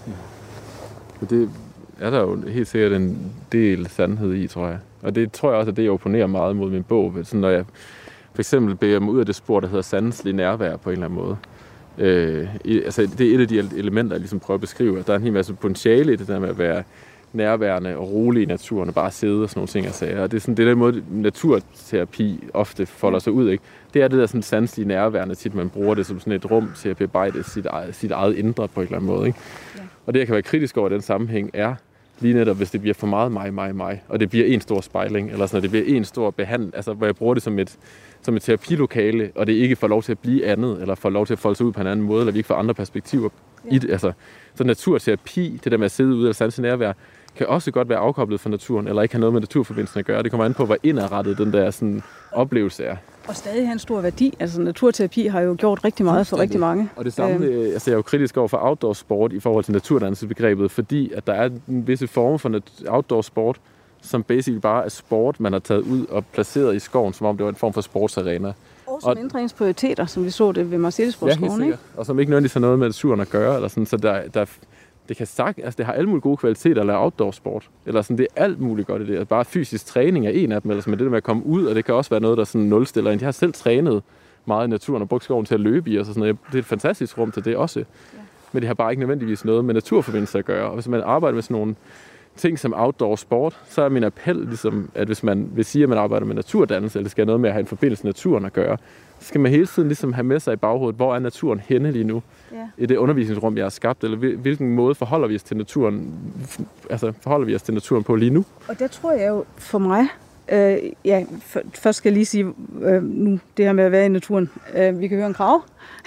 Ja. Det er der jo helt sikkert en del sandhed i, tror jeg. Og det tror jeg også, at det jeg opponerer meget mod min bog. Sådan, når jeg for eksempel bevæger mig ud af det spor, der hedder sanselig nærvær på en eller anden måde. Øh, i, altså, det er et af de elementer, jeg ligesom prøver at beskrive. Der er en hel masse potentiale i det der med at være nærværende og rolig i naturen og bare sidde og sådan nogle ting og sager. Og det er sådan det der måde, naturterapi ofte folder sig ud, ikke? Det er det der sådan sanselige nærværende tit, man bruger det som sådan et rum til at bearbejde sit eget, sit eget indre på en eller anden måde, ikke? Ja. Og det, jeg kan være kritisk over i den sammenhæng, er lige netop, hvis det bliver for meget mig, mig, mig, og det bliver en stor spejling, eller sådan, det bliver en stor behandling, altså hvor jeg bruger det som et, som et terapilokale, og det ikke får lov til at blive andet, eller får lov til at folde sig ud på en anden måde, eller vi ikke får andre perspektiver ja. i det. Altså, så naturterapi, det der med at sidde ude og sanse nærvær, kan også godt være afkoblet fra naturen, eller ikke have noget med naturforbindelsen at gøre. Det kommer an på, hvor indadrettet den der sådan, oplevelse er. Og stadig have en stor værdi. Altså naturterapi har jo gjort rigtig meget for rigtig mange. Og det samme, øhm. altså jeg er jo kritisk over for outdoor sport i forhold til naturdannelsesbegrebet, fordi at der er en visse form for outdoor sport, som basically bare er sport, man har taget ud og placeret i skoven, som om det var en form for sportsarena. Og som ændrer ens prioriteter, som vi så det ved Marselisborgskoven, ja, ikke? Og som ikke nødvendigvis har noget med naturen at gøre, eller sådan, så der, der det kan sagt, altså det har alle mulige gode kvaliteter at lave outdoor sport, eller sådan, det er alt muligt godt i det. Bare fysisk træning er en af dem, eller sådan, men det der med at komme ud, og det kan også være noget, der sådan nulstiller en. Jeg har selv trænet meget i naturen og brugt skoven til at løbe i, og sådan noget. Det er et fantastisk rum til det også. Ja. Men det har bare ikke nødvendigvis noget med naturforbindelse at gøre. Og hvis man arbejder med sådan nogle ting som outdoor sport, så er min appel ligesom, at hvis man vil sige, at man arbejder med naturdannelse, eller skal have noget med at have en forbindelse med naturen at gøre, så skal man hele tiden ligesom have med sig i baghovedet, hvor er naturen henne lige nu? Ja. I det undervisningsrum, jeg har skabt, eller hvilken måde forholder vi os til naturen, altså forholder vi os til naturen på lige nu? Og der tror jeg jo for mig, øh, ja, for, først skal jeg lige sige, øh, nu det her med at være i naturen, øh, vi kan høre en krav.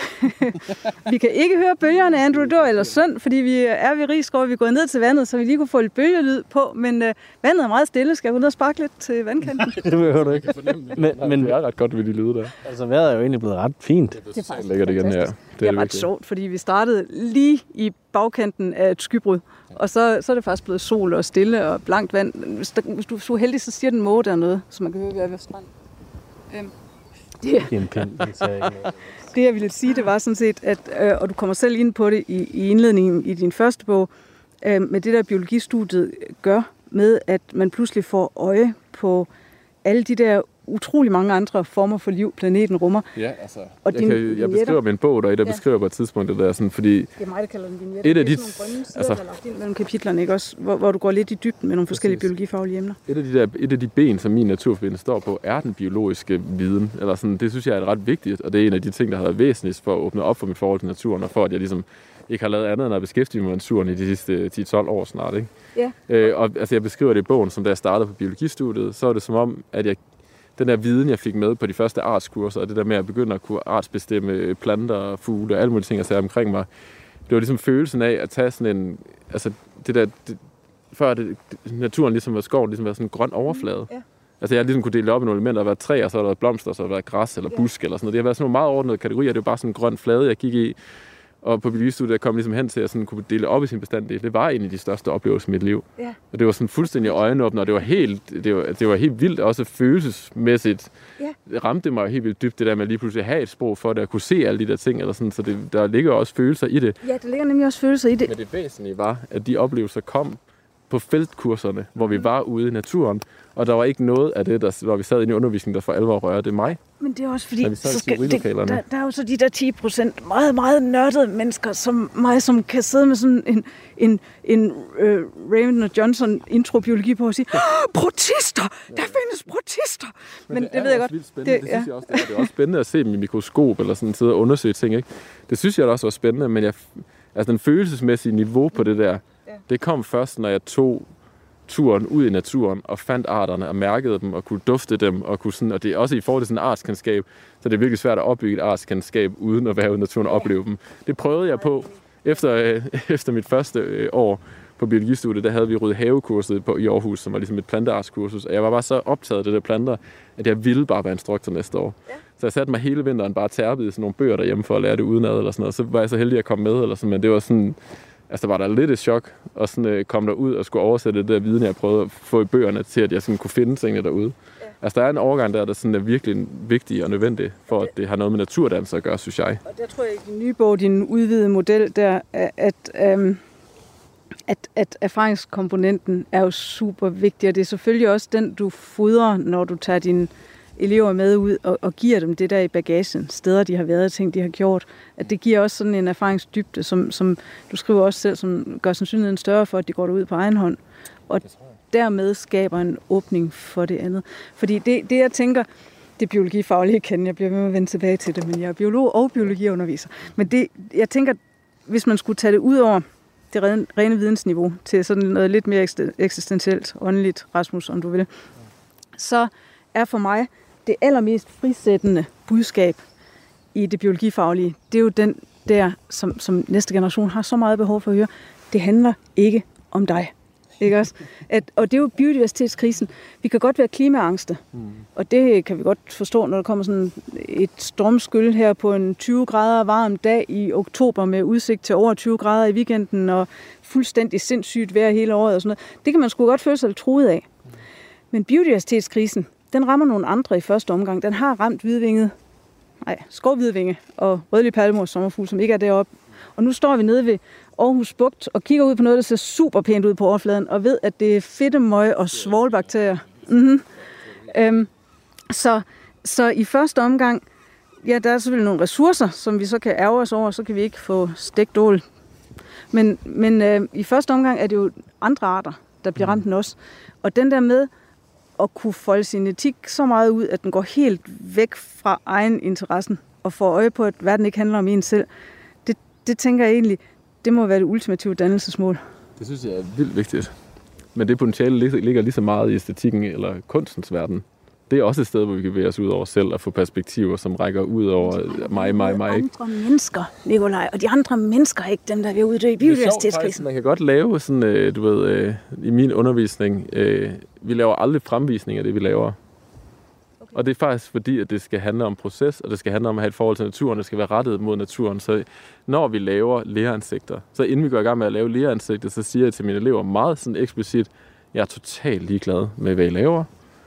Vi kan ikke høre bølgerne, Andrew, det var ellers synd, fordi vi er ved Risskov, vi er gået ned til vandet, så vi lige kunne få lidt bølgelyd på, men øh, vandet er meget stille. Skal jeg gå ned og sparke lidt til vandkanten? Det hører du ikke. Men, men det er ret godt ved de lyde der. Altså vejret er jo egentlig blevet ret fint. Det er faktisk lækkert igen her. Det, det er, er ret sjovt, fordi vi startede lige i bagkanten af et skybrud, og så, så er det faktisk blevet sol og stille og blankt vand. Hvis, der, hvis du er så heldig, så siger den måge der noget, så man kan høre, vi er ved stranden. Øhm, det, det er en pind, det sagde jeg ikke. Det jeg ville sige, det var sådan set, at, øh, og du kommer selv ind på det i, i indledningen i din første bog, øh, med det der biologistudiet gør, med at man pludselig får øje på alle de der utrolig mange andre former for liv, planeten rummer. Ja, altså, og jeg, kan, jeg beskriver min bog, der, der ja. beskriver på et tidspunkt det der, sådan, fordi... Det er mig, der kalder den vignetter. Et af de... Det er sådan nogle grønne sider, altså, der er lagt ind mellem kapitlerne, ikke også? Hvor, hvor du går lidt i dybden med nogle forskellige præcis. biologifaglige emner. Et af, de der, et af de ben, som min naturforbindelse står på, er den biologiske viden. Eller sådan, det synes jeg er ret vigtigt, og det er en af de ting, der har været væsentligt for at åbne op for mit forhold til naturen, og for at jeg ligesom ikke har lavet andet end at beskæftige mig med naturen i de sidste ti tolv år snart. Ikke? Ja. Øh, og altså, jeg beskriver det i bogen, som da jeg startede på biologistudiet, så er det som om, at jeg den der viden, jeg fik med på de første artskurser, og det der med at begynde at kunne artsbestemme planter, fugle og alle mulige ting, jeg sagde omkring mig, det var ligesom følelsen af at tage sådan en, altså det der, det, før det, naturen ligesom var skoven, ligesom var sådan en grøn overflade. Ja. Altså jeg ligesom kunne dele op i nogle elementer, der var træer, så har der været blomster, så har der været græs eller busk eller sådan noget. Det har været sådan nogle meget ordnede kategorier, det var bare sådan en grøn flade, jeg gik i. Og på biologistudiet, jeg kom ligesom hen til at sådan kunne dele op i sin bestanddel. Det var en af de største oplevelser i mit liv. Ja. Og det var sådan fuldstændig øjenåbner, og det var helt, det var, det var helt vildt, også følelsesmæssigt. Ja. Det ramte mig helt vildt dybt, det der med at lige pludselig have et sprog for det, at kunne se alle de der ting, eller sådan, så det, der ligger også følelser i det. Ja, der ligger nemlig også følelser i det. Men det væsentlige var, at de oplevelser kom på feltkurserne, hvor vi var ude i naturen, og der var ikke noget af det, der, hvor vi sad inde i undervisningen, der for alvor rørte mig. Men det er også fordi, så skal, det, der, der er jo så de der ti procent meget, meget nørdede mennesker, som mig, som kan sidde med sådan en, en, en uh, Raymond og Johnson introbiologi på og sige, protister! Der findes protister! Men, Men det, det ved jeg godt. Det, det, det synes jeg også, det er, det er også spændende at se dem i mikroskop, eller sådan sidde og undersøge ting, ikke? Det synes jeg også var spændende, men jeg, altså den følelsesmæssige niveau på det der, ja. Det kom først, når jeg tog turen ud i naturen og fandt arterne og mærkede dem og kunne dufte dem og kunne sådan, og det er også i forhold til sådan et artskendskab, så det er virkelig svært at opbygge et artskendskab uden at være ude i naturen og opleve dem. Det prøvede jeg på efter, øh, efter mit første øh, år på biologistudiet. Der havde vi Røde Havekurset på, i Aarhus, som var ligesom et planteartskursus, og jeg var bare så optaget af det der planter, at jeg ville bare være instruktor næste år. Ja. Så jeg satte mig hele vinteren bare tærpede i sådan nogle bøger derhjemme for at lære det udenad eller sådan noget. Så var jeg så heldig at komme med, eller sådan, men det var sådan... Altså, der var der lidt et chok, og sådan øh, kom der ud og skulle oversætte det der viden, jeg prøvede at få i bøgerne, til at jeg sådan kunne finde tingene derude. Ja. Altså, der er en overgang der, der sådan er virkelig vigtig og nødvendig, for at det har noget med naturdannelse at gøre, synes jeg. Og der tror jeg, at din nye bog, din udvidede model, der, at, øhm, at, at erfaringskomponenten er jo super vigtig, og det er selvfølgelig også den, du fodrer, når du tager dine elever med ud og, og giver dem det der i bagagen, steder de har været, ting de har gjort, at det giver også sådan en erfaringsdybde, som, som du skriver også selv, som gør sandsynligheden større for, at de går derud på egen hånd, og dermed skaber en åbning for det andet. Fordi det, det jeg tænker, det biologifaglige kan, jeg bliver ved med at vende tilbage til det, men jeg er biolog og biologiunderviser, men det, jeg tænker, hvis man skulle tage det ud over det rene, rene vidensniveau, til sådan noget lidt mere eksistentielt, åndeligt, Rasmus, om du vil, så er for mig det allermest frisættende budskab i det biologifaglige, det er jo den der, som, som næste generation har så meget behov for at høre. Det handler ikke om dig. Ikke også? At, og det er jo biodiversitetskrisen. Vi kan godt være klimaangste, mm. og det kan vi godt forstå, når der kommer sådan et stormskyld her på en tyve grader varm dag i oktober med udsigt til over tyve grader i weekenden og fuldstændig sindssygt vejr hele året og sådan noget. Det kan man sgu godt føle sig truet af. Men biodiversitetskrisen, den rammer nogle andre i første omgang. Den har ramt hvidvinget, nej, skovhvidvinge og rødlig palmors sommerfugl, som ikke er deroppe. Og nu står vi nede ved Aarhus Bugt og kigger ud på noget, der ser super pænt ud på overfladen, og ved, at det er fedtemøg og svovlbakterier. Mm-hmm. Øhm, så, så i første omgang, ja, der er selvfølgelig nogle ressourcer, som vi så kan ærge os over, så kan vi ikke få stegt ål. Men, men øh, i første omgang er det jo andre arter, der bliver ramt end os. Og den der med at kunne folde sin etik så meget ud, at den går helt væk fra egen interessen og får øje på, at verden ikke handler om en selv, det, det tænker jeg egentlig, det må være det ultimative dannelsesmål. Det synes jeg er vildt vigtigt. Men det potentiale ligger lige så meget i æstetikken eller kunstens verden. Det er også et sted, hvor vi kan bevæge os ud over selv og få perspektiver, som rækker ud over mig, mig, mig. Ikke? Andre mennesker, Nikolaj, og de andre mennesker er ikke dem, der vil uddø i biodiversitetskrisen. Man kan godt lave sådan, du ved, i min undervisning, vi laver aldrig fremvisning af det, vi laver. Okay. Og det er faktisk fordi, at det skal handle om proces, og det skal handle om at have et forhold til naturen, det skal være rettet mod naturen. Så når vi laver læreansigter, så inden vi går i gang med at lave læreansigter, så siger jeg til mine elever meget sådan eksplicit, jeg er totalt ligeglad med, hvad I laver.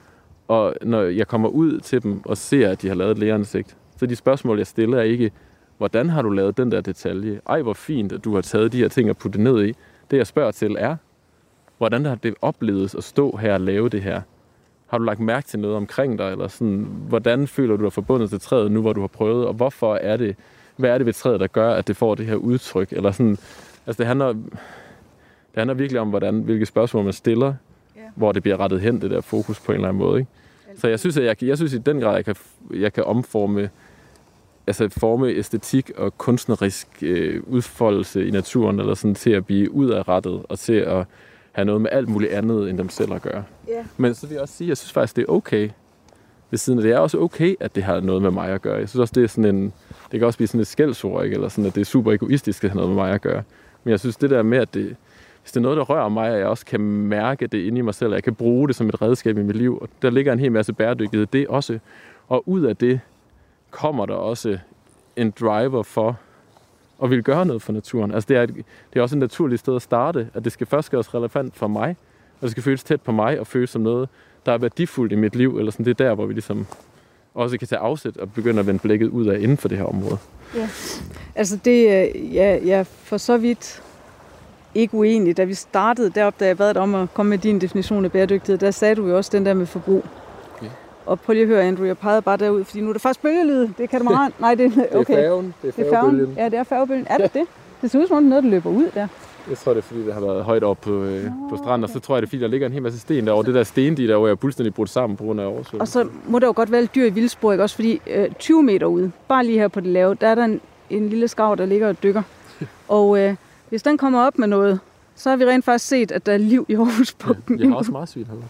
Og når jeg kommer ud til dem og ser, at de har lavet et læreansigt, så de spørgsmål, jeg stiller, er ikke, hvordan har du lavet den der detalje? Ej, hvor fint, at du har taget de her ting og puttet ned i. Det jeg spørger til er, hvordan har det oplevet at stå her og lave det her? Har du lagt mærke til noget omkring dig? Eller sådan, hvordan føler du dig forbundet til træet nu, hvor du har prøvet? Og hvorfor er det, hvad er det ved træet, der gør, at det får det her udtryk? Eller sådan, altså det handler, det handler virkelig om, hvordan, hvilke spørgsmål man stiller, yeah. hvor det bliver rettet hen, det der fokus på en eller anden måde. Ikke? Så jeg synes, at jeg, jeg synes i den grad, jeg kan, jeg kan omforme, altså forme æstetik og kunstnerisk øh, udfoldelse i naturen, eller sådan til at blive udadrettet og til at have noget med alt muligt andet, end dem selv at gøre. Yeah. Men så vil jeg også sige, at jeg synes faktisk, det er okay ved siden af det. Er også okay, at det har noget med mig at gøre. Jeg synes også, det er sådan en, det kan også blive sådan et skældsord, ikke? Eller sådan, at det er super egoistisk at have noget med mig at gøre. Men jeg synes, det der med, at det, hvis det er noget, der rører mig, og jeg også kan mærke det inde i mig selv, og jeg kan bruge det som et redskab i mit liv, og der ligger en hel masse bæredygtighed det også. Og ud af det kommer der også en driver for at ville gøre noget for naturen. Altså det er, det er også et naturligt sted at starte, at det skal først gøres relevant for mig, og det skal føles tæt på mig, og føles som noget, der er værdifuldt i mit liv, eller sådan. Det er der, hvor vi ligesom også kan tage afsæt og begynde at vende blikket ud af inden for det her område. Ja, altså det, ja, jeg for så vidt ikke uenig. Da vi startede deroppe, da jeg bad dig om at komme med din definition af bæredygtighed, der sagde du jo også den der med forbrug. Okay. Og prøv lige at høre, Andrew, jeg pegede bare derud, fordi nu er der faktisk bølgelyd. Det kan du meget. Nej, det er okay. Det er færgen. Det er færgebølgen. Ja, det er færgebølgen. Er det det? Det ser ud som om noget, der løber ud der. Jeg tror, det er fordi, det har været højt op på, øh, på stranden, okay. Og så tror jeg, det er fordi, der ligger en hel masse sten derovre. Det der stendige derovre er fuldstændig brudt sammen på grund af oversvømmelsen. Og så må der jo godt være dyr i vildspor, ikke? Også fordi øh, tyve meter ude, bare lige her på det lave, der er der en, en lille skarv, der ligger og dykker. Og øh, hvis den kommer op med noget, så har vi rent faktisk set, at der er liv i Aarhusbugten. Ja, jeg har også marsvin herude.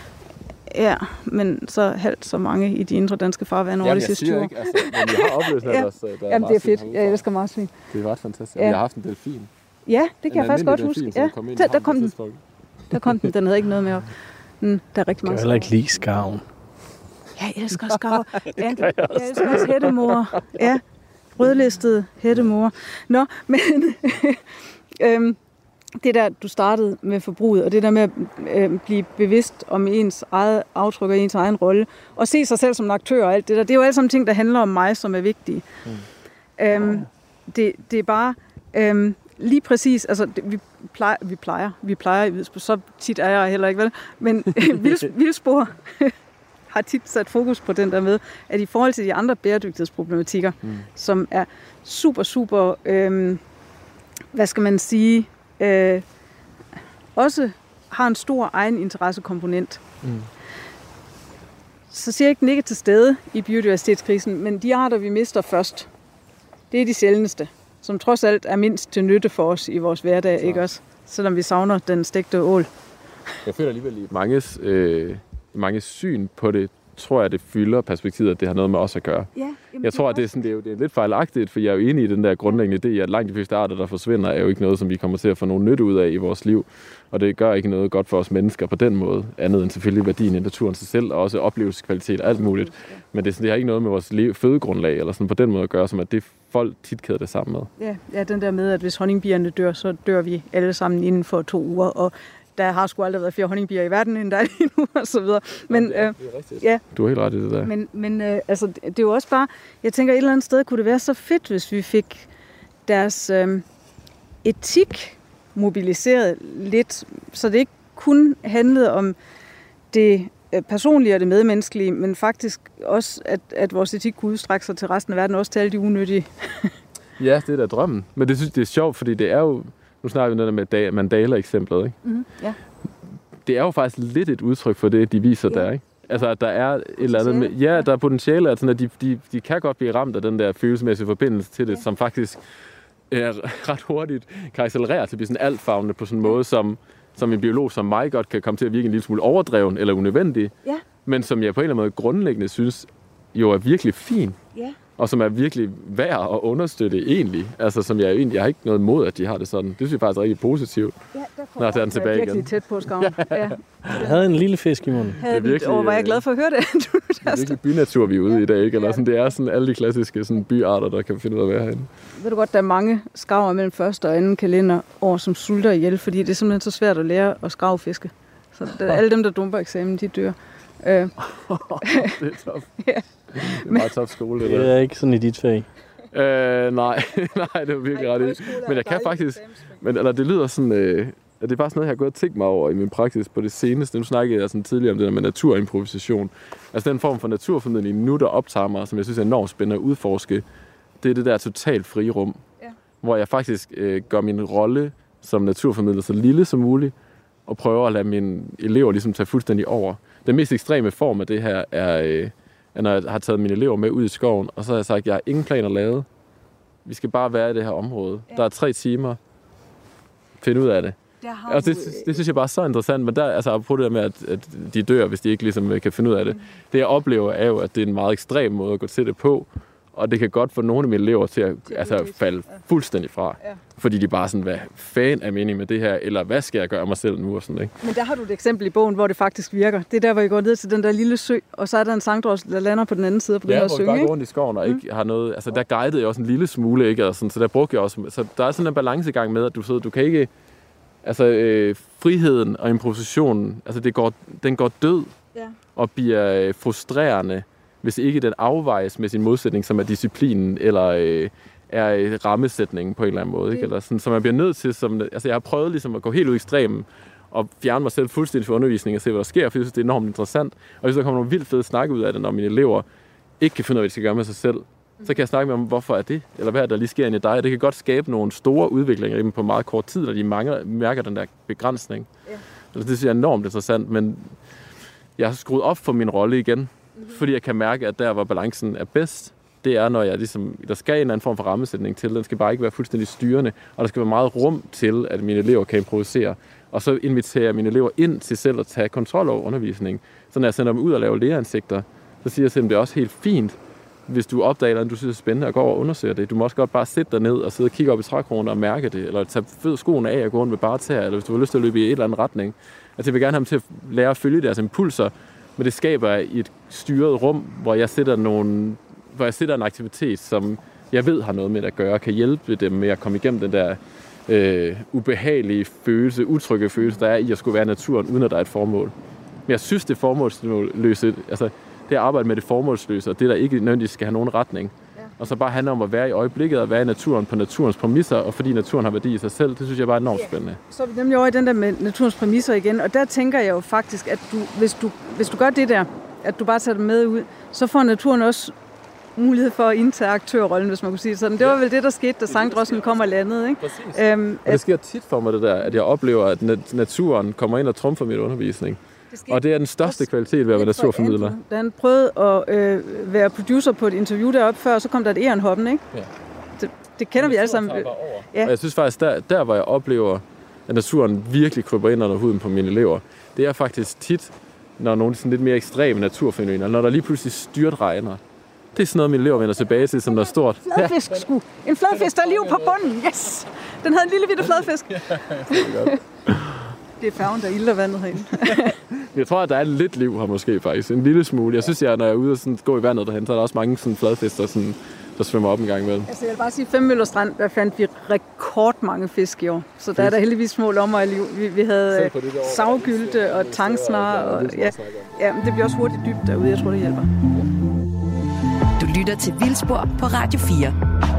Ja, men så halvt så mange i de indre danske farvande over de sidste tyve år. Ikke, altså, men jeg har oplevet, at der, der er Jamen, det er fedt. Jeg elsker marsvin. Det er ret fantastisk. Ja. Jeg har haft en delfin. Ja, det kan en jeg faktisk godt huske. Ja, der, der kom den. Der kom den. Den havde ikke noget med op. Mm, der er rigtig mange. Jeg kan heller ikke lide skarven. Ja, jeg elsker skarven. Ja, jeg, jeg elsker også hættemor. Ja, rødlistede hættemor. Nå, men øhm, det der, du startede med forbruget, og det der med at øh, blive bevidst om ens eget aftryk og ens egen rolle, og se sig selv som en aktør og alt det der, det er jo alle sammen ting, der handler om mig, som er vigtige. Mm. Øhm, det, det er bare øhm, lige præcis, altså det, vi plejer, vi plejer, vi plejer i Vildspor, så tit er jeg heller ikke, vel? Men Vildspor har tit sat fokus på den der med, at i forhold til de andre bæredygtighedsproblematikker, mm. som er super, super, øhm, hvad skal man sige, Øh, også har en stor egen interessekomponent. Mm. Så siger jeg ikke, den ikke er til stede i biodiversitetskrisen, men de arter, vi mister først, det er de sjældneste, som trods alt er mindst til nytte for os i vores hverdag, ikke også? Selvom vi savner den stegte ål. Jeg føler alligevel i manges, øh, mange syn på det, tror jeg, det fylder perspektivet, at det har noget med os at gøre. Ja, jeg tror, at det er, sådan, det, er jo, det er lidt fejlagtigt, for jeg er jo enig i den der grundlæggende idé, at langt de fleste arter, der forsvinder, er jo ikke noget, som vi kommer til at få nogen nytte ud af i vores liv. Og det gør ikke noget godt for os mennesker på den måde, andet end selvfølgelig værdien i naturen sig selv, og også oplevelseskvalitet og alt muligt. Men det, det har ikke noget med vores fødegrundlag, eller sådan på den måde at gøre, som at det folk tit kæder det sammen med. Ja, ja, den der med, at hvis honningbierne dør, så dør vi alle sammen inden for to uger, og der har sgu aldrig været flere honningbier i verden, end der er lige nu, og så videre. Men, ja, det er rigtigt. Ja. Du har helt ret i det der. Men, men øh, altså, det er jo også bare, jeg tænker, et eller andet sted kunne det være så fedt, hvis vi fik deres øh, etik mobiliseret lidt, så det ikke kun handlede om det personlige og det medmenneskelige, men faktisk også, at, at vores etik kunne udstrække sig til resten af verden, også til alle de unødige. Ja, det er da drømmen. Men det synes det er sjovt, fordi det er jo, nu snakker vi noget med Mandala-eksemplet, ikke? Mm-hmm, ja. Det er jo faktisk lidt et udtryk for det, de viser ja. Der, ikke? Altså, at der er et eller andet med, ja, der er potentiale, at, sådan, at de, de, de kan godt blive ramt af den der følelsesmæssige forbindelse til det, ja. Som faktisk er ret hurtigt kan accelerere til at blive sådan altfavnende på sådan en ja. Måde, som, som en biolog som mig godt kan komme til at virke en lille smule overdreven eller unødvendig, ja. Men som jeg på en eller anden måde grundlæggende synes jo er virkelig fin. Ja. Og som er virkelig værd at understøtte egentlig. Altså, som jeg egentlig jeg har ikke noget imod, at de har det sådan. Det synes jeg faktisk er rigtig positivt. Ja, der får jeg tilbage igen. Virkelig tæt på skarven. Ja. Jeg havde en lille fisk i munden. Det er virkelig, og var jeg glad for at høre det. Det er virkelig bynatur, vi er ude ja. I dag, ikke? Eller sådan, det er sådan alle de klassiske sådan, byarter, der kan finde ud af at være herinde. Ved du godt, der er mange skarver mellem første og anden kalenderår, som sulter ihjel, fordi det er simpelthen så svært at lære at skarvefiske. Så der, alle dem, der dumper eksamen, de dør. Øh. Det er tof. Ja. Det er meget top skole, det der. Det er ikke sådan i dit fag. Øh, nej, nej, det er virkelig ret i. Men jeg kan faktisk... Men, eller det lyder sådan... Øh, det er faktisk noget, jeg har gået og tænkt mig over i min praksis på det seneste. Nu snakkede jeg sådan tidligere om det der med naturimprovisation. Altså den form for naturformidling nu, der optager mig, som jeg synes er enormt spændende at udforske, det er det der totalt frie rum. Ja. Hvor jeg faktisk øh, gør min rolle som naturformidler så lille som muligt, og prøver at lade mine elever ligesom tage fuldstændig over. Den mest ekstreme form af det her er, øh, er, når jeg har taget mine elever med ud i skoven, og så har jeg sagt, at jeg har ingen planer lavet. Vi skal bare være i det her område. Ja. Der er tre timer. Find ud af det. Og det, det synes jeg bare er så interessant, men der, altså apropos det der med, at, at de dør, hvis de ikke ligesom kan finde ud af det. Mm. Det jeg oplever er jo, at det er en meget ekstrem måde at gå til det på, og det kan godt få nogle af mine elever til at altså, falde fuldstændig fra. Ja. Fordi de bare sådan, hvad fan er meningen med det her, eller hvad skal jeg gøre mig selv nu? Og sådan, ikke? Men der har du et eksempel i bogen, hvor det faktisk virker. Det er der, hvor I går ned til den der lille sø, og så er der en sangdrås, der lander på den anden side på ja, den her sø. Ja, hvor vi bare går rundt i skoven og ikke mm. har noget... Altså der guidede jeg også en lille smule, ikke? Og sådan, så der brugte jeg også... Så der er sådan en balancegang med, at du sidder, du kan ikke... Altså øh, friheden og improvisationen, altså det går, den går død ja. og bliver øh, frustrerende, hvis ikke den afvejes med sin modsætning, som er disciplinen eller øh, er øh, rammesætningen på en eller anden måde. Ikke? Eller sådan, så man bliver nødt til, som, altså jeg har prøvet ligesom at gå helt ud i ekstremen og fjerne mig selv fuldstændig fra undervisning og se, hvad der sker, for jeg synes, det er enormt interessant. Og hvis der kommer nogle vildt fede snakke ud af det, når mine elever ikke kan finde ud af, hvad de skal gøre med sig selv, så kan jeg snakke med om, hvorfor er det, eller hvad er der lige sker inde i dig. Det kan godt skabe nogle store udviklinger på meget kort tid, når de mange mærker den der begrænsning. Ja. Altså, det synes jeg er enormt interessant, men jeg har skruet op for min rolle igen, mm-hmm. fordi jeg kan mærke, at der, hvor balancen er bedst, det er, når jeg ligesom, der skal en eller anden form for rammesætning til. Den skal bare ikke være fuldstændig styrende, og der skal være meget rum til, at mine elever kan improvisere. Og så inviterer jeg mine elever ind til selv at tage kontrol over undervisningen. Så når jeg sender dem ud og laver læreansigter, så siger jeg til dem, det er også helt fint, hvis du opdager noget, du synes er spændende, og går og undersøger det. Du må også godt bare sætte dig ned og sidde og kigge op i trækronerne og mærke det, eller tage fed skoene af og gå rundt med bare tæer, eller hvis du har lyst til at løbe i en eller anden retning. Altså, jeg vil gerne have dem til at lære at følge deres impulser, men det skaber i et styret rum, hvor jeg sætter, nogle, hvor jeg sætter en aktivitet, som jeg ved har noget med at gøre, kan hjælpe dem med at komme igennem den der øh, ubehagelige følelse, utrygge følelse, der er i at skulle være i naturen, uden at der er et formål. Men jeg synes, det formålsløse, altså det at arbejde med det formålsløse, og det, der ikke nødvendigvis skal have nogen retning. Ja. Og så bare handler om at være i øjeblikket, og være i naturen på naturens præmisser, og fordi naturen har værdi i sig selv, det synes jeg bare er enormt ja. spændende. Så er vi nemlig over i den der med naturens præmisser igen, og der tænker jeg jo faktisk, at du, hvis, du, hvis du gør det der, at du bare tager dem med ud, så får naturen også mulighed for at indtage aktørrollen, hvis man kunne sige det sådan. Det var vel det, der skete, da sangdrossen kom og landede, ikke? Præcis. Øhm, og det sker tit for mig, det der, at jeg oplever, at naturen kommer ind og trumfer min undervisning. Og det er den største kvalitet ved at være naturformidler. Da han prøvede at øh, være producer på et interview deroppe før, så kom der et ærenhoppen, ikke? Ja. Det, det kender vi alle sammen. Ja. Og jeg synes faktisk, der, der hvor jeg oplever, at naturen virkelig kryber ind under huden på mine elever, det er faktisk tit, når nogle sådan lidt mere ekstreme naturfænomener, når der lige pludselig styrt regner. Det er sådan noget, mine elever vender tilbage til, som der er stort. Fladfisk, sgu. En fladfisk, der er liv på bunden. Yes! Den havde en lille bitte fladfisk. Det er færgen, der ilter vandet herinde. Jeg tror, at der er lidt liv her måske faktisk. En lille smule. Jeg synes, at når jeg er ude og sådan, gå i vandet derhen, så er der også mange sådan fladfisk, der, sådan, der svømmer op en gang imellem. Altså, jeg vil bare sige, Fem Møller Strand, der fandt vi rekordmange fisk i år. Så der fisk. Er der heldigvis små lommer i liv. Vi, vi havde savgylte og tangsnar. Og, ja, ja, men det bliver også hurtigt dybt derude. Jeg tror, det hjælper. Du lytter til Vildspor på Radio fire.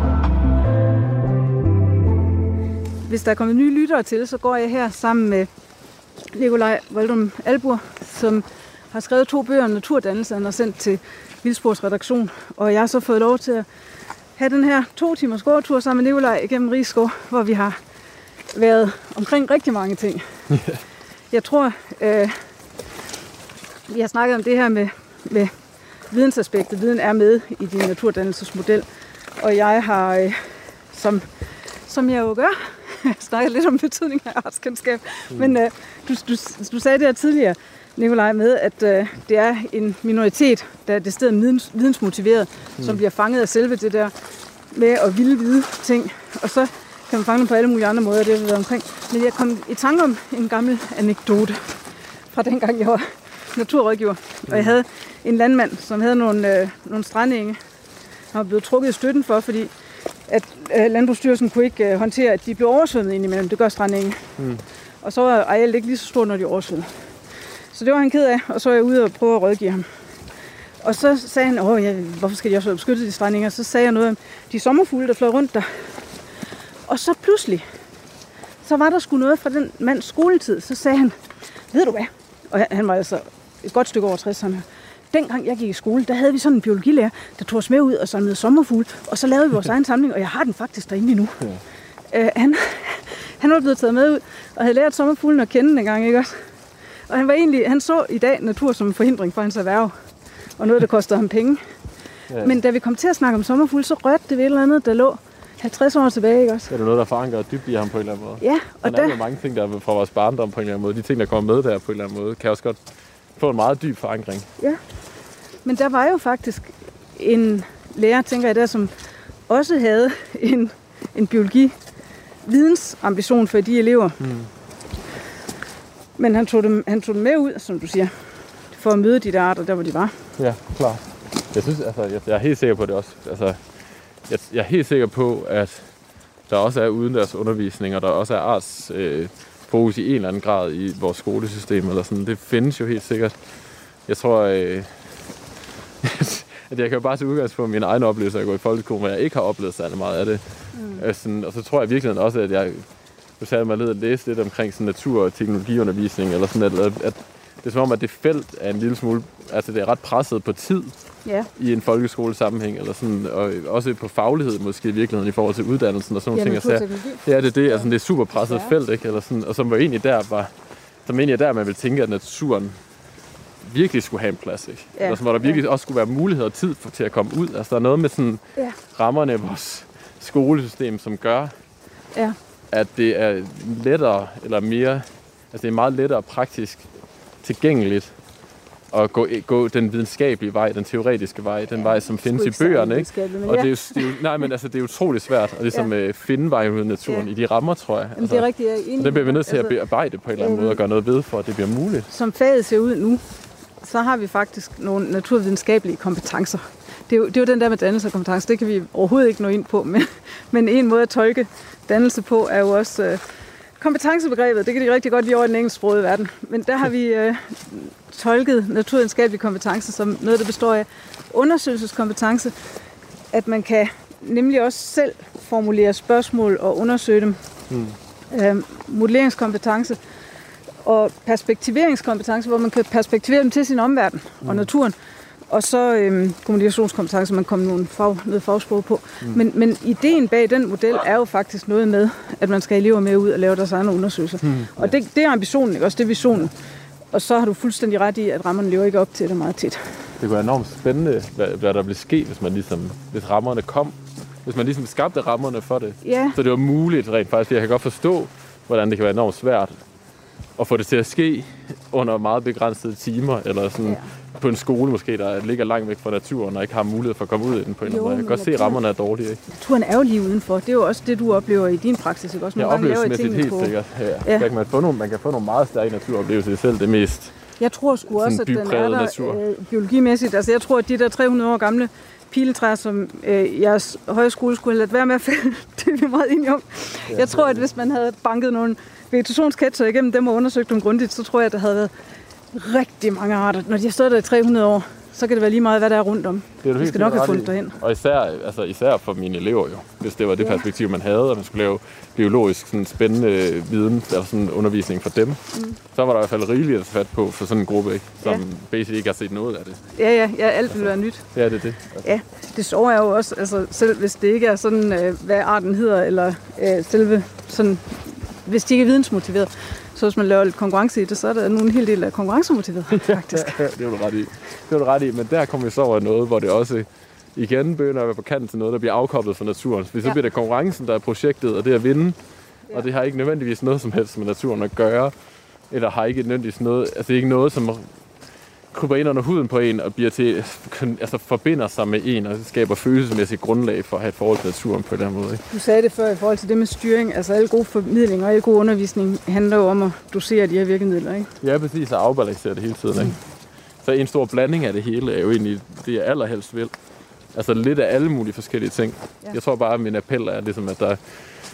Hvis der er kommet nye lyttere til, så går jeg her sammen med Nikolaj Voldum Albur, som har skrevet to bøger om naturdannelse, han har sendt til Vildspors redaktion. Og jeg har så fået lov til at have den her to timers gårdtur sammen med Nikolaj igennem Rigskov, hvor vi har været omkring rigtig mange ting. Jeg tror, øh, vi har snakket om det her med, med vidensaspektet. Viden er med i din naturdannelsesmodel. Og jeg har, øh, som, som jeg jo gør, snakket lidt om betydningen af artskendskab. Mm. Men øh, du, du, du sagde det her tidligere, Nikolaj, med, at øh, det er en minoritet, der er det sted videns, vidensmotiveret, mm. som bliver fanget af selve det der med at ville vide ting. Og så kan man fange dem på alle mulige andre måder, det har vi været omkring. Men jeg kom i tanke om en gammel anekdote fra dengang, jeg var naturrådgiver. Mm. Og jeg havde en landmand, som havde nogle, øh, nogle strandenge, han var blevet trukket i støtten for, fordi at øh, Landbrugsstyrelsen kunne ikke øh, håndtere, at de blev oversvømmet indimellem. Det gør strandenge. Mm. Og så var arealet ikke lige så stort, når de oversvømmede. Så det var han ked af, og så var jeg ude og prøve at rådgive ham. Og så sagde han, åh, ja, hvorfor skal de også være beskyttet, de strandinger? Så sagde jeg noget om de sommerfugle, der fløj rundt der. Og så pludselig, så var der sgu noget fra den mands skoletid. Så sagde han, ved du hvad? Og han var altså et godt stykke over tresserne. Dengang jeg gik i skole, der havde vi sådan en biologilærer, der tog os med ud og samlede sommerfugle. Og så lavede vi vores egen samling, og jeg har den faktisk derinde endnu. Ja. Uh, han, han var blevet taget med ud og havde lært sommerfuglen at kende dengang, ikke også? Og han var egentlig, han så i dag natur som en forhindring for hans erhverv. Og noget, der kostede ham penge. Ja. Men da vi kom til at snakke om sommerfugle, så rørte det ved et eller andet, der lå halvtreds år tilbage, ikke også? Er det noget, der forankrer dybt i ham på en eller anden måde? Ja. Og der er jo mange ting, der er fra vores barndom på en eller anden måde. De ting, der kommer med der på en eller anden måde, kan også godt få en meget dyb forankring. Ja. Men der var jo faktisk en lærer, tænker jeg der, som også havde en, en biologi-vidensambition for de elever. Hmm. Men han tog, dem, han tog dem med ud, som du siger, for at møde de der arter, der hvor de var. Ja, klart. Jeg synes, altså, jeg, jeg er helt sikker på det også. Altså, jeg, jeg er helt sikker på, at der også er udendørs undervisning, og der også er arts øh, fokus i en eller anden grad i vores skolesystem. Eller sådan. Det findes jo helt sikkert. Jeg tror, øh, at jeg kan jo bare til udgangspunkt min egen oplevelse at gå i folkeskolen, hvor jeg ikke har oplevet særlig meget af det. Mm. Altså, og så tror jeg virkelig også, at jeg nu sagde mig lidt at læse lidt omkring sådan natur- og teknologiundervisning, eller sådan, at, at det er som om, at det felt er en lille smule, altså det er ret presset på tid ja. I en folkeskolesammenhæng, eller sådan, og også på faglighed måske i virkeligheden i forhold til uddannelsen og sådan nogle ja, ting. Altså, ja, det er det, altså det er super presset ja. Felt, ikke? Eller sådan, og som var egentlig der, var, som egentlig der, man ville tænke, at naturen virkelig skulle have en plads, ikke? Ja. Eller som, hvor der virkelig ja. Også skulle være mulighed og tid for, til at komme ud. Altså der er noget med sådan ja. Rammerne af vores skolesystem, som gør, ja. At det er lettere, eller mere, altså det er meget lettere praktisk tilgængeligt at gå, gå den videnskabelige vej, den teoretiske vej, den ja, vej, som findes i bøgerne, ikke? Og det er jo, det er jo, nej, men altså, det er utroligt svært at ligesom, ja. Finde vejen ud i naturen ja. I de rammer, tror jeg. Altså, det er rigtigt, jeg er enig. Og den bliver vi nødt til at bearbejde på en eller anden øh, måde og gøre noget ved, for at det bliver muligt. Som faget ser ud nu, så har vi faktisk nogle naturvidenskabelige kompetencer. Det er jo, det er jo den der med dannelse og kompetence, det kan vi overhovedet ikke nå ind på, men, men en måde at tolke dannelse på er jo også øh, kompetencebegrebet. Det kan de rigtig godt lide over i den engelsksprogede verden. Men der har vi øh, tolket naturvidenskabelige kompetencer som noget, der består af undersøgelseskompetence, at man kan nemlig også selv formulere spørgsmål og undersøge dem. Mm. Øh, modelleringskompetence og perspektiveringskompetence, hvor man kan perspektivere dem til sin omverden mm. og naturen. Og så øhm, kommunikationskompetence, man kommer nogle fag, noget fagsprog på. Mm. Men, men ideen bag den model er jo faktisk noget med, at man skal have elever med ud og lave deres egne undersøgelser. Mm. Og det, det er ambitionen, ikke? Også det er visionen. Og så har du fuldstændig ret i, at rammerne lever ikke op til det meget tit. Det kunne være enormt spændende, hvad, hvad der ville ske, hvis man ligesom, hvis rammerne kom. Hvis man ligesom skabte rammerne for det. Ja. Så det var muligt rent faktisk. Jeg kan godt forstå, hvordan det kan være enormt svært at få det til at ske under meget begrænsede timer, eller sådan ja. På en skole måske, der ligger langt væk fra naturen, og ikke har mulighed for at komme ud i den på en eller anden måde. Jeg kan godt se, at rammerne er dårlige, ikke? Naturen er jo lige udenfor. Det er jo også det, du oplever i din praksis, ikke? Også ja, oplevelsesmæssigt helt på. Sikkert. Ja. Ja. Der kan man, få nogle, man kan få nogle meget stærke naturoplevelser i selv, det mest. Jeg tror sgu også, at den er der øh, biologimæssigt. Altså jeg tror, at de der tre hundrede år gamle piletræer, som øh, jeres højskole skulle have ladt være med at fælde, det er vi meget enige om. Ja, jeg tror, at hvis man havde banket nogle vegetationsketcher igennem dem og undersøgt dem grundigt, så tror jeg, at der havde været rigtig mange arter. Når de har stået der i tre hundrede år, så kan det være lige meget, hvad der er rundt om. Det vi skal nok have fundet derhen. Og især, altså især for mine elever jo, hvis det var det ja. Perspektiv, man havde, og man skulle lave biologisk sådan spændende viden, eller sådan undervisning for dem, mm. så var der i hvert fald rigeligt at fat på for sådan en gruppe, ikke? Som ja. Basically ikke har set noget af det. Ja, ja, ja alt vil være nyt. Ja, det er det. Altså. Ja, det sjove er jo også, altså selv hvis det ikke er sådan, øh, hvad arten hedder, eller øh, selve sådan, hvis de ikke er vidensmotiveret, så hvis man laver lidt konkurrence i det, så er der nu en hel del af konkurrencemotiveret, faktisk. Ja, det er du ret i. Det er du ret i, men der kommer vi så over noget, hvor det også igen begynder at være på kanten til noget, der bliver afkoblet fra naturen. Fordi så ja. Bliver det konkurrencen, der er projektet, og det at vinde, ja. Og det har ikke nødvendigvis noget som helst med naturen at gøre, eller har ikke nødvendigvis noget, altså det er ikke noget, som kryber ind under huden på en, og bliver til, altså forbinder sig med en, og skaber følelsesmæssigt grundlag for at have et forhold til naturen på den måde. Ikke? Du sagde det før i forhold til det med styring, altså alle gode formidlinger og alle gode undervisning handler jo om at dosere de her virkemidler, ikke? Ja, præcis, og afbalancere det hele tiden, ikke? Så en stor blanding af det hele er jo egentlig det, jeg allerhelst vil. Altså lidt af alle mulige forskellige ting. Ja. Jeg tror bare, at min appel er ligesom, at der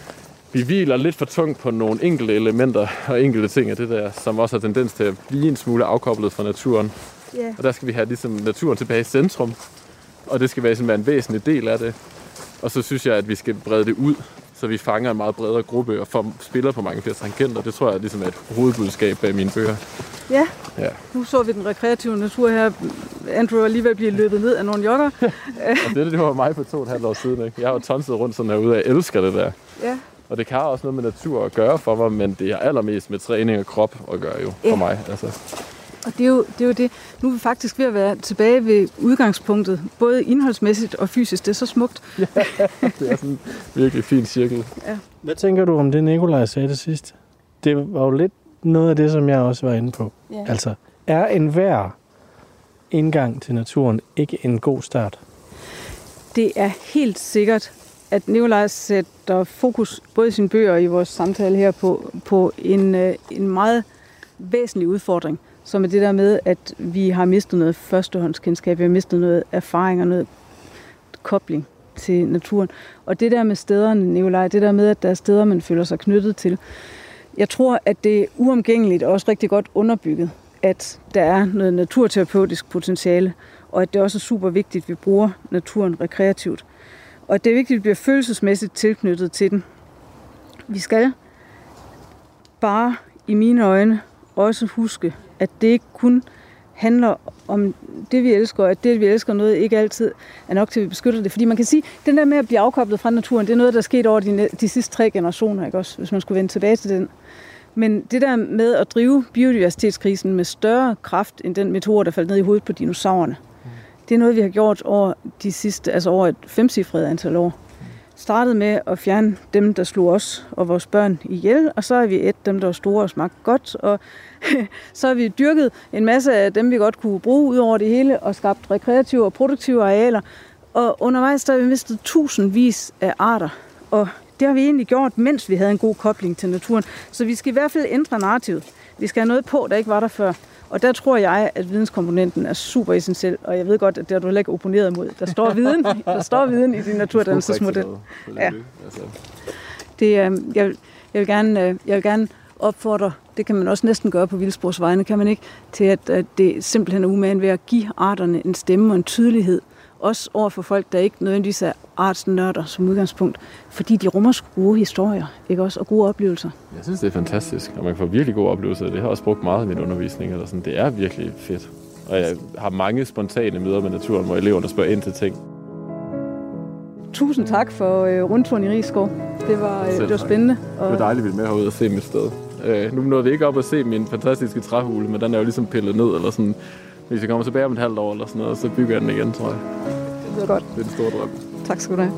vi hviler lidt for tungt på nogle enkelte elementer og enkelte ting af det der, som også har tendens til at blive en smule afkoblet fra naturen. Yeah. Og der skal vi have ligesom naturen tilbage i centrum, og det skal være, sådan, være en væsentlig del af det. Og så synes jeg, at vi skal brede det ud, så vi fanger en meget bredere gruppe og får, spiller på mange flere tangenter. Det tror jeg ligesom er et hovedbudskab bag mine bøger. Ja. ja, nu så vi den rekreative natur her. Andrew er lige ved at blive løbet ned af nogle jogger. og det, det var mig for to og et halvt år siden. Ikke? Jeg har jo tonset rundt sådan herude, og jeg elsker det der. Ja. Og det kan også noget med natur at gøre for mig, men det er allermest med træning og krop at gøre jo, ja. for mig. Altså. Og det er, jo, det er jo det. Nu er vi faktisk ved at være tilbage ved udgangspunktet, både indholdsmæssigt og fysisk. Det er så smukt. Ja, det er sådan en virkelig fin cirkel. Ja. Hvad tænker du om det, Nikolaj sagde det sidste? Det var jo lidt noget af det, som jeg også var inde på. Ja. Altså, er enhver indgang til naturen ikke en god start? Det er helt sikkert, at Nikolaj sætter fokus både i sine bøger og i vores samtale her på, på en, en meget væsentlig udfordring, som er det der med, at vi har mistet noget førstehåndskendskab, vi har mistet noget erfaring og noget kobling til naturen. Og det der med stederne, Nikolaj, det der med, at der er steder, man føler sig knyttet til. Jeg tror, at det er uomgængeligt og også rigtig godt underbygget, at der er noget naturterapeutisk potentiale, og at det også er super vigtigt, at vi bruger naturen rekreativt. Og at det er vigtigt, at vi bliver følelsesmæssigt tilknyttet til den. Vi skal bare, i mine øjne, også huske, at det ikke kun handler om det, vi elsker, og at det, vi elsker noget, ikke altid er nok til, at vi beskytter det. Fordi man kan sige, at den der med at blive afkoblet fra naturen, det er noget, der er sket over de, de sidste tre generationer, ikke også, hvis man skulle vende tilbage til den. Men det der med at drive biodiversitetskrisen med større kraft end den metode, der faldt ned i hovedet på dinosaurerne, det er noget, vi har gjort over de sidste, altså over et femcifret antal år. Startede med at fjerne dem, der slog os og vores børn ihjel, og så har vi et dem, der var store og smagte godt, og så har vi dyrket en masse af dem, vi godt kunne bruge ud over det hele, og skabt rekreative og produktive arealer. Og undervejs der har vi mistet tusindvis af arter, og det har vi egentlig gjort, mens vi havde en god kobling til naturen. Så vi skal i hvert fald ændre narrativet. Vi skal have noget på, der ikke var der før. Og der tror jeg, at videnskomponenten er super essentiel, og jeg ved godt, at det har du heller ikke opponeret mod. Der står viden, der står viden i din naturdannelsesmodel. Ja. Det, jeg, jeg, vil gerne, jeg vil gerne opfordre, det kan man også næsten gøre på Vildspors vegne, kan man ikke, til at, at det simpelthen er umagen ved at give arterne en stemme og en tydelighed, også over for folk, der ikke nødvendigvis er artsnørder som udgangspunkt, fordi de rummer gode historier, ikke også, og gode oplevelser. Jeg synes, det er fantastisk, og man får virkelig gode oplevelser. Det har jeg også brugt meget i min undervisning, eller sådan. Det er virkelig fedt. Og jeg har mange spontane møder med naturen, hvor eleverne spørger ind til ting. Tusind tak for øh, rundturen i Risskov. Det var, øh, det var spændende. Og det var dejligt, at vi med herude og se mit sted. Øh, nu nåede vi ikke op at se min fantastiske træhule, men den er jo ligesom pillet ned, eller sådan. Hvis jeg kommer tilbage om et halvt år eller sådan noget, så bygger jeg den igen, tror jeg. Det lyder godt. Det er en stor drøm. Tak skal du have.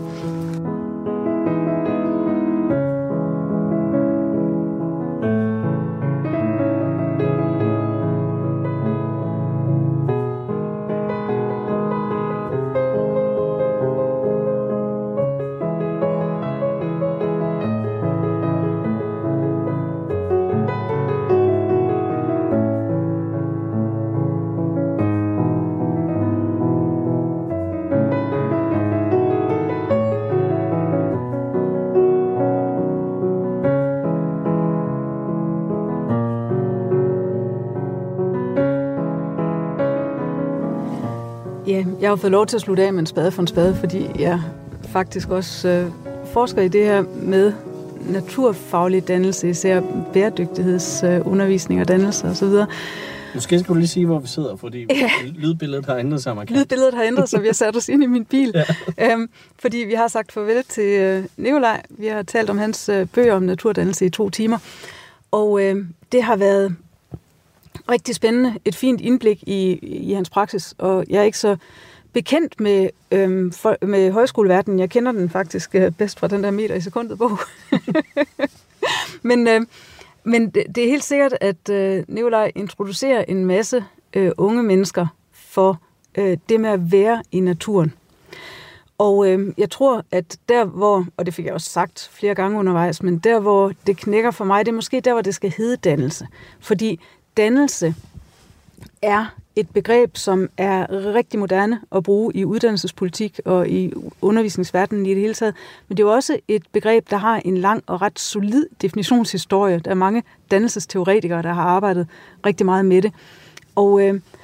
Ja, jeg har fået lov til at slutte af med en spade for en spade, fordi jeg faktisk også øh, forsker i det her med naturfaglig dannelse, især bæredygtighedsundervisning øh, og dannelse osv. Måske skal du lige sige, hvor vi sidder, fordi ja. lydbilledet har ændret sig markant. Lydbilledet har ændret sig, vi har sat os ind i min bil. Ja. Øhm, fordi vi har sagt farvel til øh, Nikolaj. Vi har talt om hans øh, bøger om naturdannelse i to timer. Og øh, det har været rigtig spændende, et fint indblik i, i hans praksis, og jeg er ikke så bekendt med, øhm, for, med højskoleverdenen. Jeg kender den faktisk øh, bedst fra den der meter i sekundet bog. men øh, men det, det er helt sikkert, at øh, Nikolaj introducerer en masse øh, unge mennesker for øh, det med at være i naturen. Og øh, jeg tror, at der hvor, og det fik jeg også sagt flere gange undervejs, men der hvor det knækker for mig, det er måske der, hvor det skal hedde dannelse. Fordi dannelse er et begreb, som er rigtig moderne at bruge i uddannelsespolitik og i undervisningsverdenen i det hele taget. Men det er jo også et begreb, der har en lang og ret solid definitionshistorie. Der er mange dannelsesteoretikere, der har arbejdet rigtig meget med det. Og øh,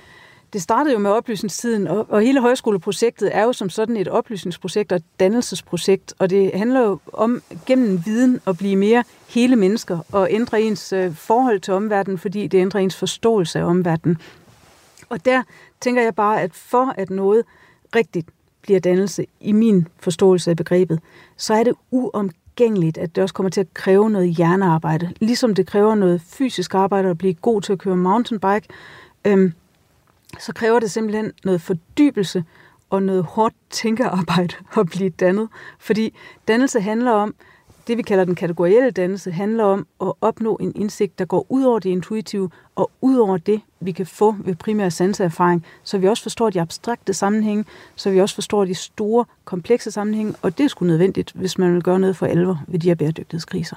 det startede jo med oplysningstiden, og, og hele højskoleprojektet er jo som sådan et oplysningsprojekt og et dannelsesprojekt, og det handler jo om gennem viden at blive mere hele mennesker og ændre ens øh, forhold til omverdenen, fordi det ændrer ens forståelse af omverdenen. Og der tænker jeg bare, at for at noget rigtigt bliver dannelse i min forståelse af begrebet, så er det uomgængeligt, at det også kommer til at kræve noget hjernearbejde. Ligesom det kræver noget fysisk arbejde at blive god til at køre mountainbike, øhm, så kræver det simpelthen noget fordybelse og noget hårdt tænkearbejde at blive dannet. Fordi dannelse handler om, det vi kalder den kategorielle dannelse, handler om at opnå en indsigt, der går ud over det intuitive og ud over det, vi kan få ved primær sanseerfaring, så vi også forstår de abstrakte sammenhænge, så vi også forstår de store, komplekse sammenhænge, og det er sgu nødvendigt, hvis man vil gøre noget for alvor ved de her bæredygtighedskriser.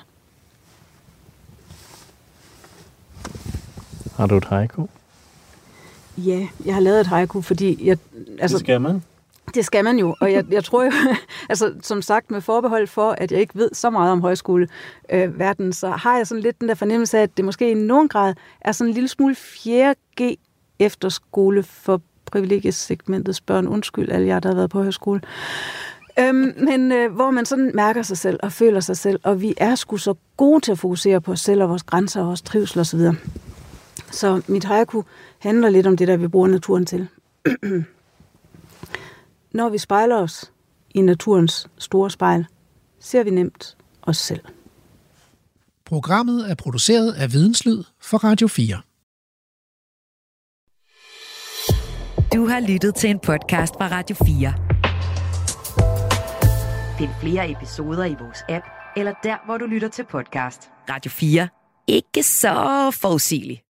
Har du et haiku? Ja, jeg har lavet et haiku, fordi jeg... Altså, det skal man. Det skal man jo, og jeg, jeg tror jo, altså som sagt med forbehold for, at jeg ikke ved så meget om højskoleverdenen, øh, så har jeg sådan lidt den der fornemmelse af, at det måske i nogen grad er sådan en lille smule fjerde G efterskole for privilegiesegmentets børn. Undskyld alle jer, der har været på højskole. Øhm, men øh, hvor man sådan mærker sig selv og føler sig selv, og vi er sgu så gode til at fokusere på os selv og vores grænser og vores trivsel osv. Så, så mit haiku handler lidt om det, der vi bruger naturen til. Når vi spejler os i naturens store spejl, ser vi nemt os selv. Programmet er produceret af Videnslyd for Radio fire. Du har lyttet til en podcast fra Radio fire. Find flere episoder i vores app, eller der, hvor du lytter til podcast. Radio fire. Ikke så forudsigeligt.